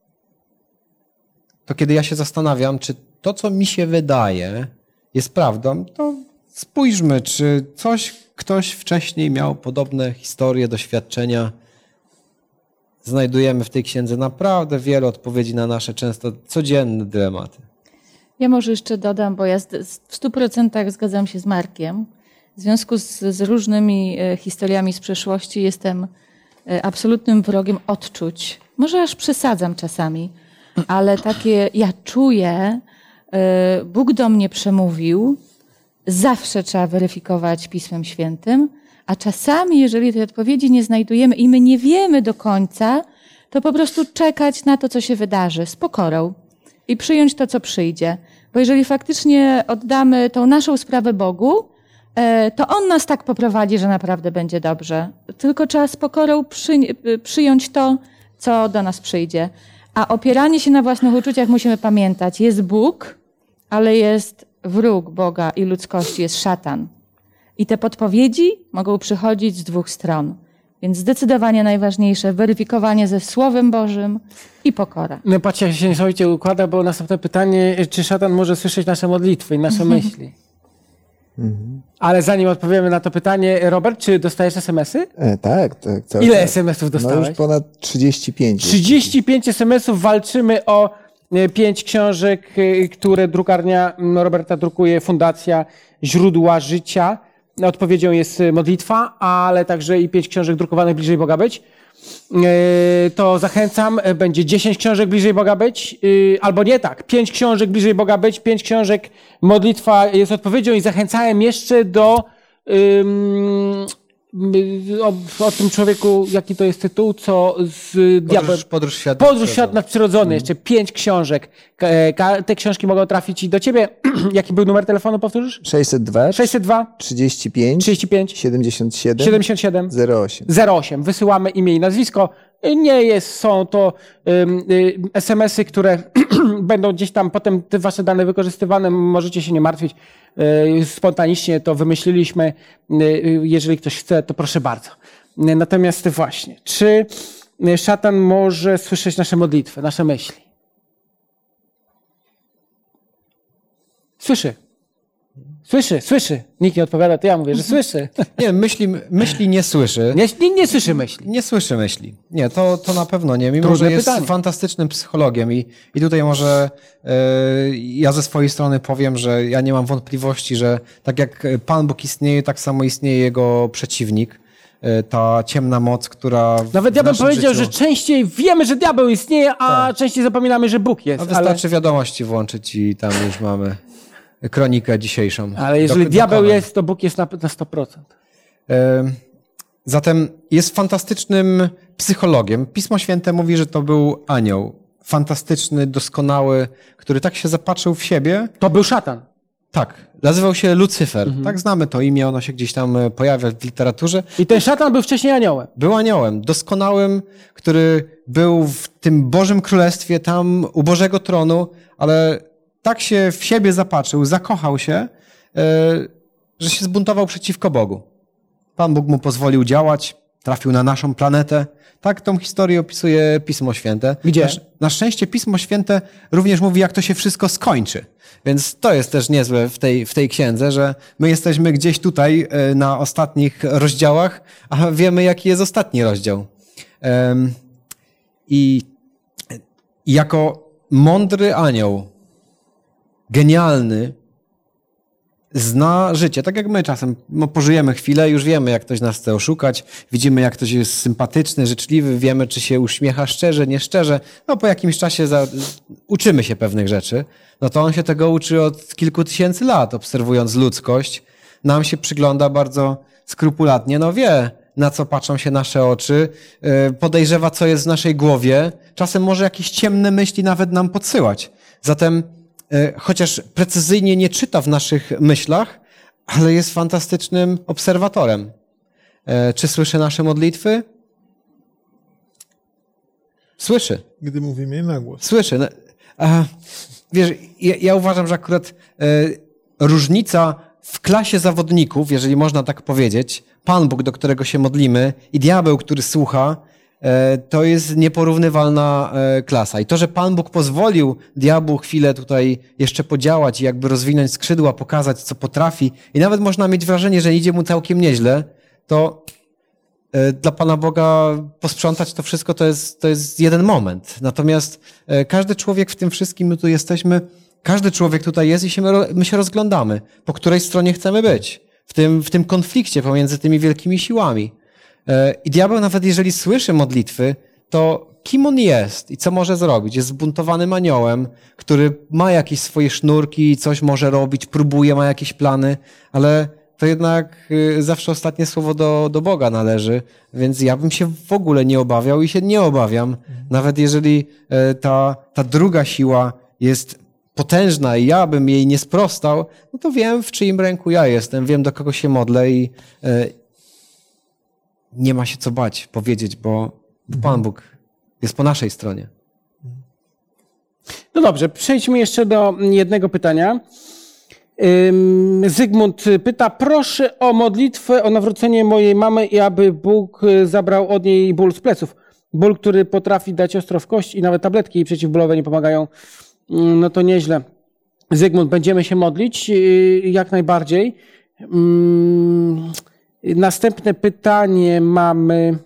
to kiedy ja się zastanawiam, czy to, co mi się wydaje, jest prawdą, to spójrzmy, czy ktoś wcześniej miał podobne historie, doświadczenia. Znajdujemy w tej księdze naprawdę wiele odpowiedzi na nasze często codzienne dylematy. Ja może jeszcze dodam, bo ja w 100% zgadzam się z Markiem. W związku z różnymi historiami z przeszłości jestem absolutnym wrogiem odczuć. Może aż przesadzam czasami, ale takie ja czuję, Bóg do mnie przemówił, zawsze trzeba weryfikować Pismem Świętym, a czasami, jeżeli tej odpowiedzi nie znajdujemy i my nie wiemy do końca, to po prostu czekać na to, co się wydarzy z pokorą i przyjąć to, co przyjdzie. Bo jeżeli faktycznie oddamy tą naszą sprawę Bogu, to On nas tak poprowadzi, że naprawdę będzie dobrze. Tylko trzeba z pokorą przyjąć to, co do nas przyjdzie. A opieranie się na własnych uczuciach musimy pamiętać. Jest Bóg, ale jest wróg Boga i ludzkości, jest szatan. I te podpowiedzi mogą przychodzić z dwóch stron. Więc zdecydowanie najważniejsze weryfikowanie ze Słowem Bożym i pokora. No patrzcie, jak się niesamowicie układa, bo następne pytanie, czy szatan może słyszeć nasze modlitwy i nasze myśli? Ale zanim odpowiemy na to pytanie, Robert, czy dostajesz SMS-y? Tak. Cały Ile czas. SMS-ów No dostałeś? już ponad 35. 35 SMS-ów, walczymy o 5 książek, które drukarnia Roberta drukuje, Fundacja Źródła Życia. Odpowiedzią jest modlitwa, ale także i 5 książek drukowanych Bliżej Boga Być. To zachęcam, będzie 10 książek Bliżej Boga Być, albo nie tak, 5 książek Bliżej Boga Być, 5 książek Modlitwa jest odpowiedzią i zachęcałem jeszcze do o tym człowieku, jaki to jest tytuł, co z diabłem... Podróż w świat Podróż w świat nadprzyrodzony, jeszcze 5 książek. Te książki mogą trafić do ciebie. Jaki był numer telefonu, powtórzysz? 602 602 35 35 77 77 08. 08. Wysyłamy imię i nazwisko. Są to SMS-y, które będą gdzieś tam potem te wasze dane wykorzystywane. Możecie się nie martwić. Spontanicznie to wymyśliliśmy. Jeżeli ktoś chce, to proszę bardzo. Natomiast właśnie, czy szatan może słyszeć nasze modlitwy, nasze myśli? Słyszy. Nikt nie odpowiada, to ja mówię, że słyszy. Nie, myśli nie słyszy. Nie słyszy myśli. Nie słyszy myśli. Nie, to na pewno nie. Mimo, Trudne że jest pytanie. fantastycznym psychologiem i tutaj może ja ze swojej strony powiem, że ja nie mam wątpliwości, że tak jak Pan Bóg istnieje, tak samo istnieje jego przeciwnik. Ta ciemna moc, która Nawet ja bym naszym powiedział, życiu... że częściej wiemy, że diabeł istnieje, a częściej zapominamy, że Bóg jest. A wystarczy wiadomości włączyć i tam już mamy kronikę dzisiejszą. Ale jeżeli diabeł jest, to Bóg jest na 100%. Zatem jest fantastycznym psychologiem. Pismo Święte mówi, że to był anioł. Fantastyczny, doskonały, który tak się zapatrzył w siebie. To był szatan. Tak, nazywał się Lucyfer. Tak, znamy to imię, ono się gdzieś tam pojawia w literaturze. I ten szatan był wcześniej aniołem. Był aniołem, doskonałym, który był w tym Bożym Królestwie, tam u Bożego Tronu, ale tak się w siebie zapatrzył, zakochał się, że się zbuntował przeciwko Bogu. Pan Bóg mu pozwolił działać, trafił na naszą planetę. Tak tą historię opisuje Pismo Święte. Gdzie? Na szczęście Pismo Święte również mówi, jak to się wszystko skończy. Więc to jest też niezłe w tej księdze, że my jesteśmy gdzieś tutaj na ostatnich rozdziałach, a wiemy, jaki jest ostatni rozdział. I jako mądry anioł, genialny, zna życie. Tak jak my czasem pożyjemy chwilę, już wiemy, jak ktoś nas chce oszukać, widzimy, jak ktoś jest sympatyczny, życzliwy, wiemy, czy się uśmiecha szczerze, nieszczerze. No po jakimś czasie uczymy się pewnych rzeczy. No to on się tego uczy od kilku tysięcy lat, obserwując ludzkość. Nam się przygląda bardzo skrupulatnie, no wie, na co patrzą się nasze oczy, podejrzewa, co jest w naszej głowie. Czasem może jakieś ciemne myśli nawet nam podsyłać. Zatem chociaż precyzyjnie nie czyta w naszych myślach, ale jest fantastycznym obserwatorem. Czy słyszy nasze modlitwy? Słyszy. Gdy mówimy je na głos. Słyszy. Wiesz, ja uważam, że akurat różnica w klasie zawodników, jeżeli można tak powiedzieć, Pan Bóg, do którego się modlimy, i diabeł, który słucha, to jest nieporównywalna klasa. I to, że Pan Bóg pozwolił diabłu chwilę tutaj jeszcze podziałać i jakby rozwinąć skrzydła, pokazać, co potrafi, i nawet można mieć wrażenie, że idzie mu całkiem nieźle, to dla Pana Boga posprzątać to wszystko to jest jeden moment. Natomiast każdy człowiek w tym wszystkim, my tu jesteśmy, każdy człowiek tutaj jest i my się rozglądamy, po której stronie chcemy być. W tym konflikcie pomiędzy tymi wielkimi siłami. I diabeł, nawet jeżeli słyszy modlitwy, to kim on jest i co może zrobić? Jest zbuntowanym aniołem, który ma jakieś swoje sznurki, coś może robić, próbuje, ma jakieś plany, ale to jednak zawsze ostatnie słowo do Boga należy, więc ja bym się w ogóle nie obawiał i się nie obawiam. Nawet jeżeli ta druga siła jest potężna i ja bym jej nie sprostał, no to wiem, w czyim ręku ja jestem, wiem, do kogo się modlę i nie ma się co bać powiedzieć, bo Pan Bóg jest po naszej stronie. No dobrze, przejdźmy jeszcze do jednego pytania. Zygmunt pyta, proszę o modlitwę o nawrócenie mojej mamy i aby Bóg zabrał od niej ból z pleców. Ból, który potrafi dać ostro w kość i nawet tabletki przeciwbólowe nie pomagają. No to nieźle. Zygmunt, będziemy się modlić jak najbardziej. Następne pytanie mamy.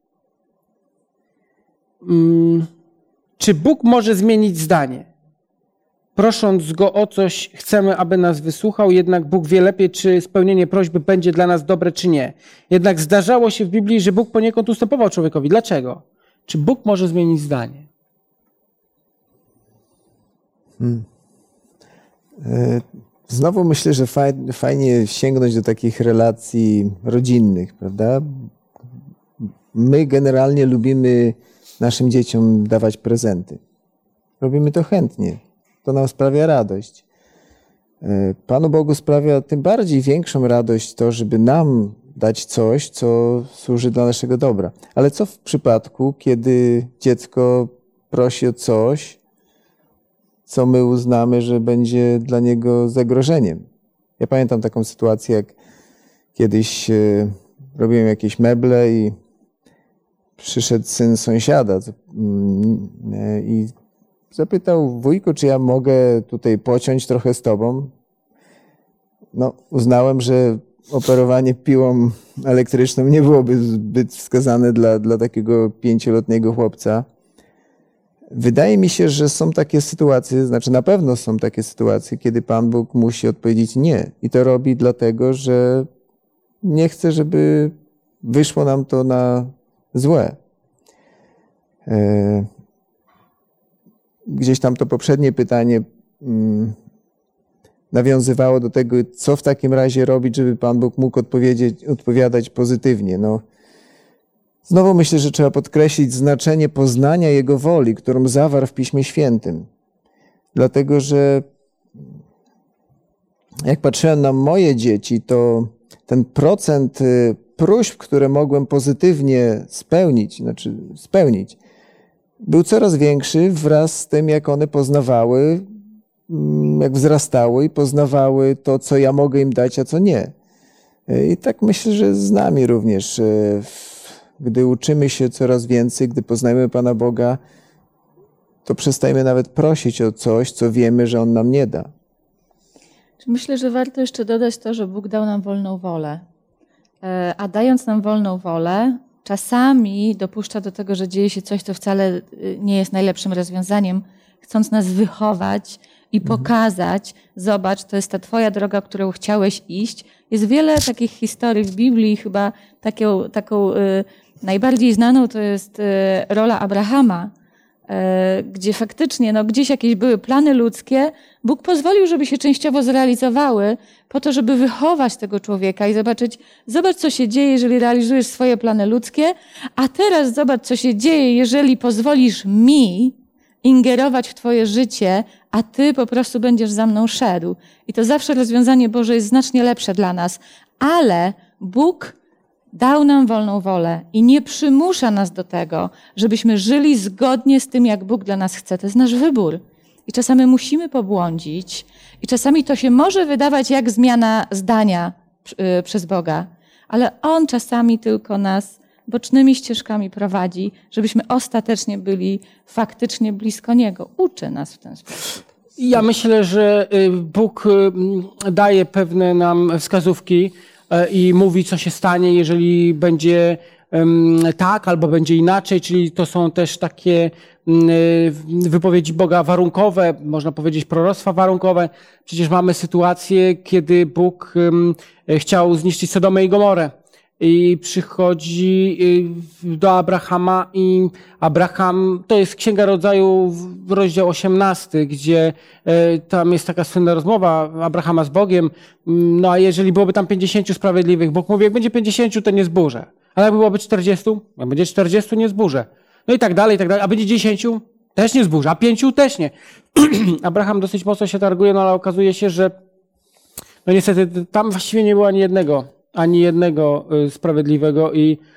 Czy Bóg może zmienić zdanie? Prosząc Go o coś, chcemy, aby nas wysłuchał, jednak Bóg wie lepiej, czy spełnienie prośby będzie dla nas dobre, czy nie. Jednak zdarzało się w Biblii, że Bóg poniekąd ustępował człowiekowi. Dlaczego? Czy Bóg może zmienić zdanie? Znowu myślę, że fajnie sięgnąć do takich relacji rodzinnych, prawda? My generalnie lubimy naszym dzieciom dawać prezenty. Robimy to chętnie. To nam sprawia radość. Panu Bogu sprawia tym bardziej większą radość to, żeby nam dać coś, co służy dla naszego dobra. Ale co w przypadku, kiedy dziecko prosi o coś, co my uznamy, że będzie dla niego zagrożeniem? Ja pamiętam taką sytuację, jak kiedyś robiłem jakieś meble i przyszedł syn sąsiada i zapytał: wujku, czy ja mogę tutaj pociąć trochę z tobą? No, uznałem, że operowanie piłą elektryczną nie byłoby zbyt wskazane dla takiego 5-letniego chłopca. Wydaje mi się, że są takie sytuacje, znaczy na pewno są takie sytuacje, kiedy Pan Bóg musi odpowiedzieć nie. I to robi dlatego, że nie chce, żeby wyszło nam to na złe. Gdzieś tam to poprzednie pytanie nawiązywało do tego, co w takim razie robić, żeby Pan Bóg mógł odpowiadać pozytywnie. No, znowu myślę, że trzeba podkreślić znaczenie poznania Jego woli, którą zawarł w Piśmie Świętym. Dlatego, że jak patrzyłem na moje dzieci, to ten procent próśb, które mogłem pozytywnie spełnić, był coraz większy wraz z tym, jak one poznawały, jak wzrastały i poznawały to, co ja mogę im dać, a co nie. I tak myślę, że z nami również. Gdy uczymy się coraz więcej, gdy poznajemy Pana Boga, to przestajemy nawet prosić o coś, co wiemy, że On nam nie da. Myślę, że warto jeszcze dodać to, że Bóg dał nam wolną wolę. A dając nam wolną wolę, czasami dopuszcza do tego, że dzieje się coś, co wcale nie jest najlepszym rozwiązaniem, chcąc nas wychować i pokazać: zobacz, to jest ta twoja droga, którą chciałeś iść. Jest wiele takich historii w Biblii, chyba taką najbardziej znaną to jest rola Abrahama, gdzie faktycznie gdzieś jakieś były plany ludzkie, Bóg pozwolił, żeby się częściowo zrealizowały po to, żeby wychować tego człowieka i zobacz, co się dzieje, jeżeli realizujesz swoje plany ludzkie, a teraz zobacz, co się dzieje, jeżeli pozwolisz mi ingerować w twoje życie, a ty po prostu będziesz za mną szedł. I to zawsze rozwiązanie Boże jest znacznie lepsze dla nas, ale Bóg dał nam wolną wolę i nie przymusza nas do tego, żebyśmy żyli zgodnie z tym, jak Bóg dla nas chce. To jest nasz wybór. I czasami musimy pobłądzić i czasami to się może wydawać jak zmiana zdania przez Boga, ale On czasami tylko nas bocznymi ścieżkami prowadzi, żebyśmy ostatecznie byli faktycznie blisko Niego. Uczy nas w ten sposób. Ja myślę, że Bóg daje pewne nam wskazówki i mówi, co się stanie, jeżeli będzie tak albo będzie inaczej, czyli to są też takie wypowiedzi Boga warunkowe, można powiedzieć proroctwa warunkowe. Przecież mamy sytuację, kiedy Bóg chciał zniszczyć Sodomę i Gomorę i przychodzi do Abrahama i Abraham, to jest Księga Rodzaju, rozdział 18, gdzie tam jest taka słynna rozmowa Abrahama z Bogiem, no a jeżeli byłoby tam 50 sprawiedliwych, Bóg mówi, jak będzie 50, to nie zburzę. Ale jak byłoby 40? Jak będzie 40, nie zburzę. No i tak dalej, a będzie 10? Też nie zburzę, a 5 też nie. Abraham dosyć mocno się targuje, no ale okazuje się, że no niestety tam właściwie nie było ani jednego sprawiedliwego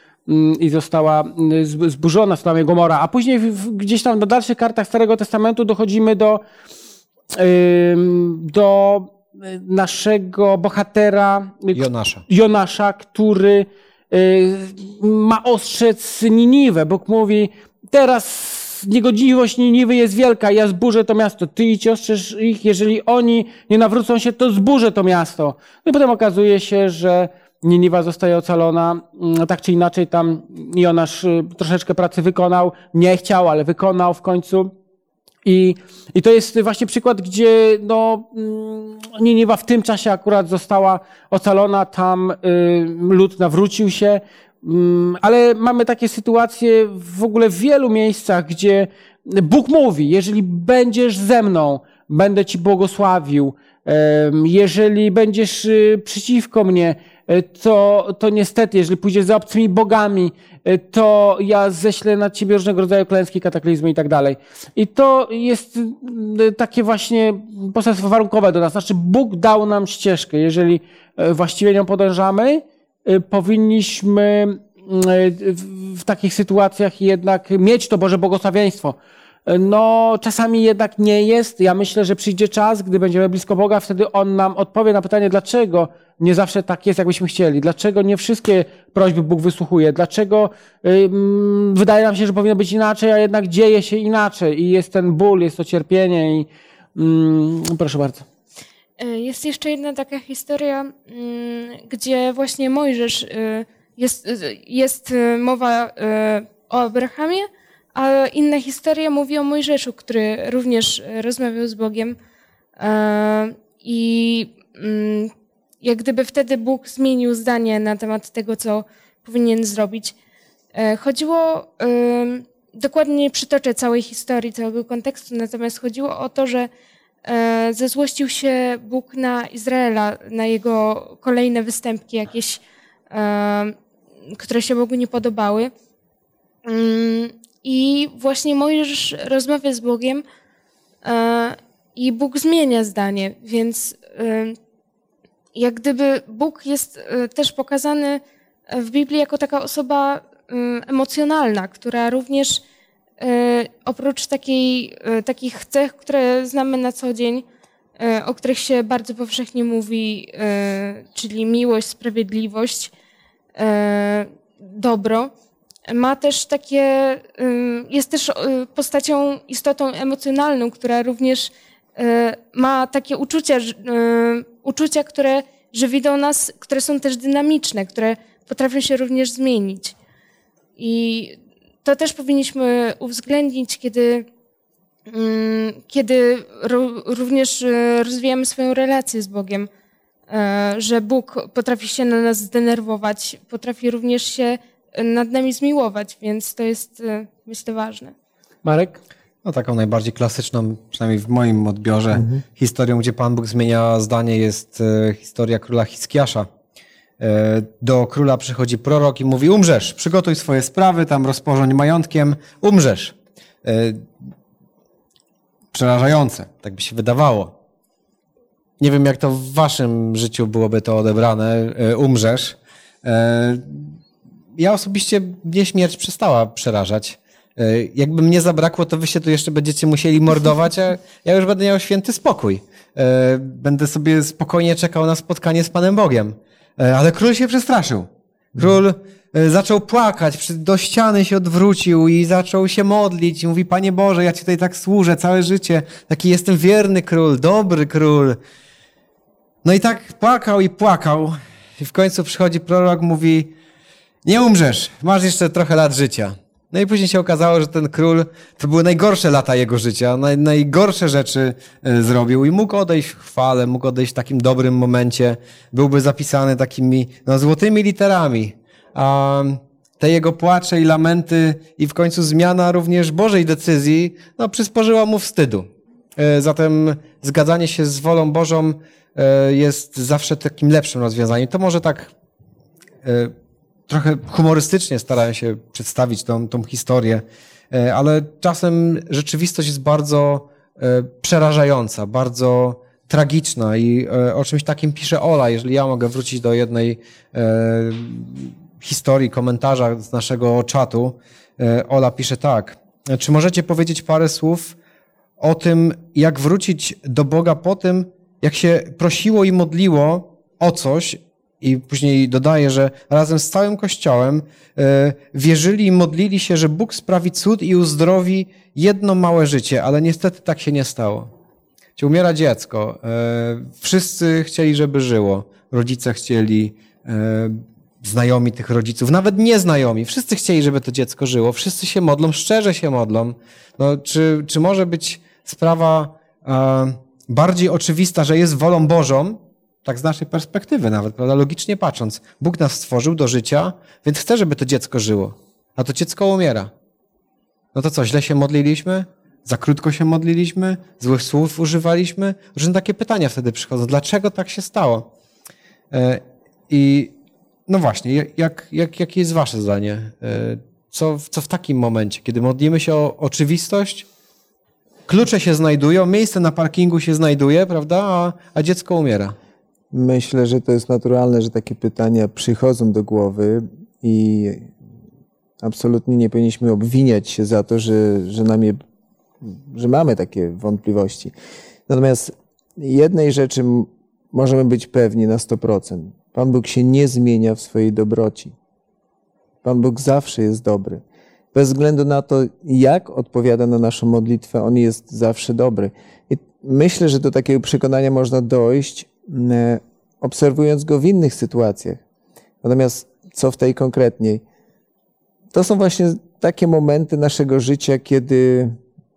i została zburzona Sodoma i Gomora. A później gdzieś tam na dalszych kartach Starego Testamentu dochodzimy do naszego bohatera Jonasza, który ma ostrzec Niniwę. Bóg mówi, teraz niegodziwość Niniwy jest wielka, ja zburzę to miasto, ty idź ostrzeż ich, jeżeli oni nie nawrócą się, to zburzę to miasto. No i potem okazuje się, że Niniwa zostaje ocalona, tak czy inaczej tam Jonasz troszeczkę pracy wykonał, nie chciał, ale wykonał w końcu. I to jest właśnie przykład, gdzie Niniwa w tym czasie akurat została ocalona, tam lud nawrócił się, ale mamy takie sytuacje w ogóle w wielu miejscach, gdzie Bóg mówi, jeżeli będziesz ze mną, będę ci błogosławił, jeżeli będziesz przeciwko mnie, to niestety, jeżeli pójdziesz za obcymi bogami, to ja ześlę na ciebie różnego rodzaju klęski, kataklizmy i tak dalej. I to jest takie właśnie poselstwo warunkowe do nas. Znaczy Bóg dał nam ścieżkę. Jeżeli właściwie nią podążamy, powinniśmy w takich sytuacjach jednak mieć to Boże błogosławieństwo. Czasami jednak nie jest. Ja myślę, że przyjdzie czas, gdy będziemy blisko Boga, wtedy On nam odpowie na pytanie, dlaczego nie zawsze tak jest, jakbyśmy chcieli. Dlaczego nie wszystkie prośby Bóg wysłuchuje. Dlaczego wydaje nam się, że powinno być inaczej, a jednak dzieje się inaczej. I jest ten ból, jest to cierpienie. I proszę bardzo. Jest jeszcze jedna taka historia, gdzie właśnie Mojżesz, jest mowa o Abrahamie, a inna historia mówi o Mojżeszu, który również rozmawiał z Bogiem i jak gdyby wtedy Bóg zmienił zdanie na temat tego, co powinien zrobić. Chodziło, dokładnie nie przytoczę całej historii, całego kontekstu, natomiast chodziło o to, że zezłościł się Bóg na Izraela, na jego kolejne występki jakieś, które się Bogu nie podobały. I właśnie Mojżesz rozmawia z Bogiem i Bóg zmienia zdanie, więc jak gdyby Bóg jest też pokazany w Biblii jako taka osoba emocjonalna, która również oprócz takich cech, które znamy na co dzień, o których się bardzo powszechnie mówi, czyli miłość, sprawiedliwość, dobro, ma też jest też postacią, istotą emocjonalną, która również ma takie uczucia, które żywią nas, które są też dynamiczne, które potrafią się również zmienić. I to też powinniśmy uwzględnić, kiedy również rozwijamy swoją relację z Bogiem, że Bóg potrafi się na nas zdenerwować, potrafi również się nad nami zmiłować, więc to jest, myślę, ważne. Marek? Taką najbardziej klasyczną, przynajmniej w moim odbiorze, historią, gdzie Pan Bóg zmienia zdanie, jest historia króla Hizkiasza. Do króla przychodzi prorok i mówi: umrzesz, przygotuj swoje sprawy, tam rozporządź majątkiem, umrzesz. Przerażające, tak by się wydawało. Nie wiem, jak to w waszym życiu byłoby to odebrane, umrzesz. Ja osobiście, mnie śmierć przestała przerażać. Jakby mnie zabrakło, to wy się tu jeszcze będziecie musieli mordować, a ja już będę miał święty spokój. Będę sobie spokojnie czekał na spotkanie z Panem Bogiem. Ale król się przestraszył. Król zaczął płakać, do ściany się odwrócił i zaczął się modlić. I mówi: Panie Boże, ja Ci tutaj tak służę całe życie. Taki jestem wierny król, dobry król. No i tak płakał i płakał. I w końcu przychodzi prorok, mówi: nie umrzesz, masz jeszcze trochę lat życia. No i później się okazało, że ten król, to były najgorsze lata jego życia, najgorsze rzeczy zrobił i mógł odejść w chwale, mógł odejść w takim dobrym momencie, byłby zapisany takimi złotymi literami. A te jego płacze i lamenty i w końcu zmiana również Bożej decyzji, przysporzyła mu wstydu. Zatem zgadzanie się z wolą Bożą jest zawsze takim lepszym rozwiązaniem. To może tak trochę humorystycznie starałem się przedstawić tą historię, ale czasem rzeczywistość jest bardzo przerażająca, bardzo tragiczna i o czymś takim pisze Ola. Jeżeli ja mogę wrócić do jednej historii, komentarza z naszego czatu, Ola pisze tak: czy możecie powiedzieć parę słów o tym, jak wrócić do Boga po tym, jak się prosiło i modliło o coś, I później dodaje, że razem z całym Kościołem wierzyli i modlili się, że Bóg sprawi cud i uzdrowi jedno małe życie, ale niestety tak się nie stało. Umiera dziecko. Wszyscy chcieli, żeby żyło. Rodzice chcieli, znajomi tych rodziców, nawet nieznajomi. Wszyscy chcieli, żeby to dziecko żyło. Wszyscy się modlą, szczerze się modlą. No, czy może być sprawa bardziej oczywista, że jest wolą Bożą, tak z naszej perspektywy nawet, prawda? Logicznie patrząc. Bóg nas stworzył do życia, więc chce, żeby to dziecko żyło. A to dziecko umiera. No to co, źle się modliliśmy? Za krótko się modliliśmy? Złych słów używaliśmy? Różne takie pytania wtedy przychodzą. Dlaczego tak się stało? I no właśnie, jakie jest wasze zdanie? Co w takim momencie, kiedy modlimy się o oczywistość, klucze się znajdują, miejsce na parkingu się znajduje, prawda? A dziecko umiera. Myślę, że to jest naturalne, że takie pytania przychodzą do głowy i absolutnie nie powinniśmy obwiniać się za to, że mamy takie wątpliwości. Natomiast jednej rzeczy możemy być pewni na 100%. Pan Bóg się nie zmienia w swojej dobroci. Pan Bóg zawsze jest dobry. Bez względu na to, jak odpowiada na naszą modlitwę, On jest zawsze dobry. I myślę, że do takiego przekonania można dojść, obserwując Go w innych sytuacjach. Natomiast co w tej konkretniej? To są właśnie takie momenty naszego życia, kiedy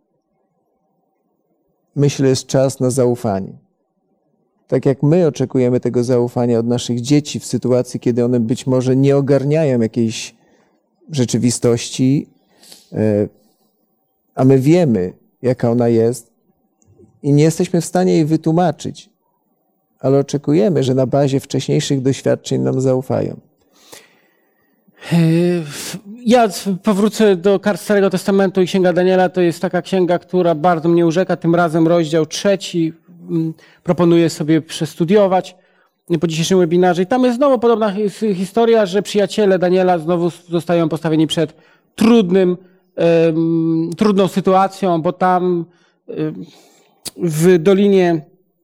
myślę, jest czas na zaufanie. Tak jak my oczekujemy tego zaufania od naszych dzieci w sytuacji, kiedy one być może nie ogarniają jakiejś rzeczywistości, a my wiemy, jaka ona jest i nie jesteśmy w stanie jej wytłumaczyć, ale oczekujemy, że na bazie wcześniejszych doświadczeń nam zaufają. Ja powrócę do kart Starego Testamentu i Księga Daniela. To jest taka księga, która bardzo mnie urzeka. Tym razem rozdział 3. Proponuję sobie przestudiować po dzisiejszym webinarze. I tam jest znowu podobna historia, że przyjaciele Daniela znowu zostają postawieni przed trudną sytuacją, bo tam w dolinie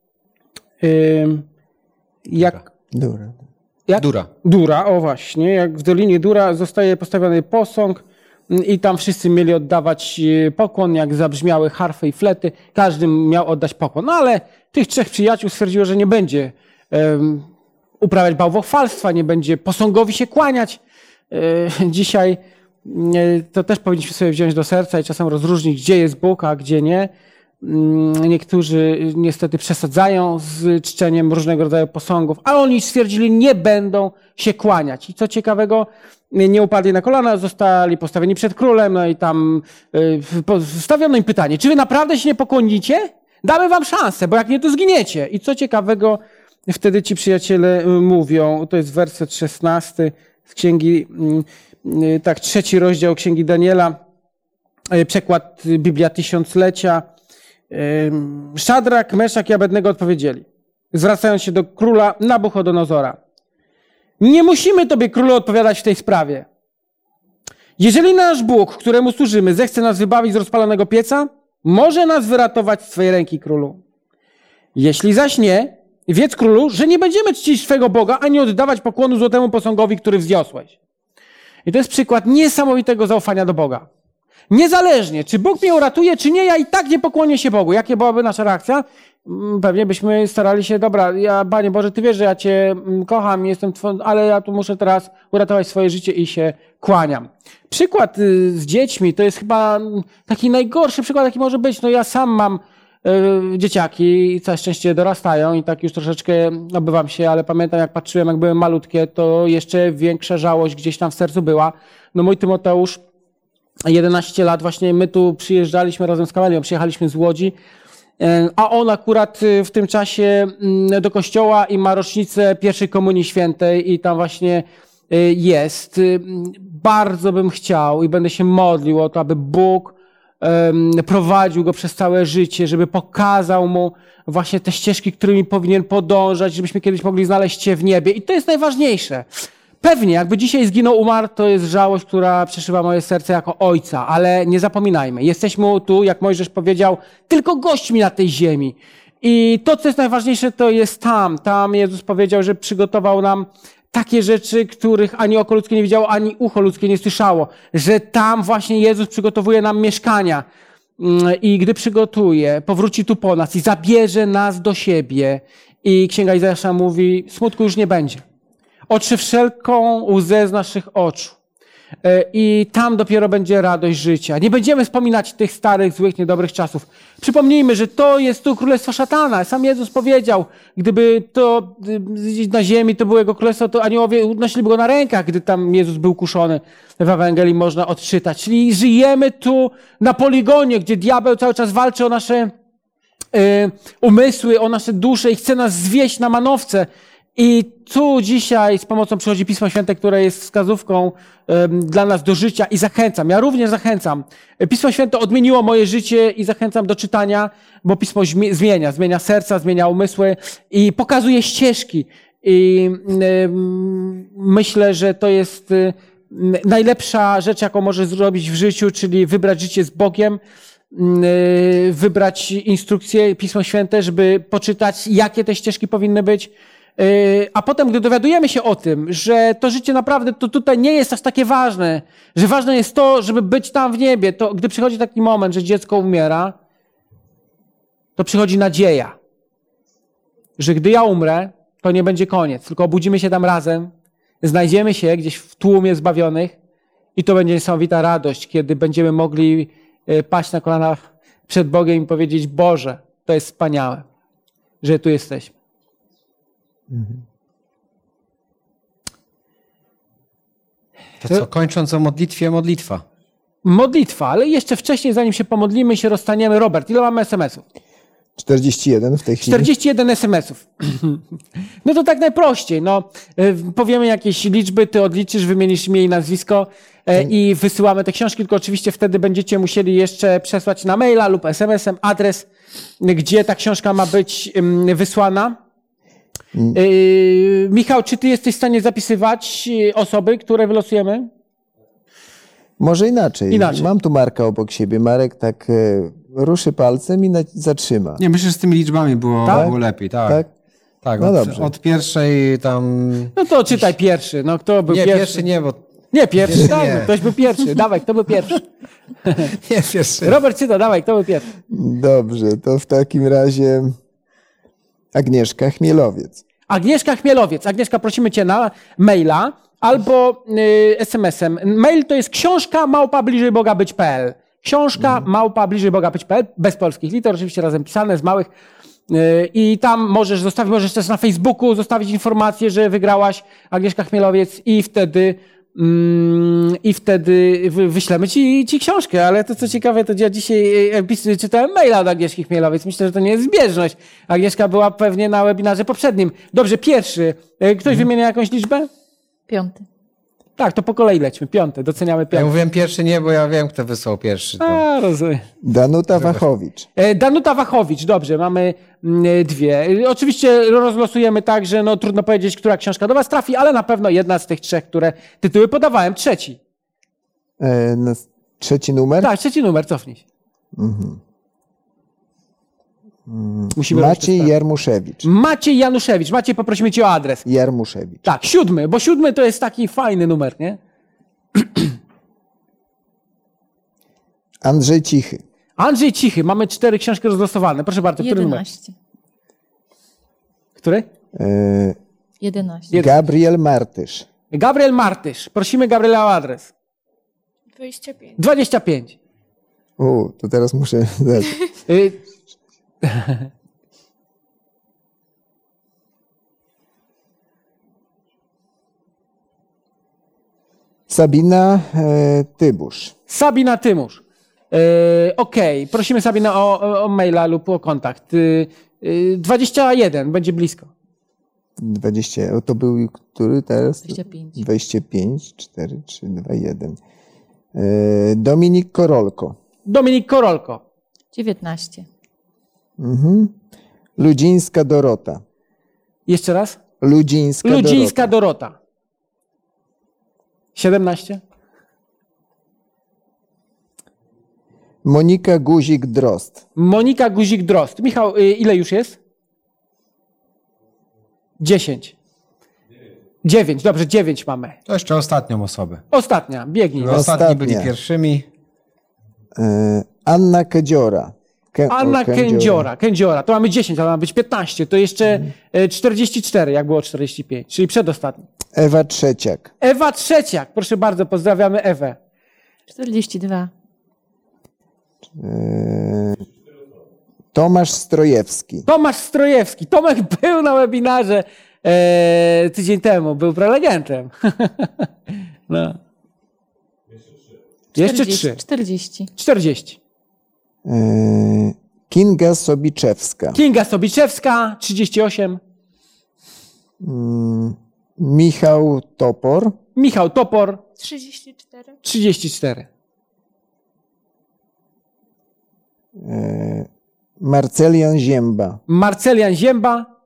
Dura, o właśnie, jak w Dolinie Dura zostaje postawiony posąg i tam wszyscy mieli oddawać pokłon, jak zabrzmiały harfy i flety, każdy miał oddać pokłon. No ale tych 3 przyjaciół stwierdziło, że nie będzie uprawiać bałwochwalstwa, nie będzie posągowi się kłaniać. Dzisiaj to też powinniśmy sobie wziąć do serca i czasem rozróżnić, gdzie jest Bóg, a gdzie nie. Niektórzy niestety przesadzają z czczeniem różnego rodzaju posągów, a oni stwierdzili, nie będą się kłaniać. I co ciekawego, nie upadli na kolana, zostali postawieni przed królem, no i tam stawiono im pytanie, czy wy naprawdę się nie pokłonicie? Damy wam szansę, bo jak nie, to zginiecie. I co ciekawego, wtedy ci przyjaciele mówią, to jest werset 16 z księgi, 3 rozdział Księgi Daniela, przekład Biblia Tysiąclecia. Szadrak, Meszak i Abednego odpowiedzieli, zwracając się do króla Nabuchodonozora. Nie musimy tobie, królu, odpowiadać w tej sprawie. Jeżeli nasz Bóg, któremu służymy, zechce nas wybawić z rozpalonego pieca, może nas wyratować z twojej ręki, królu. Jeśli zaś nie, wiedz, królu, że nie będziemy czcić twego Boga, ani oddawać pokłonu złotemu posągowi, który wzniosłeś. I to jest przykład niesamowitego zaufania do Boga. Niezależnie, czy Bóg mnie uratuje, czy nie, ja i tak nie pokłonię się Bogu. Jakie byłaby nasza reakcja? Pewnie byśmy starali się, dobra, Panie Boże, Ty wiesz, że ja Cię kocham, jestem Twoim, ale ja tu muszę teraz uratować swoje życie i się kłaniam. Przykład z dziećmi to jest chyba taki najgorszy przykład, jaki może być. No ja sam mam dzieciaki i całe szczęście dorastają i tak już troszeczkę obywam się, ale pamiętam, jak patrzyłem, jak byłem malutkie, to jeszcze większa żałość gdzieś tam w sercu była. No mój Tymoteusz, 11 lat, właśnie my tu przyjeżdżaliśmy razem z Kamelią, przyjechaliśmy z Łodzi, a on akurat w tym czasie do kościoła i ma rocznicę pierwszej Komunii Świętej i tam właśnie jest. Bardzo bym chciał i będę się modlił o to, aby Bóg prowadził go przez całe życie, żeby pokazał mu właśnie te ścieżki, którymi powinien podążać, żebyśmy kiedyś mogli znaleźć się w niebie. I to jest najważniejsze. Pewnie, jakby dzisiaj zginął, umarł, to jest żałość, która przeszywa moje serce jako ojca, ale nie zapominajmy, jesteśmy tu, jak Mojżesz powiedział, tylko gośćmi na tej ziemi. I to, co jest najważniejsze, to jest tam. Tam Jezus powiedział, że przygotował nam takie rzeczy, których ani oko ludzkie nie widziało, ani ucho ludzkie nie słyszało. Że tam właśnie Jezus przygotowuje nam mieszkania. I gdy przygotuje, powróci tu po nas i zabierze nas do siebie. I Księga Izajasza mówi, smutku już nie będzie. Otrze wszelką łzę z naszych oczu. I tam dopiero będzie radość życia. Nie będziemy wspominać tych starych, złych, niedobrych czasów. Przypomnijmy, że to jest tu królestwo szatana. Sam Jezus powiedział, gdyby to na ziemi to było jego królestwo, to aniołowie unosiliby go na rękach, gdy tam Jezus był kuszony. W Ewangelii można odczytać. Czyli żyjemy tu na poligonie, gdzie diabeł cały czas walczy o nasze umysły, o nasze dusze i chce nas zwieść na manowce. I tu dzisiaj z pomocą przychodzi Pismo Święte, które jest wskazówką dla nas do życia i zachęcam. Ja również zachęcam. Pismo Święte odmieniło moje życie i zachęcam do czytania, bo Pismo zmienia serca, zmienia umysły i pokazuje ścieżki. I myślę, że to jest najlepsza rzecz, jaką możesz zrobić w życiu, czyli wybrać życie z Bogiem, wybrać instrukcje, Pismo Święte, żeby poczytać, jakie te ścieżki powinny być. A potem, gdy dowiadujemy się o tym, że to życie naprawdę to tutaj nie jest aż takie ważne, że ważne jest to, żeby być tam w niebie, to gdy przychodzi taki moment, że dziecko umiera, to przychodzi nadzieja, że gdy ja umrę, to nie będzie koniec, tylko obudzimy się tam razem, znajdziemy się gdzieś w tłumie zbawionych i to będzie niesamowita radość, kiedy będziemy mogli paść na kolanach przed Bogiem i powiedzieć, Boże, to jest wspaniałe, że tu jesteśmy. To co, kończąc o modlitwie, modlitwa. Modlitwa, ale jeszcze wcześniej, zanim się pomodlimy i się rozstaniemy. Robert, ile mamy SMS-ów? 41 w tej chwili. 41 SMS-ów. No to tak najprościej. No, powiemy jakieś liczby, ty odliczysz, wymienisz imię i nazwisko i wysyłamy te książki, tylko oczywiście wtedy będziecie musieli jeszcze przesłać na maila lub SMS-em adres, gdzie ta książka ma być wysłana. Michał, czy ty jesteś w stanie zapisywać osoby, które wylosujemy? Może inaczej. Mam tu Marka obok siebie. Marek tak ruszy palcem i zatrzyma. Nie, myślę, że z tymi liczbami było lepiej. Tak? Tak, no dobrze. Od pierwszej tam... No to czytaj pierwszy. No, kto był nie, pierwszy? Pierwszy nie, bo... Nie, pierwszy, tak, nie. Ktoś był pierwszy. Dawaj, kto był pierwszy? Nie, pierwszy. Robert czyta, dawaj, kto był pierwszy? Dobrze, to w takim razie Agnieszka Chmielowiec. Agnieszka Chmielowiec. Agnieszka, prosimy cię na maila albo SMS-em. Mail to jest książka@bliżejbogabyć.pl. Książka@bliżejbogabyć.pl. Bez polskich liter, oczywiście razem pisane, z małych. I tam możesz też na Facebooku zostawić informację, że wygrałaś, Agnieszka Chmielowiec, i wtedy wyślemy ci książkę. Ale to co ciekawe, to ja dzisiaj czytałem maila od Agnieszki Chmielowiec. Myślę, że to nie jest zbieżność. Agnieszka była pewnie na webinarze poprzednim. Dobrze, pierwszy. Ktoś wymienia jakąś liczbę? 5. Tak, to po kolei lećmy. 5. Doceniamy 5. Ja mówiłem pierwszy nie, bo ja wiem, kto wysłał pierwszy. To... A, rozumiem. Danuta Wachowicz. Danuta Wachowicz, dobrze, mamy 2. Oczywiście rozlosujemy tak, że no, trudno powiedzieć, która książka do was trafi, ale na pewno jedna z tych 3, które tytuły podawałem. 3. Trzeci numer? Tak, 3 numer, cofnij się. Musimy Maciej Jarmuszewicz. Maciej Januszewicz. Maciej, poprosimy cię o adres. Jarmuszewicz. Tak, 7, bo 7 to jest taki fajny numer, nie? Andrzej Cichy. Andrzej Cichy. Mamy 4 książki rozlosowane. Proszę bardzo, który numer? 11. Który? 11. Gabriel Martysz. Gabriel Martysz. Prosimy Gabriela o adres. 25. 25. To teraz muszę dać. Sabina Tybusz. Sabina Tymusz. Okej, prosimy Sabina o maila lub o kontakt. 21, będzie blisko. 20, to był który teraz? 25. 25, 4, 3, 2, 1. Dominik Korolko. Dominik Korolko. 19. Ludzińska Dorota. Jeszcze raz? Ludzińska Dorota. 17. Monika Guzik-Drozd. Monika Guzik-Drozd. Michał, ile już jest? 10. 9, dobrze, 9 mamy. To jeszcze ostatnią osobę. Ostatnia, biegnij. Ostatni byli pierwszymi. Anna Kędziora. Anna Kędziora. To mamy 10, ale ma być 15. To jeszcze 44, jak było 45, czyli przedostatni. Ewa Trzeciak. Ewa Trzeciak. Proszę bardzo, pozdrawiamy Ewę. 42. Tomasz Strojewski. Tomasz Strojewski. Tomek był na webinarze tydzień temu. Był prelegentem. No. Jeszcze 3. 40. Kinga Sobiczewska. Kinga Sobiczewska, 38. Michał Topor. Michał Topor. 34. 34. Marcelian Zięba. Marcelian Zięba.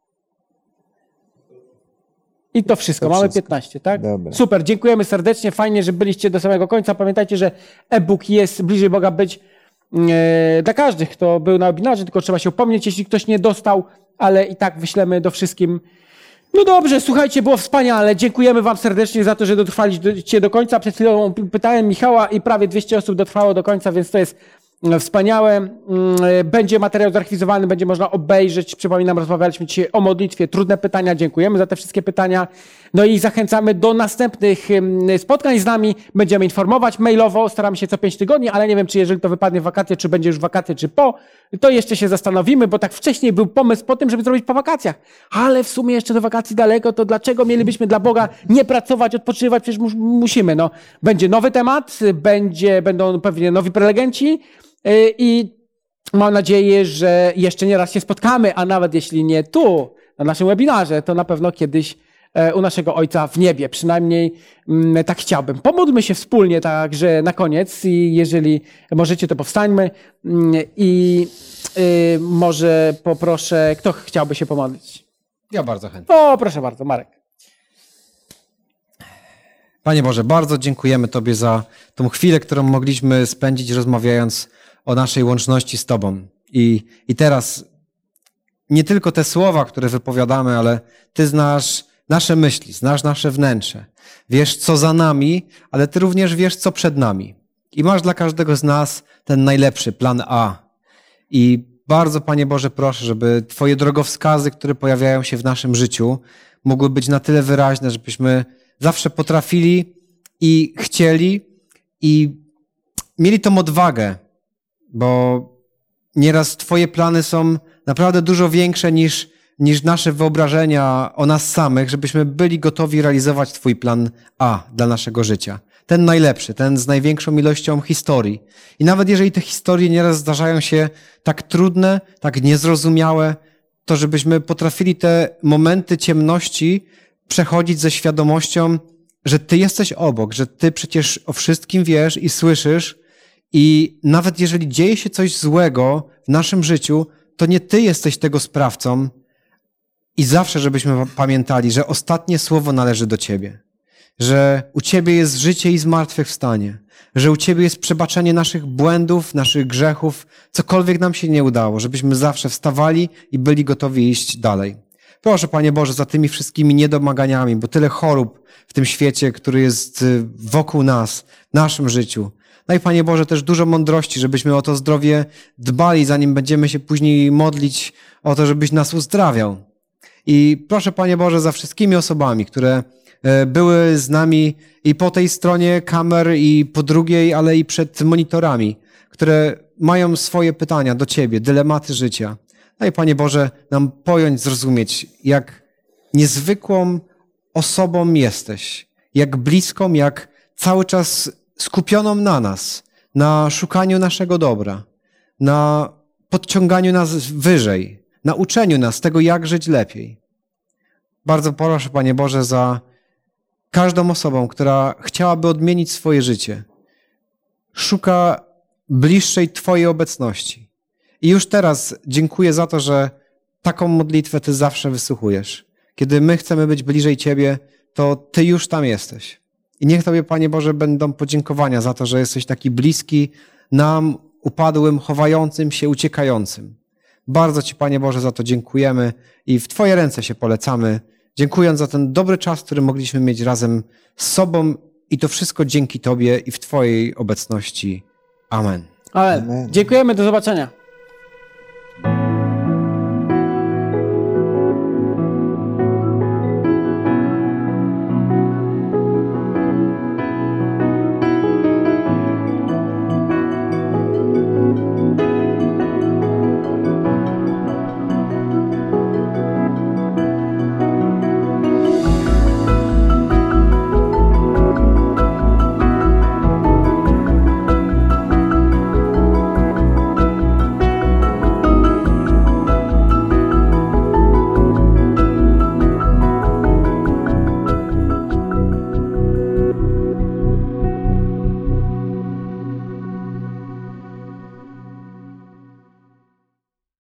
I to wszystko. To Mamy wszystko. 15, tak? Dobra. Super, dziękujemy serdecznie. Fajnie, że byliście do samego końca. Pamiętajcie, że e-book jest Bliżej Boga być dla każdych, kto był na webinarze, tylko trzeba się upomnieć, jeśli ktoś nie dostał, ale i tak wyślemy do wszystkim. No dobrze, słuchajcie, było wspaniale. Dziękujemy wam serdecznie za to, że dotrwaliście do końca. Przed chwilą pytałem Michała i prawie 200 osób dotrwało do końca, więc to jest wspaniałe. Będzie materiał zarchwizowany, będzie można obejrzeć. Przypominam, rozmawialiśmy dzisiaj o modlitwie. Trudne pytania. Dziękujemy za te wszystkie pytania. No i zachęcamy do następnych spotkań z nami. Będziemy informować mailowo. Staramy się co 5 tygodni, ale nie wiem, czy jeżeli to wypadnie w wakacje, czy będzie już wakacje, czy po. To jeszcze się zastanowimy, bo tak wcześniej był pomysł po tym, żeby zrobić po wakacjach. Ale w sumie jeszcze do wakacji daleko, to dlaczego mielibyśmy dla Boga nie pracować, odpoczywać? Przecież musimy. No. Będzie nowy temat, będą pewnie nowi prelegenci. I mam nadzieję, że jeszcze nie raz się spotkamy, a nawet jeśli nie tu, na naszym webinarze, to na pewno kiedyś u naszego Ojca w niebie. Przynajmniej tak chciałbym. Pomódlmy się wspólnie także na koniec i jeżeli możecie, to powstańmy i może poproszę, kto chciałby się pomodlić? Ja bardzo chętnie. O, proszę bardzo, Marek. Panie Boże, bardzo dziękujemy Tobie za tą chwilę, którą mogliśmy spędzić rozmawiając o naszej łączności z Tobą. I teraz nie tylko te słowa, które wypowiadamy, ale Ty znasz nasze myśli, znasz nasze wnętrze. Wiesz, co za nami, ale Ty również wiesz, co przed nami. I masz dla każdego z nas ten najlepszy, plan A. I bardzo, Panie Boże, proszę, żeby Twoje drogowskazy, które pojawiają się w naszym życiu, mogły być na tyle wyraźne, żebyśmy zawsze potrafili i chcieli i mieli tą odwagę, bo nieraz Twoje plany są naprawdę dużo większe niż nasze wyobrażenia o nas samych, żebyśmy byli gotowi realizować Twój plan A dla naszego życia. Ten najlepszy, ten z największą ilością historii. I nawet jeżeli te historie nieraz zdarzają się tak trudne, tak niezrozumiałe, to żebyśmy potrafili te momenty ciemności przechodzić ze świadomością, że Ty jesteś obok, że Ty przecież o wszystkim wiesz i słyszysz i nawet jeżeli dzieje się coś złego w naszym życiu, to nie Ty jesteś tego sprawcą i zawsze żebyśmy pamiętali, że ostatnie słowo należy do Ciebie, że u Ciebie jest życie i zmartwychwstanie, że u Ciebie jest przebaczenie naszych błędów, naszych grzechów, cokolwiek nam się nie udało, żebyśmy zawsze wstawali i byli gotowi iść dalej. Proszę, Panie Boże, za tymi wszystkimi niedomaganiami, bo tyle chorób w tym świecie, który jest wokół nas, w naszym życiu. Daj, Panie Boże, też dużo mądrości, żebyśmy o to zdrowie dbali, zanim będziemy się później modlić o to, żebyś nas uzdrawiał. I proszę, Panie Boże, za wszystkimi osobami, które były z nami i po tej stronie kamer, i po drugiej, ale i przed monitorami, które mają swoje pytania do Ciebie, dylematy życia. Daj, Panie Boże, nam pojąć, zrozumieć, jak niezwykłą osobą jesteś, jak bliską, jak cały czas skupioną na nas, na szukaniu naszego dobra, na podciąganiu nas wyżej, na uczeniu nas tego, jak żyć lepiej. Bardzo proszę, Panie Boże, za każdą osobą, która chciałaby odmienić swoje życie, szuka bliższej Twojej obecności. I już teraz dziękuję za to, że taką modlitwę Ty zawsze wysłuchujesz. Kiedy my chcemy być bliżej Ciebie, to Ty już tam jesteś. I niech Tobie, Panie Boże, będą podziękowania za to, że jesteś taki bliski nam, upadłym, chowającym się, uciekającym. Bardzo Ci, Panie Boże, za to dziękujemy i w Twoje ręce się polecamy, dziękując za ten dobry czas, który mogliśmy mieć razem z sobą i to wszystko dzięki Tobie i w Twojej obecności. Amen. Ale dziękujemy, do zobaczenia.